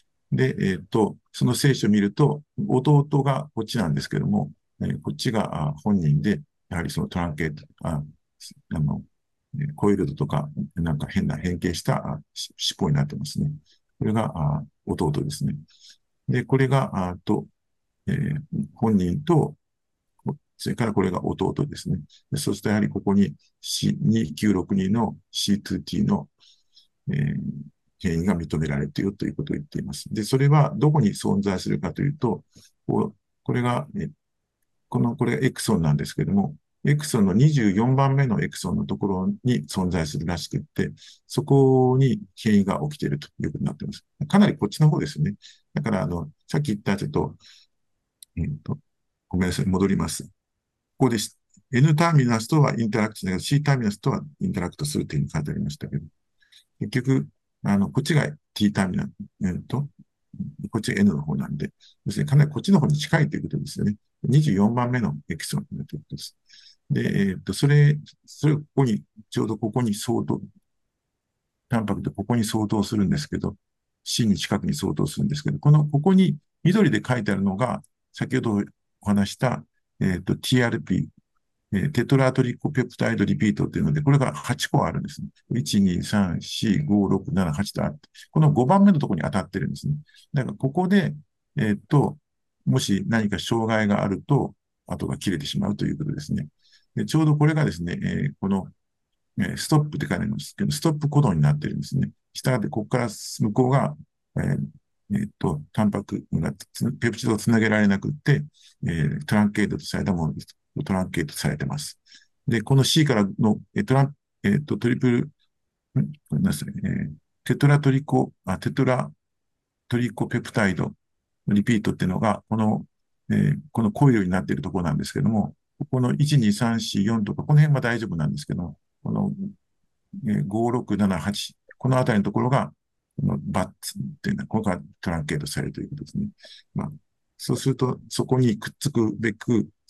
で、えっ、ー、と、その聖書を見ると、弟がこっちなんですけども、えー、こっちが本人で、やはりそのトランケート、ああの、コイルドとか、なんか変な変形した尻尾になってますね。これが弟ですね。で、これが、あと、えー、本人と、それからこれが弟ですね。でそうするとやはりここに にきゅうろくに の シーツーティー の、えー、変異が認められているということを言っています。で、それはどこに存在するかというと、ここれが、えこの、これがエクソンなんですけども、エクソンのにじゅうよんばんめのエクソンのところに存在するらしくって、そこに変異が起きているということになっています。かなりこっちの方ですね。だから、あの、さっき言ったちょっと、えっと、ごめんなさい、戻ります。ここです。N ターミナスとはインタラクトしないけど、C ターミナスとはインタラクトするというふうに書いてありましたけど、結局、あの、こっちが T ターミナス、えっと、こっちが N の方なんで、要するにかなりこっちの方に近いということですよね。にじゅうよんばんめのエクソンということです。で、えっと、それ、それ、ここに、ちょうどここに相当、タンパクでここに相当するんですけど、C に近くに相当するんですけど、この、ここに緑で書いてあるのが、先ほどお話した、えっと、ティーアールピー、えー、テトラトリコペプタイドリピートっていうので、これがはちこあるんですね。いち、に、さん、よん、ご、ろく、なな、はちとあって、このごばんめのところに当たってるんですね。だからここで、えっと、もし何か障害があると、後が切れてしまうということですね。でちょうどこれがですね、えー、この、えー、ストップって書いてありますけど、ストップコドンになってるんですね。したがって、ここから向こうが、えーえー、っと、タンパクが、ペプチドをつなげられなくって、えー、トランケートとされたものです。トランケートされてます。で、この C からの、えトラン、えっと、トリプル、ごめんなさい、えー、テトラトリコ、あ、テトラトリコペプタイドリピートっていうのが、この、えー、このコイルになっているところなんですけども、このいち、に、さん、よん、よんとか、この辺は大丈夫なんですけど、この、えー、ご、ろく、なな、はち、このあたりのところが、このバッツっていうのは、ここがトランケートされるということですね。まあ、そうすると、そこにくっつくべく、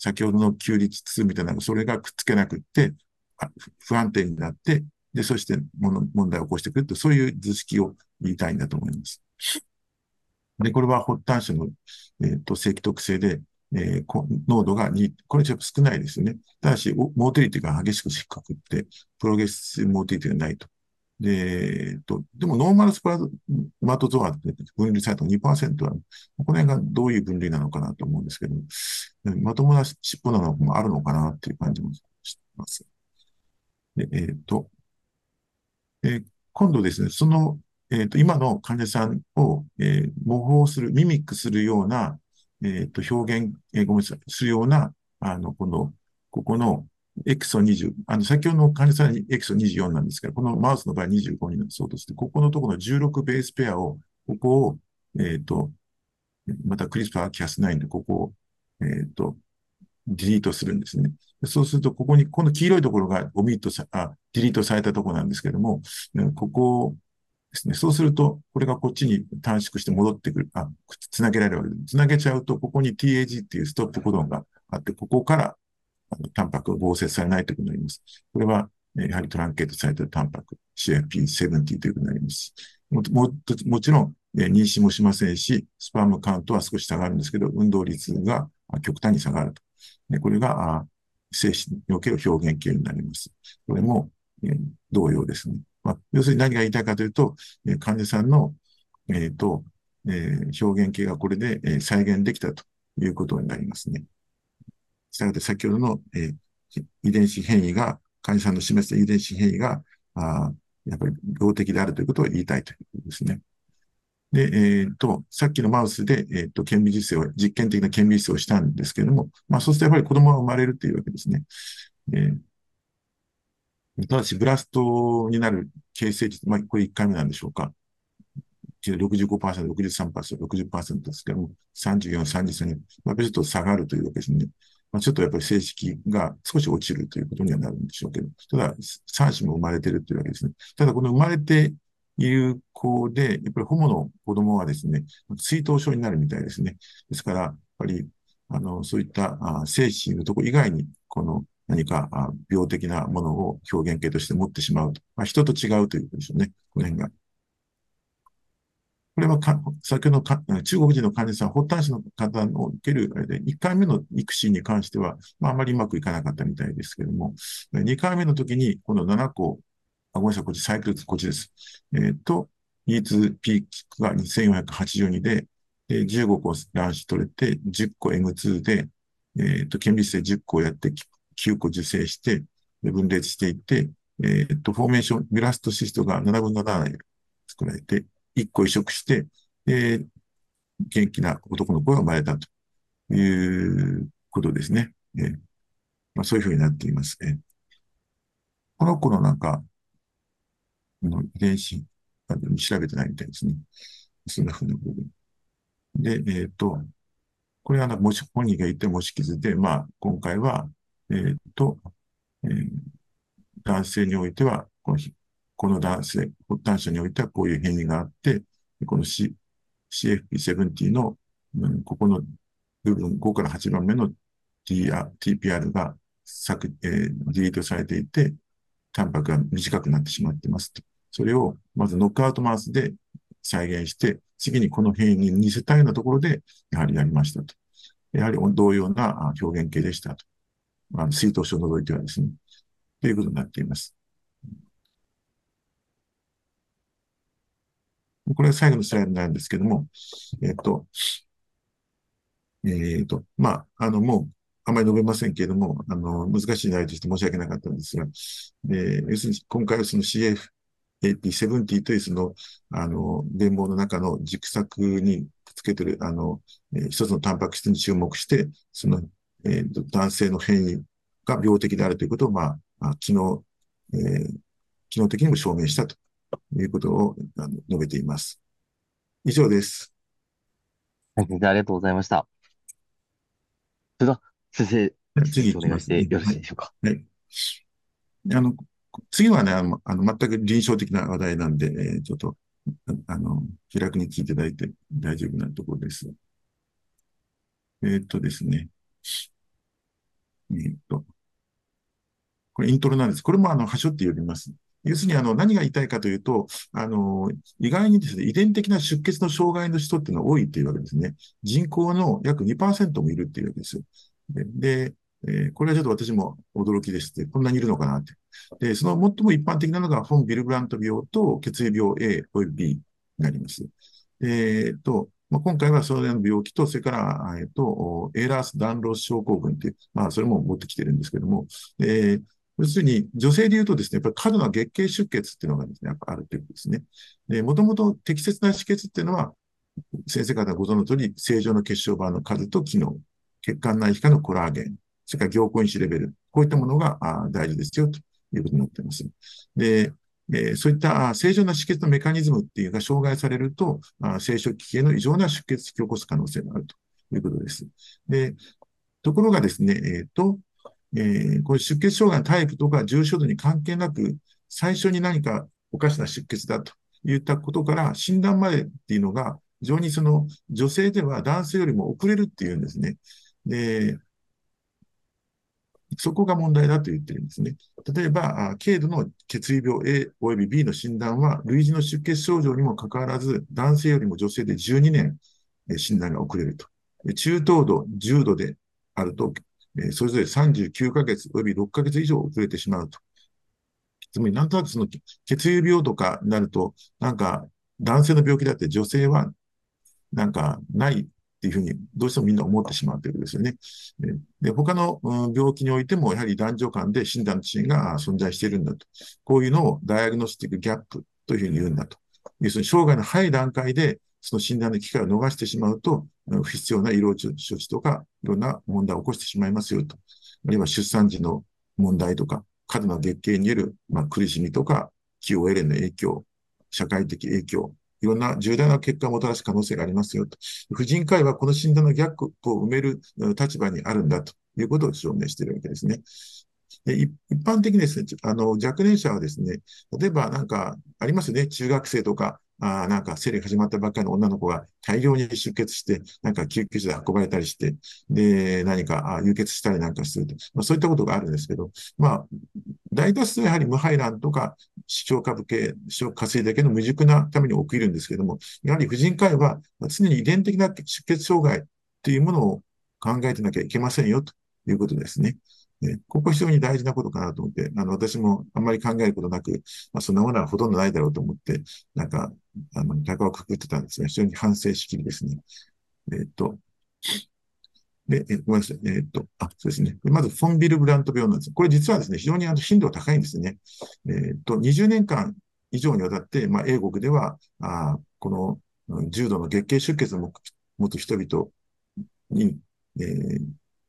先ほどの急立痛みたいなのが、それがくっつけなくって、不安定になって、で、そして問題を起こしてくると、そういう図式を言いたいんだと思います。で、これは発端種の、えー、と正規特性で、えー、濃度がに、これちょっと少ないですよね。ただし、モーテリティが激しく低くって、プロゲッシブモーテリティがないと。で、えっと、でもノーマルスパマトゾアって分類された にパーセント は、この辺がどういう分類なのかなと思うんですけど、まともな尻尾なのもあるのかなっていう感じもしてます。で、えっと、えー今度ですね、その、えっと、今の患者さんを、えー模倣する、ミミックするような、えっと、表現、えーごめんなさい、するような、あの、この、ここのエクソにじゅう、あの、先ほどの患者さんにエクソにじゅうよんなんですけど、このマウスの場合にじゅうごになるそうとして、ここのところのじゅうろくベースペアを、ここを、えっと、またクリスパーキャスナインで、ここを、えっと、ディリートするんですね。そうすると、ここに、この黄色いところがオミットさ、あ、ディリートされたところなんですけども、ここですね。そうすると、これがこっちに短縮して戻ってくる、あ、つなげられるわけです。つなげちゃうと、ここに ティーエージー っていうストップコドンがあって、ここからあのタンパクが合成されないということになります。これは、やはりトランケートされたタンパク、シーエフピーセブンティー ということになります。も、も、もちろん、妊娠もしませんし、スパームカウントは少し下がるんですけど、運動率が極端に下がると。でこれが、精子における表現形になります。これも、えー、同様ですね。まあ、要するに何が言いたいかというと、えー、患者さんの、えーとえー、表現形がこれで、えー、再現できたということになりますね。したがって先ほどの、えー、遺伝子変異が、患者さんの示した遺伝子変異が、あやっぱり病的であるということを言いたいということですね。で、えっと、さっきのマウスで、えっと、顕微実生を、実験的な顕微実生をしたんですけれども、まあ、そうするとやっぱり子供が生まれるというわけですね。えー、ただし、ブラストになる形成率、まあ、これいっかいめなんでしょうか。ろくじゅうごパーセント、ろくじゅうさんパーセント、ろくじゅっパーセントですけども、さんじゅうよん、さんじゅうさんに、まあ、ちょっと下がるというわけですね。まあ、ちょっとやっぱり成績が少し落ちるということにはなるんでしょうけど、ただ、さん子も生まれてるというわけですね。ただ、この生まれている子で、やっぱりホモの子供はですね、水頭症になるみたいですね。ですから、やっぱり、あの、そういったあ精子のところ以外に、この何かあ病的なものを表現形として持ってしまうと。まあ、人と違うということでしょうね。この辺が。これはか、先ほどか中国人の患者さん、発端者の方の受けるあれで、いっかいめの育児に関しては、まあ、あまりうまくいかなかったみたいですけども、にかいめの時に、このななこ、あ、ごめんなさい、こっち、サイクルこっちです。えっ、ー、と、イーツピークがにせんよんひゃくはちじゅうにで、でじゅうごこ卵子取れて、じゅっこ エムツー で、えっ、ー、と、顕微生じゅっこやって、きゅうこ受精して、分裂していって、えっ、ー、と、フォーメーション、ブラストシストがななぶんのなな作られて、いっこ移植して、えー、元気な男の子が生まれたということですね。えーまあ、そういうふうになっていますね。この子のなんか、の遺伝子、調べてないみたいですね。そんなふうな部分。で、えっ、ー、と、これはもし本人が言ってもし傷で、まあ、今回は、えっ、ー、と、えー、男性においては、このこの男性、発端者においてはこういう変異があって、この C、シーエフピーセブンティー の、うん、ここの部分ごからはちばんめの T、ティーピーアール が削、えー、ディリートされていて、タンパクが短くなってしまっていますと。それをまずノックアウトマウスで再現して、次にこの変異に似せたようなところで、やはりやりましたと。やはり同様な表現形でしたと。あの水頭症を除いてはですね。ということになっています。これは最後のスライドなんですけども、えっと、えっと、まあ、あの、もう、あまり述べませんけれども、あの、難しい内容として申し訳なかったんですが、で、要するに、今回はその シーエフエーピーセブンティー というその、あの、連邦の中の軸索につけてる、あの、えー、一つのタンパク質に注目して、その、えー、男性の変異が病的であるということを、まあ、昨日、えー、機能的にも証明したということをあの述べています。以上です。 はい、先生、ありがとうございました。それでは、先生、 次続きお願いし行きますね。 てよろしいでしょうか。 はい。はい、あの、次はね、あの、あの全く臨床的な話題なんで、えー、ちょっと、あの、気楽に聞いていただいて大丈夫なところです。えー、っとですね。 えーっと、これイントロなんです。これもあの、はしょって呼びます。要するに、あの、何が言いたいかというと、あの、意外にですね、遺伝的な出血の障害の人っていうのは多いっていうわけですね。人口の約にパーセントもいるっていうわけですよ。で、でえーこれはちょっと私も驚きでして、こんなにいるのかなって。で、その最も一般的なのが、フォン・ビルブラント病と血液病 A および B になります。えっと、まあ、今回はそれらの病気と、それから、えっと、エーラース・ダンロス症候群っていう、まあ、それも持ってきてるんですけども、えー要するに、女性で言うとですね、やっぱり過度な月経出血っていうのがですね、やっぱあるということですね。で、もともと適切な止血っていうのは、先生方がご存知の通り、正常の血小板の数と機能、血管内皮下のコラーゲン、それから凝固因子レベル、こういったものが大事ですよということになっています。で、えー、そういった正常な止血のメカニズムっていうのが障害されると、生殖器系の異常な出血を引き起こす可能性があるということです。で、ところがですね、えっと、えー、これ出血障害のタイプとか重症度に関係なく、最初に何かおかしな出血だといったことから診断までっていうのが、非常にその女性では男性よりも遅れるっていうんですね。で、そこが問題だと言ってるんですね。例えば、軽度の血液病 A および B の診断は、類似の出血症状にもかかわらず、男性よりも女性でじゅうにねん診断が遅れると。中等度、重度であると、それぞれさんじゅうきゅうかげつおよびろっかげつ以上遅れてしまうと。つまり、なんとなくその血液病とかになると、なんか男性の病気だって女性はなんかないっていうふうにどうしてもみんな思ってしまうということですよね。で、他の、うん、病気においてもやはり男女間で診断の遅延が存在しているんだと。こういうのをダイアグノスティックギャップというふうに言うんだと。要するに生涯の早い段階でその診断の機会を逃してしまうと、不必要な医療処置とかいろんな問題を起こしてしまいますよと。あるいは出産時の問題とか、過度な月経による、まあ、苦しみとか、気を得るの影響、社会的影響、いろんな重大な結果をもたらす可能性がありますよと。婦人科医はこの診断のギャップを埋める立場にあるんだということを証明しているわけですね。で一般的にですね、あの若年者はですね、例えばなんかありますね、中学生とか、あなんか生理が始まったばっかりの女の子が大量に出血して、なんか救急車で運ばれたりして、で、何かあ輸血したりなんかすると、まあ、そういったことがあるんですけど、まあ、大多数はやはり無排卵とか、視床下部系、視床下垂だけの未熟なために起きるんですけども、やはり婦人科医は常に遺伝的な出血障害というものを考えてなきゃいけませんよということですね。ここ非常に大事なことかなと思って、あの、私もあんまり考えることなく、まあ、そんなものはほとんどないだろうと思って、なんか、あの、高をくくってたんですが、非常に反省しきりですね。えっと、で、えごめんなさい。えっと、あ、そうですね。まず、フォンビルブラント病なんです。これ実はですね、非常にあの頻度が高いんですね。えっと、にじゅうねんかん以上にわたって、まあ、英国では、あこの重度の月経出血を持つ人々に、えー、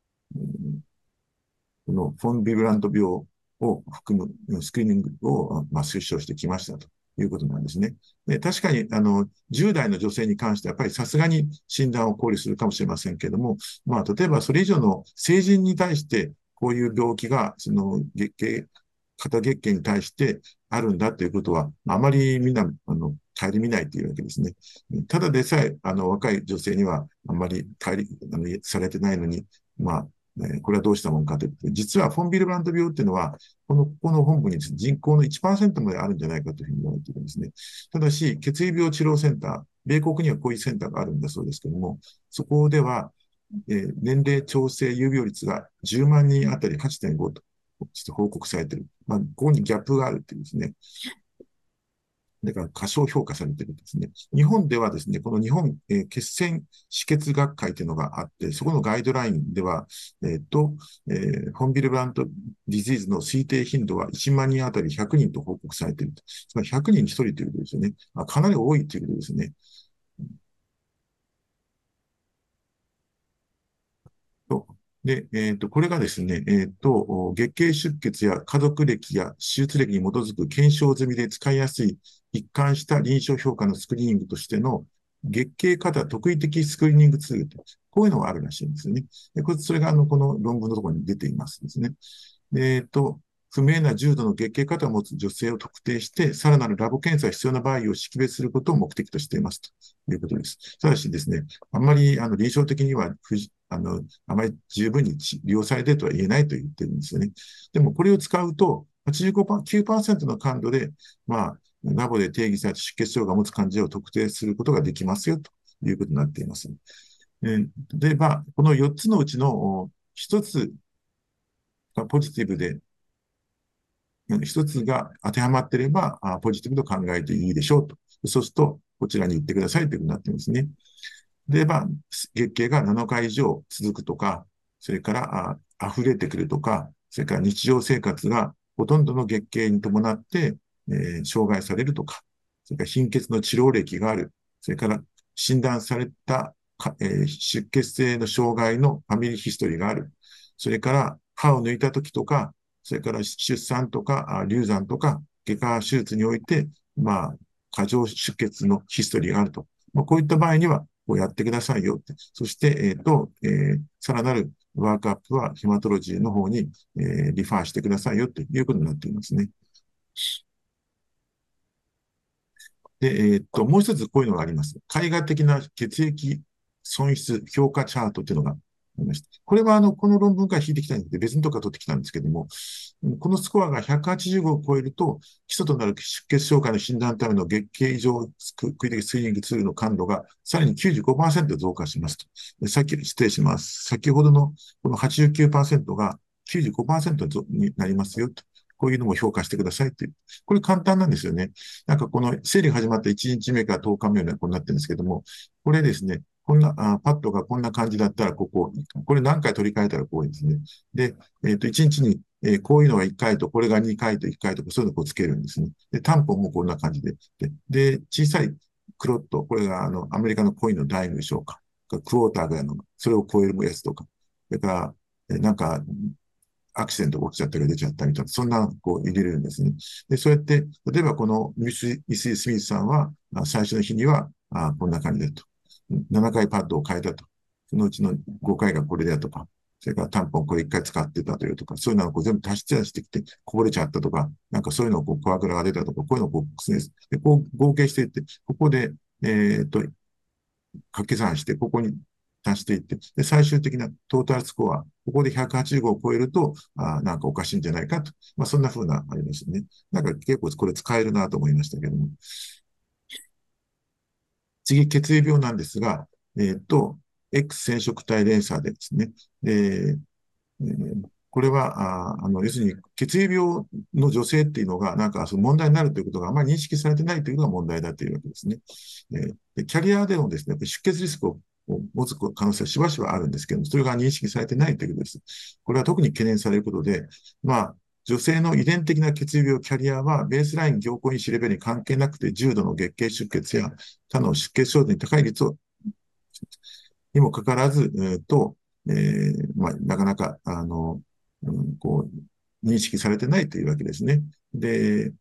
このフォン・ビブラント病を含むスクリーニングを、まあ、推奨してきましたということなんですね。で、確かに、あの、じゅう代の女性に関しては、やっぱりさすがに診断を考慮するかもしれませんけれども、まあ、例えばそれ以上の成人に対して、こういう病気が、その月経、肩月経に対してあるんだということは、あまりみんな、あの、顧みないというわけですね。ただでさえ、あの、若い女性にはあんまり顧みされてないのに、まあ、これはどうしたもんかというと、実はフォン・ビルブラント病っていうのは、この、ここの本部に人口のいちパーセントまであるんじゃないかというふうに言われているんですね。ただし、血液病治療センター、米国にはこういうセンターがあるんだそうですけども、そこでは、えー、年齢調整有病率がじゅうまんにんあたり はちてんご と報告されている。まあ、ここにギャップがあるっていうですね。だから過小評価されているんですね。日本ではですね、この日本、えー、血栓止血学会というのがあって、そこのガイドラインでは、えっと、えー、フォンビルブラントディジーズの推定頻度はいちまんにんあたりひゃくにんと報告されている。つまりひゃくにんにひとりということですよね。あ、かなり多いということですね。で、えっと、これがですね、えっと、月経出血や家族歴や手術歴に基づく検証済みで使いやすい一貫した臨床評価のスクリーニングとしての月経過多特異的スクリーニングツールと、こういうのがあるらしいんですよね。でこれそれがあの、この論文のところに出ていますですね。えっと、 不明な重度の月経過多を持つ女性を特定して、さらなるラボ検査が必要な場合を識別することを目的としていますということです。ただしですね、あんまりあの臨床的には不あのあまり十分に利用されているとは言えないと言ってるんですよね。でもこれを使うと、はちじゅうごパーセント、きゅうパーセントの感度で、まあ、ラボで定義された出血症が持つ患者を特定することができますよということになっています。えー、で、まあ、このよっつのうちのひとつがポジティブで、一つが当てはまっていれば、ポジティブと考えていいでしょうと。そうすると、こちらに行ってくださいということになっていますね。で、まあ、月経がなのか以上続くとか、それからあ溢れてくるとか、それから日常生活がほとんどの月経に伴って、えー、障害されるとか、それから貧血の治療歴がある、それから診断された、えー、出血性の障害のファミリーヒストリーがある、それから歯を抜いた時とか、それから出産とか流産とか外科手術において、まあ、過剰出血のヒストリーがあると。まあ、こういった場合には、こうやってくださいよって。そして、えっ、ー、と、えー、さらなるワークアップはヒマトロジーの方に、えー、リファーしてくださいよということになっていますね。で、えっ、ー、と、もう一つこういうのがあります。絵画的な血液損失評価チャートっていうのがありました。これは、あの、この論文から引いてきたんで、別のとこから取ってきたんですけども、このスコアがひゃくはちじゅうごを超えると、基礎となる出血障害の診断のための月経異常区域的スクリーニングツールの感度がさらに きゅうじゅうごパーセント 増加しますと。さっき、失礼します。先ほどのこの はちじゅうきゅうパーセント が きゅうじゅうごパーセント になりますよと。こういうのも評価してくださいっていう。これ簡単なんですよね。なんかこの生理が始まったいちにちめからとおかめようなこうなってるんですけども、これですね、こんな、あパッドがこんな感じだったら、ここ、これ何回取り替えたらこうですね。で、えっ、ー、と、いちにちに、えー、こういうのがいっかいと、これがにかいといっかいとか、そういうのをこうつけるんですね。で、タンポンもこんな感じで。で、で小さいクロット、これがあの、アメリカのコインのダイムでしょうか。クォーターぐらいの、それを超えるやつとか。それから、えー、なんか、アクシデントが起きちゃったり出ちゃったみたいな、そんなこう入れれるんですね。で、そうやって、例えばこのミス・イス・スミスさんは、最初の日には、あこんな感じだと。ななかいパッドを変えたと。そのうちのごかいがこれだとか、それからタンポンこれいっかい使ってたというとか、そういうのをこう全部足し算してきて、こぼれちゃったとか、なんかそういうのをこう、コアグラが出たとか、こういうのをこう、でこう合計していって、ここで、えー、っと、掛け算して、ここに足していって、で、最終的なトータルスコア、ここでひゃくはちじゅうごを超えると、あなんかおかしいんじゃないかと。まあ、そんな風なありますね。なんか結構これ使えるなと思いましたけども。次、血液病なんですが、えっ、ー、と、X 染色体連鎖でですね、で、えー、これは、ああの、要するに血液病の女性っていうのが、なんかその問題になるということがあまり認識されてないというのが問題だというわけですね。えー、でキャリアでもですね、出血リスクを持つ可能性はしばしばあるんですけども、それが認識されてないということです。これは特に懸念されることで、まあ、女性の遺伝的な血液病キャリアは、ベースライン凝固因子レベルに関係なくて、重度の月経出血や他の出血症状に高い率を、にもかかわらず、えーとえーまあ、なかなか、あの、うん、こう、認識されてないというわけですね。で、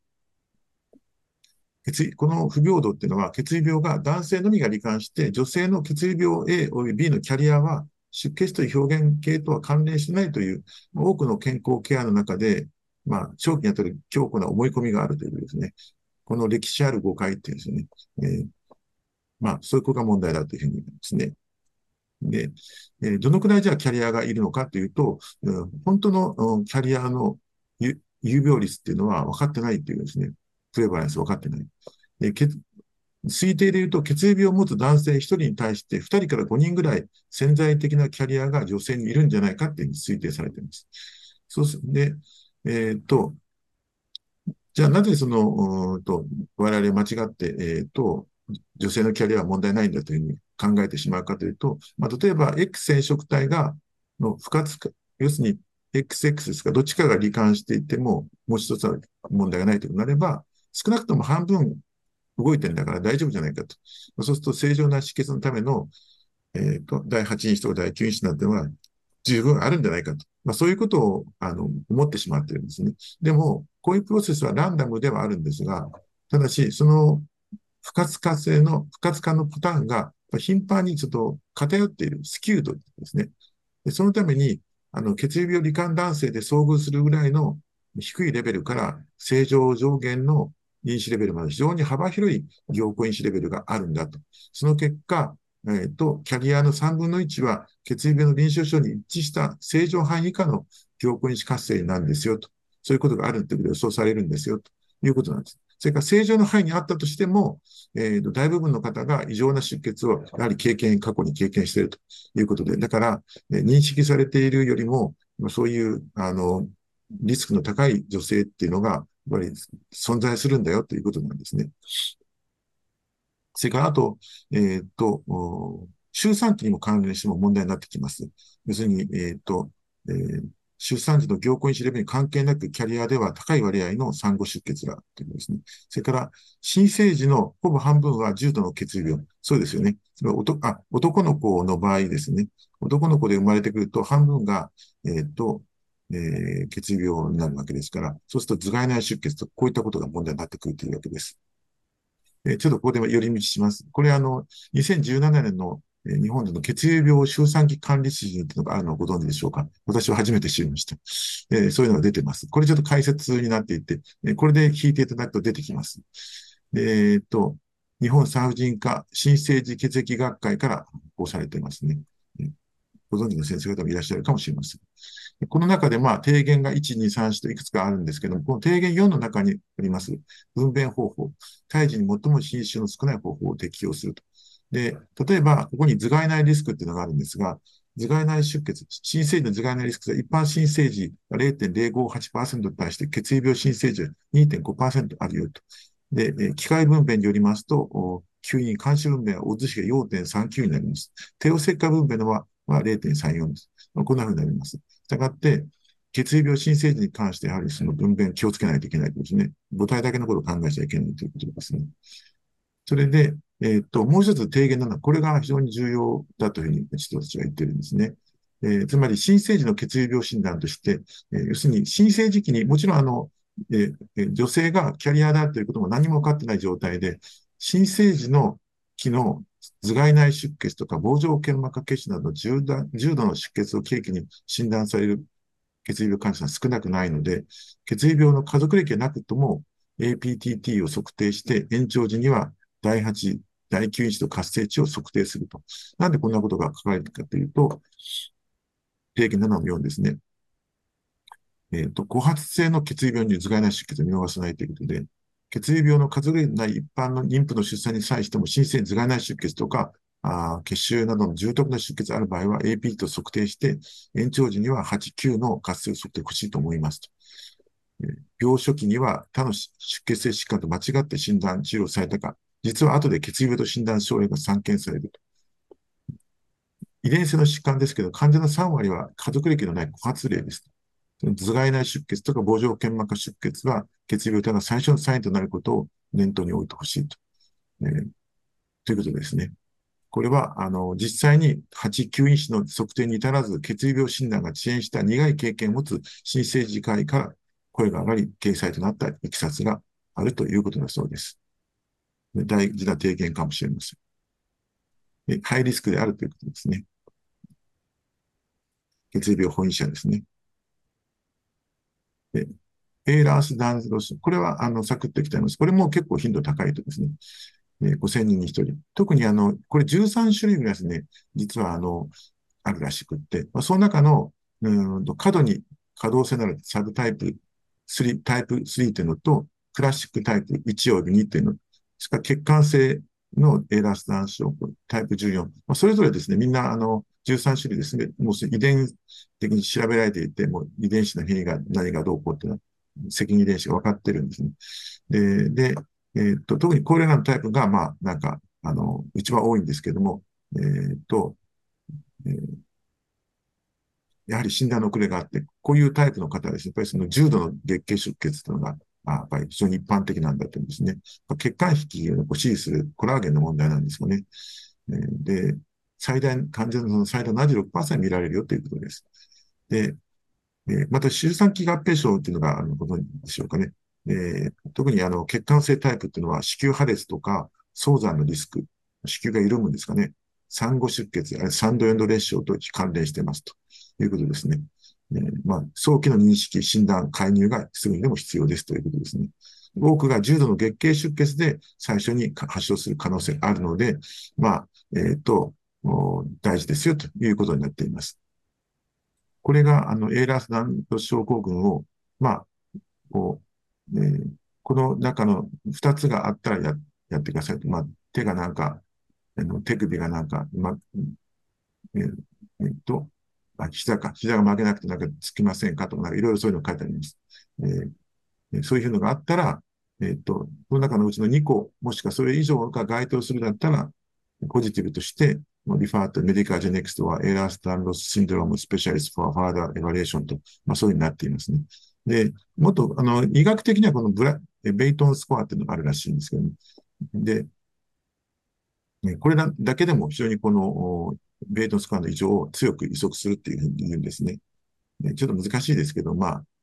血この不平等っていうのは、血液病が男性のみが罹患して、女性の血液病 A および B のキャリアは、出血という表現系とは関連しないという、多くの健康ケアの中で、まあ、長期にわたる強固な思い込みがあるというですね。この歴史ある誤解っていうんですよね。えー、まあ、そういうことが問題だというふうに言いますね。で、えー、どのくらいじゃあキャリアがいるのかというと、うん、本当の、うん、キャリアの有病率っていうのは分かってないというですね。プレバレンス分かってない。で推定で言うと、血液病を持つ男性ひとりに対してふたりからごにんぐらい潜在的なキャリアが女性にいるんじゃないかっていうふうに推定されています。そうすで、えっ、ー、と、じゃあなぜその、うんと、我々間違って、えっ、ー、と、女性のキャリアは問題ないんだというふうに考えてしまうかというと、まあ、例えば X 染色体が、の不活化、要するに エックスエックス ですか、どっちかが罹患していても、もう一つは問題がないとなれば、少なくとも半分動いてんだから大丈夫じゃないかと。そうすると正常な止血のための、えー、とだいはち因子とかだいきゅう因子なんてのは十分あるんじゃないかと。まあ、そういうことをあの思ってしまっているんですね。でも、こういうプロセスはランダムではあるんですが、ただし、その不活化性の、不活化のパターンが頻繁にちょっと偏っている、スキュードですね。でそのために、あの血液病罹患男性で遭遇するぐらいの低いレベルから正常上限の因子レベルまで非常に幅広い凝固因子レベルがあるんだと。その結果、えっと、キャリアのさんぶんのいちは血液病の臨床症に一致した正常範囲以下の凝固因子活性なんですよと。そういうことがあるということで予想されるんですよということなんです。それから正常の範囲にあったとしても、えーと、大部分の方が異常な出血をやはり経験、過去に経験しているということで、だから、えー、認識されているよりも、そういう、あの、リスクの高い女性っていうのが、やっぱり存在するんだよということなんですね。それから、あと、えっと、周産期にも関連しても問題になってきます。要するに、えっと、えー出産時の凝固因子レベルに関係なく、キャリアでは高い割合の産後出血がということですね。それから、新生児のほぼ半分は重度の血流病。そうですよね。それは男あ男の子の場合ですね。男の子で生まれてくると半分が、えっと、えー、血流病になるわけですから、そうすると頭蓋内出血とこういったことが問題になってくるというわけです。えー、ちょっとここで寄り道します。これあの、にせんじゅうななねんの日本での血流病周産期管理指針というのがあるのをご存知でしょうか。私は初めて知りました。えー、そういうのが出てます。これちょっと解説になっていて、えー、これで引いていただくと出てきます。えー、っと、日本産婦人科新生児血液学会から発行されていますね。ご存知の先生方もいらっしゃるかもしれません。この中で、まあ、提言がいち、に、さん、よんといくつかあるんですけども、この提言よんの中にあります、分娩方法、胎児に最も侵襲の少ない方法を適用すると。で、例えば、ここに頭蓋内リスクっていうのがあるんですが、頭蓋内出血、新生児の頭蓋内リスクは一般新生児が れいてんぜろごはちパーセント に対して血液病新生児は にてんごパーセント あるよと。で、機械分娩によりますと、吸引、監視分娩はオッズ比が よんてんさんきゅう になります。帝王切開分娩のは、まあ、れいてんさんよん です。こんな風になります。したがって、血液病新生児に関してやはりその分娩気をつけないといけないですね。母体だけのことを考えちゃいけないということですね。それで、えー、っと、もう一つ提言なのは、これが非常に重要だというふうに人たちは言ってるんですね。えー、つまり、新生児の血液病診断として、えー、要するに、新生児期にもちろんあの、えー、女性がキャリアだということも何も分かってない状態で、新生児の期の頭蓋内出血とか棒状腱膜下血腫など重度の出血を契機に診断される血液病患者は少なくないので、血液病の家族歴がなくとも エーピーティーティー を測定して、延長時にはだいはち、だいきゅう因子と活性値を測定すると。なんでこんなことが書かれているかというと、提言ななのよんですね。えっと、後発性の血液病に頭蓋内出血を見逃さないということで、血液病の家族歴ない一般の妊婦の出産に際しても、新生児頭蓋内出血とか、あ血腫などの重篤な出血がある場合は エーピー と測定して、延長時にははち、きゅうの活性を測定欲しいと思いますと。病初期には他の出血性疾患と間違って診断、治療されたか、実は後で血液病と診断症例が散見されると。遺伝性の疾患ですけど、患者のさんわりは家族歴のない枯発例です。頭蓋内出血とか棒状腱膜出血は血液病とが最初のサインとなることを念頭に置いてほしいと、えー。ということですね。これは、あの、実際にはち、きゅう因子の測定に至らず、血液病診断が遅延した苦い経験を持つ新生児科医から声が上がり、掲載となったいきさつがあるということだそうです。大事な提言かもしれません。ハイリスクであるということですね。血液病本因者ですね。でエーラース・ダンスロス。これは、あの、サクッといきたいます。これも結構頻度高いとですね。えー、ごせんにんにひとり。特にあの、これじゅうさん種類ぐらいですね、実はあの、あるらしくって、まあ、その中の、うんと、過度に可動性のあるサブタイプさん、タイプさんというのと、クラシックタイプいちおよびにというの、それから血管性のエーラースダンス症、タイプじゅうよん。まあ、それぞれですね、みんなあの、じゅうさん種類ですね、もう遺伝的に調べられていて、もう遺伝子の変異が何がどうこうっていうのは、責任遺伝子が分かってるんですね。で、でえー、っと、特にこれらのタイプが、まあ、なんか、あの、一番多いんですけども、えー、っと、えー、やはり診断の遅れがあって、こういうタイプの方はですね、やっぱりその重度の月経出血というのが、あやっぱり非常に一般的なんだというんですね。血管壁を支持するコラーゲンの問題なんですよね。えー、で、最大、患者の最大 ななじゅうろくパーセント 見られるよということです。で、えー、また、周産期合併症っていうのがあることでしょうかね。えー、特にあの血管性タイプっていうのは子宮破裂とか早産のリスク、子宮が緩むんですかね。産後出血、あれ産後エンド裂傷と関連していますということですね。 えーまあ、早期の認識、診断、介入がすぐにでも必要ですということですね。多くが重度の月経出血で最初に発症する可能性があるので、まあ、えっと、大事ですよということになっています。これが、あの、エーラースダンロス症候群を、まあ、こう、えーこの中の二つがあったらや、やってくださいと。まあ、手がなんか、あの手首がなんか、ま、えーえーと、あ、膝か、膝が曲げなくてなんかつきませんかとか、なんかいろいろそういうの書いてあります。えー、そういうのがあったら、えっと、この中のうちのにこ、もしくはそれ以上が該当するだったら、ポジティブとして、リファーとメディカージェネクストはエラースタンロスシンドロームスペシャリストフォーファーダーエバレーションと、まあそういうふうになっていますね。で、もっと、あの、医学的にはこのブラ、ベイトンスコアっていうのがあるらしいんですけど、ね、で、ね、これだだけでも非常にこの、ベイトンスコアの異常を強く予測するっていうふうに言うんですね。ね、ちょっと難しいですけど、まあ、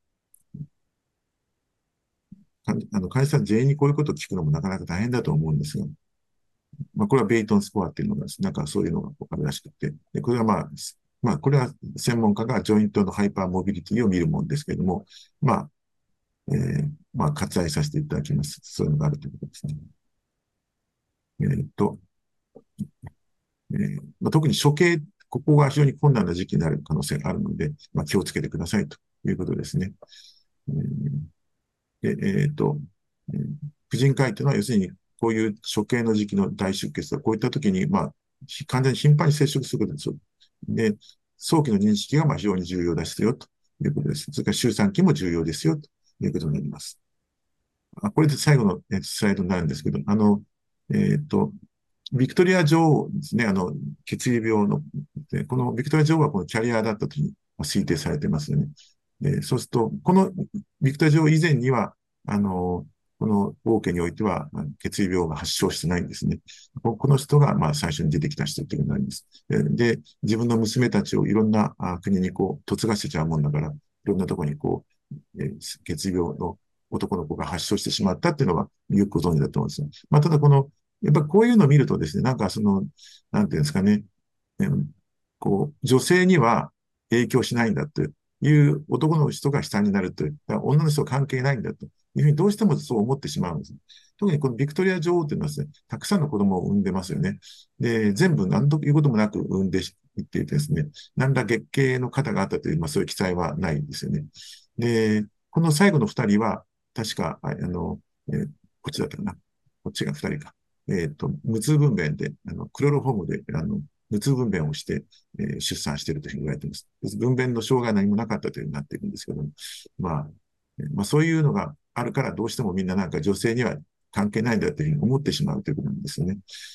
あの、患者さん全員にこういうことを聞くのもなかなか大変だと思うんですが、まあ、これはベイトンスコアっていうのが、なんかそういうのがあるらしくて、で、これはまあ、まあ、これは専門家がジョイントのハイパーモビリティを見るもんですけれども、まあ、えー、まあ、割愛させていただきます。そういうのがあるということですね。えー、っと、えーまあ、特に処刑、ここが非常に困難な時期になる可能性があるので、まあ、気をつけてくださいということですね。えー、で、えー、っと、えー、婦人科医というのは要するにこういう処刑の時期の大出血とか、こういった時に、まあ、完全に頻繁に接触することですよ。で、早期の認識がまあ非常に重要ですよということです。それから周産期も重要ですよということになります。あ、これで最後のスライドになるんですけど、あの、えっと、ビクトリア女王ですね、あの、血液病の、このビクトリア女王はこのキャリアだったというふうに推定されてますよね。で、そうすると、このビクトリア女王以前には、あの、この王家においては、血液病が発症してないんですね。この人が、まあ、最初に出てきた人ということになります。で、自分の娘たちをいろんな国にこう、嫁がせちゃうもんだから、いろんなところにこう、血液病の男の子が発症してしまったっていうのはよくご存知だと思うんですよ。まあ、ただこの、やっぱこういうのを見るとですね、なんかその、なんていうんですかね、こう、女性には影響しないんだという男の人が悲惨になるという、女の人は関係ないんだというふうにどうしてもそう思ってしまうんです。特にこのビクトリア女王というのはですね、たくさんの子供を産んでますよね。で、全部何ということもなく産んでいってですね、何ら月経の方があったという、まあそういう記載はないんですよね。で、この最後の二人は、確か、あの、えー、こっちだったかな。こっちが二人か。えっ、ー、と、無痛分娩で、あの、クロロフォームで、あの、無痛分娩をして、えー、出産しているというふうに言われています。分娩の障害は何もなかったというふうになっているんですけども、まあ、まあ、そういうのがあるからどうしてもみんななんか女性には関係ないんだというふうに思ってしまうということなんですよね。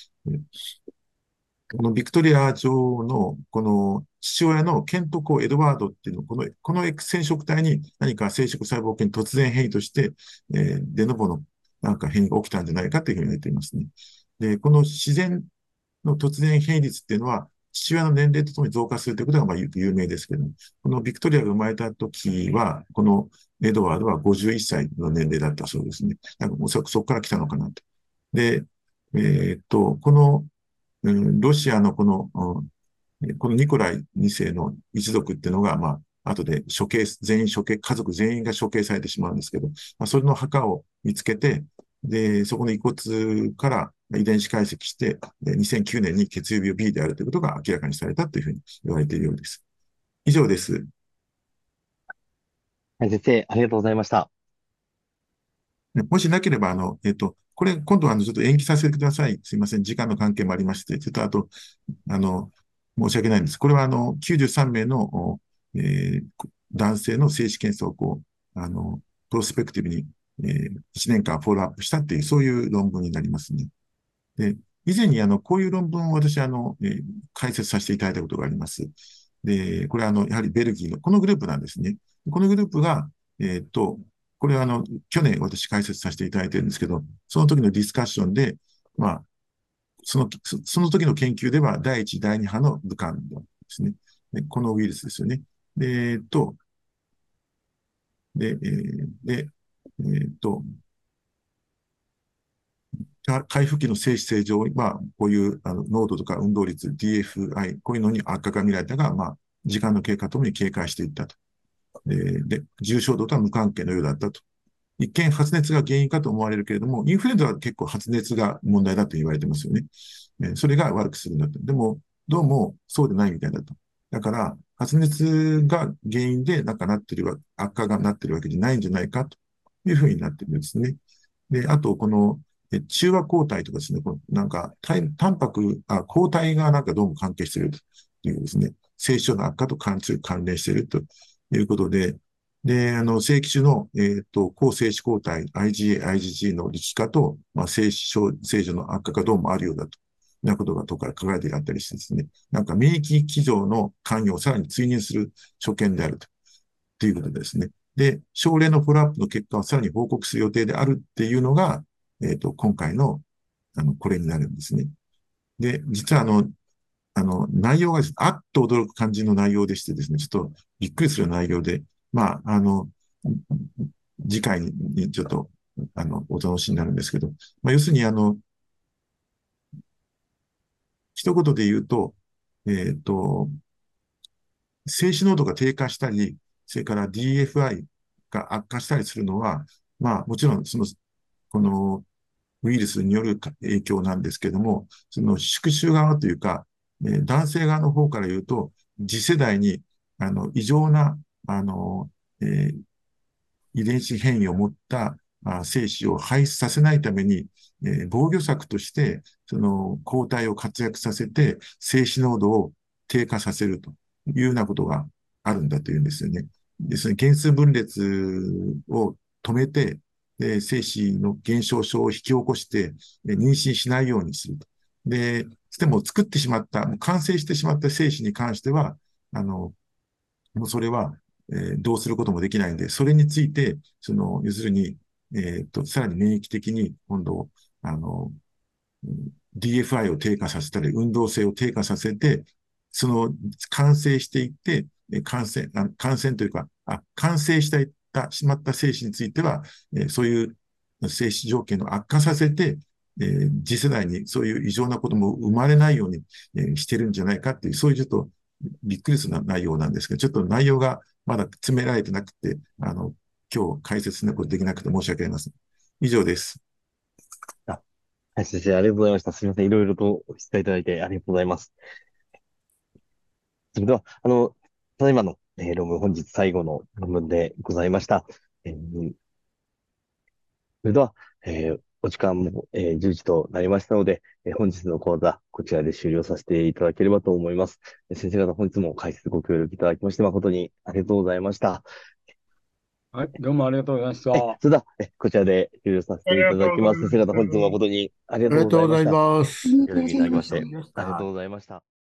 このビクトリア女王のこの父親のケント公エドワードっていうのこの、この X 染色体に何か生殖細胞系に突然変異として、えー、デノボのなんか変異が起きたんじゃないかというふうに言われていますね。で、この自然の突然変異率っていうのは、父親の年齢とともに増加するということがまあ有名ですけども、このビクトリアが生まれた時は、このエドワードはごじゅういっさいの年齢だったそうですね。なんかおそらくそこから来たのかなと。で、えー、っと、この、うん、ロシアのこの、うん、このニコライに世の一族っていうのが、まあ、後で処刑、全員処刑、家族全員が処刑されてしまうんですけど、まあ、それの墓を見つけて、で、そこの遺骨から遺伝子解析して、にせんきゅうねんに血液病 B であるということが明らかにされたというふうに言われているようです。以上です。 はい、先生、ありがとうございました。 もしなければ、あの、えっと、これ、今度はあの、ちょっと延期させてください。すいません。時間の関係もありまして、ちょっとあと、あの、申し訳ないんです。これは、あの、きゅうじゅうさんめいの、えー、男性の精子検査を、こう、あの、プロスペクティブに、えー、いちねんかんフォローアップしたっていう、そういう論文になりますね。で、以前に、あの、こういう論文を私、あの、えー、解説させていただいたことがあります。で、これは、あの、やはりベルギーの、このグループなんですね。このグループが、えっと、これはあの、去年私解説させていただいてるんですけど、その時のディスカッションで、まあ、その、その時の研究では第一、第二波の武漢ですね。でこのウイルスですよね。で、えっと、で、えー、で、えっと、回復期の精子正常は、こういうあの濃度とか運動率、ディーエフアイ、こういうのに悪化が見られたが、まあ、時間の経過ともに警戒していったとえーで、重症度とは無関係のようだったと。一見発熱が原因かと思われるけれども、インフルエンザは結構発熱が問題だと言われてますよね。えーそれが悪くするんだと。でも、どうもそうでないみたいだと。だから、発熱が原因でなんかなってるわ、悪化がなってるわけじゃないんじゃないかというふうになってるんですね。で、あと、この、え中和抗体とかですね、このなんか、タンタンパク、あ、抗体がなんかどうも関係しているというですね、精子症の悪化と関関連しているということで、で、あの、正規種の、えっと、抗精子抗体、アイジーエー、アイジージー の力化と、まあ、精子症、精女の悪化がどうもあるようだと。なことがとか書かれてあったりしてですね、なんか免疫機場の関与をさらに追認する所見であると。ということですね。で、症例のフォローアップの結果をさらに報告する予定であるっていうのが、えっと、今回の、あの、これになるんですね。で、実はあの、あの、内容がですね、あっと驚く感じの内容でしてですね、ちょっとびっくりする内容で、まあ、あの、次回にちょっと、あの、お楽しみになるんですけど、まあ、要するにあの、一言で言うと、えっと、精子濃度が低下したり、それから ディーエフアイ が悪化したりするのは、まあもちろんその、このウイルスによる影響なんですけども、その宿主側というか、え男性側の方から言うと、次世代にあの異常なあの、えー遺伝子変異を持ったあ精子を排出させないために、えー防御策として、その抗体を活躍させて、精子濃度を低下させるというようなことがあるんだというんですよね。ですね、原数分裂を止めて、で精子の減少症を引き起こして、妊娠しないようにすると。で、でも作ってしまった、完成してしまった精子に関しては、あの、もうそれは、えーどうすることもできないんで、それについて、その、要するに、えーっと、さらに免疫的に、今度、あの、ディーエフアイ を低下させたり、運動性を低下させて、その、完成していって、感染、あ感染というか、あ完成したいしまった精子については、えーそういう精子条件を悪化させて、えー次世代にそういう異常なことも生まれないように、えーしてるんじゃないかっていう、そういうちょっとびっくりする内容なんですけど、ちょっと内容がまだ詰められてなくて、あの、今日解説することできなくて申し訳ありません。以上です。 あ、はい、先生、ありがとうございました。すみません。いろいろとお伝えいただいてありがとうございます。それでは、あの、ただいまの、えー論文、本日最後の論文でございました。えーそれでは、えーお時間も、えーじゅうじとなりましたので、えー本日の講座、こちらで終了させていただければと思います。えー先生方、本日も解説ご協力いただきまして、誠にありがとうございました。 はい、どうもありがとうございましえ、 た。 それでは、え、こちらで終了させていありがとうただきます。 ございま先生方、本日もす。 誠にありがありとうがとうございございました。 ます。 協力いただきまして、 ありがとうございました。 ありがとうございました。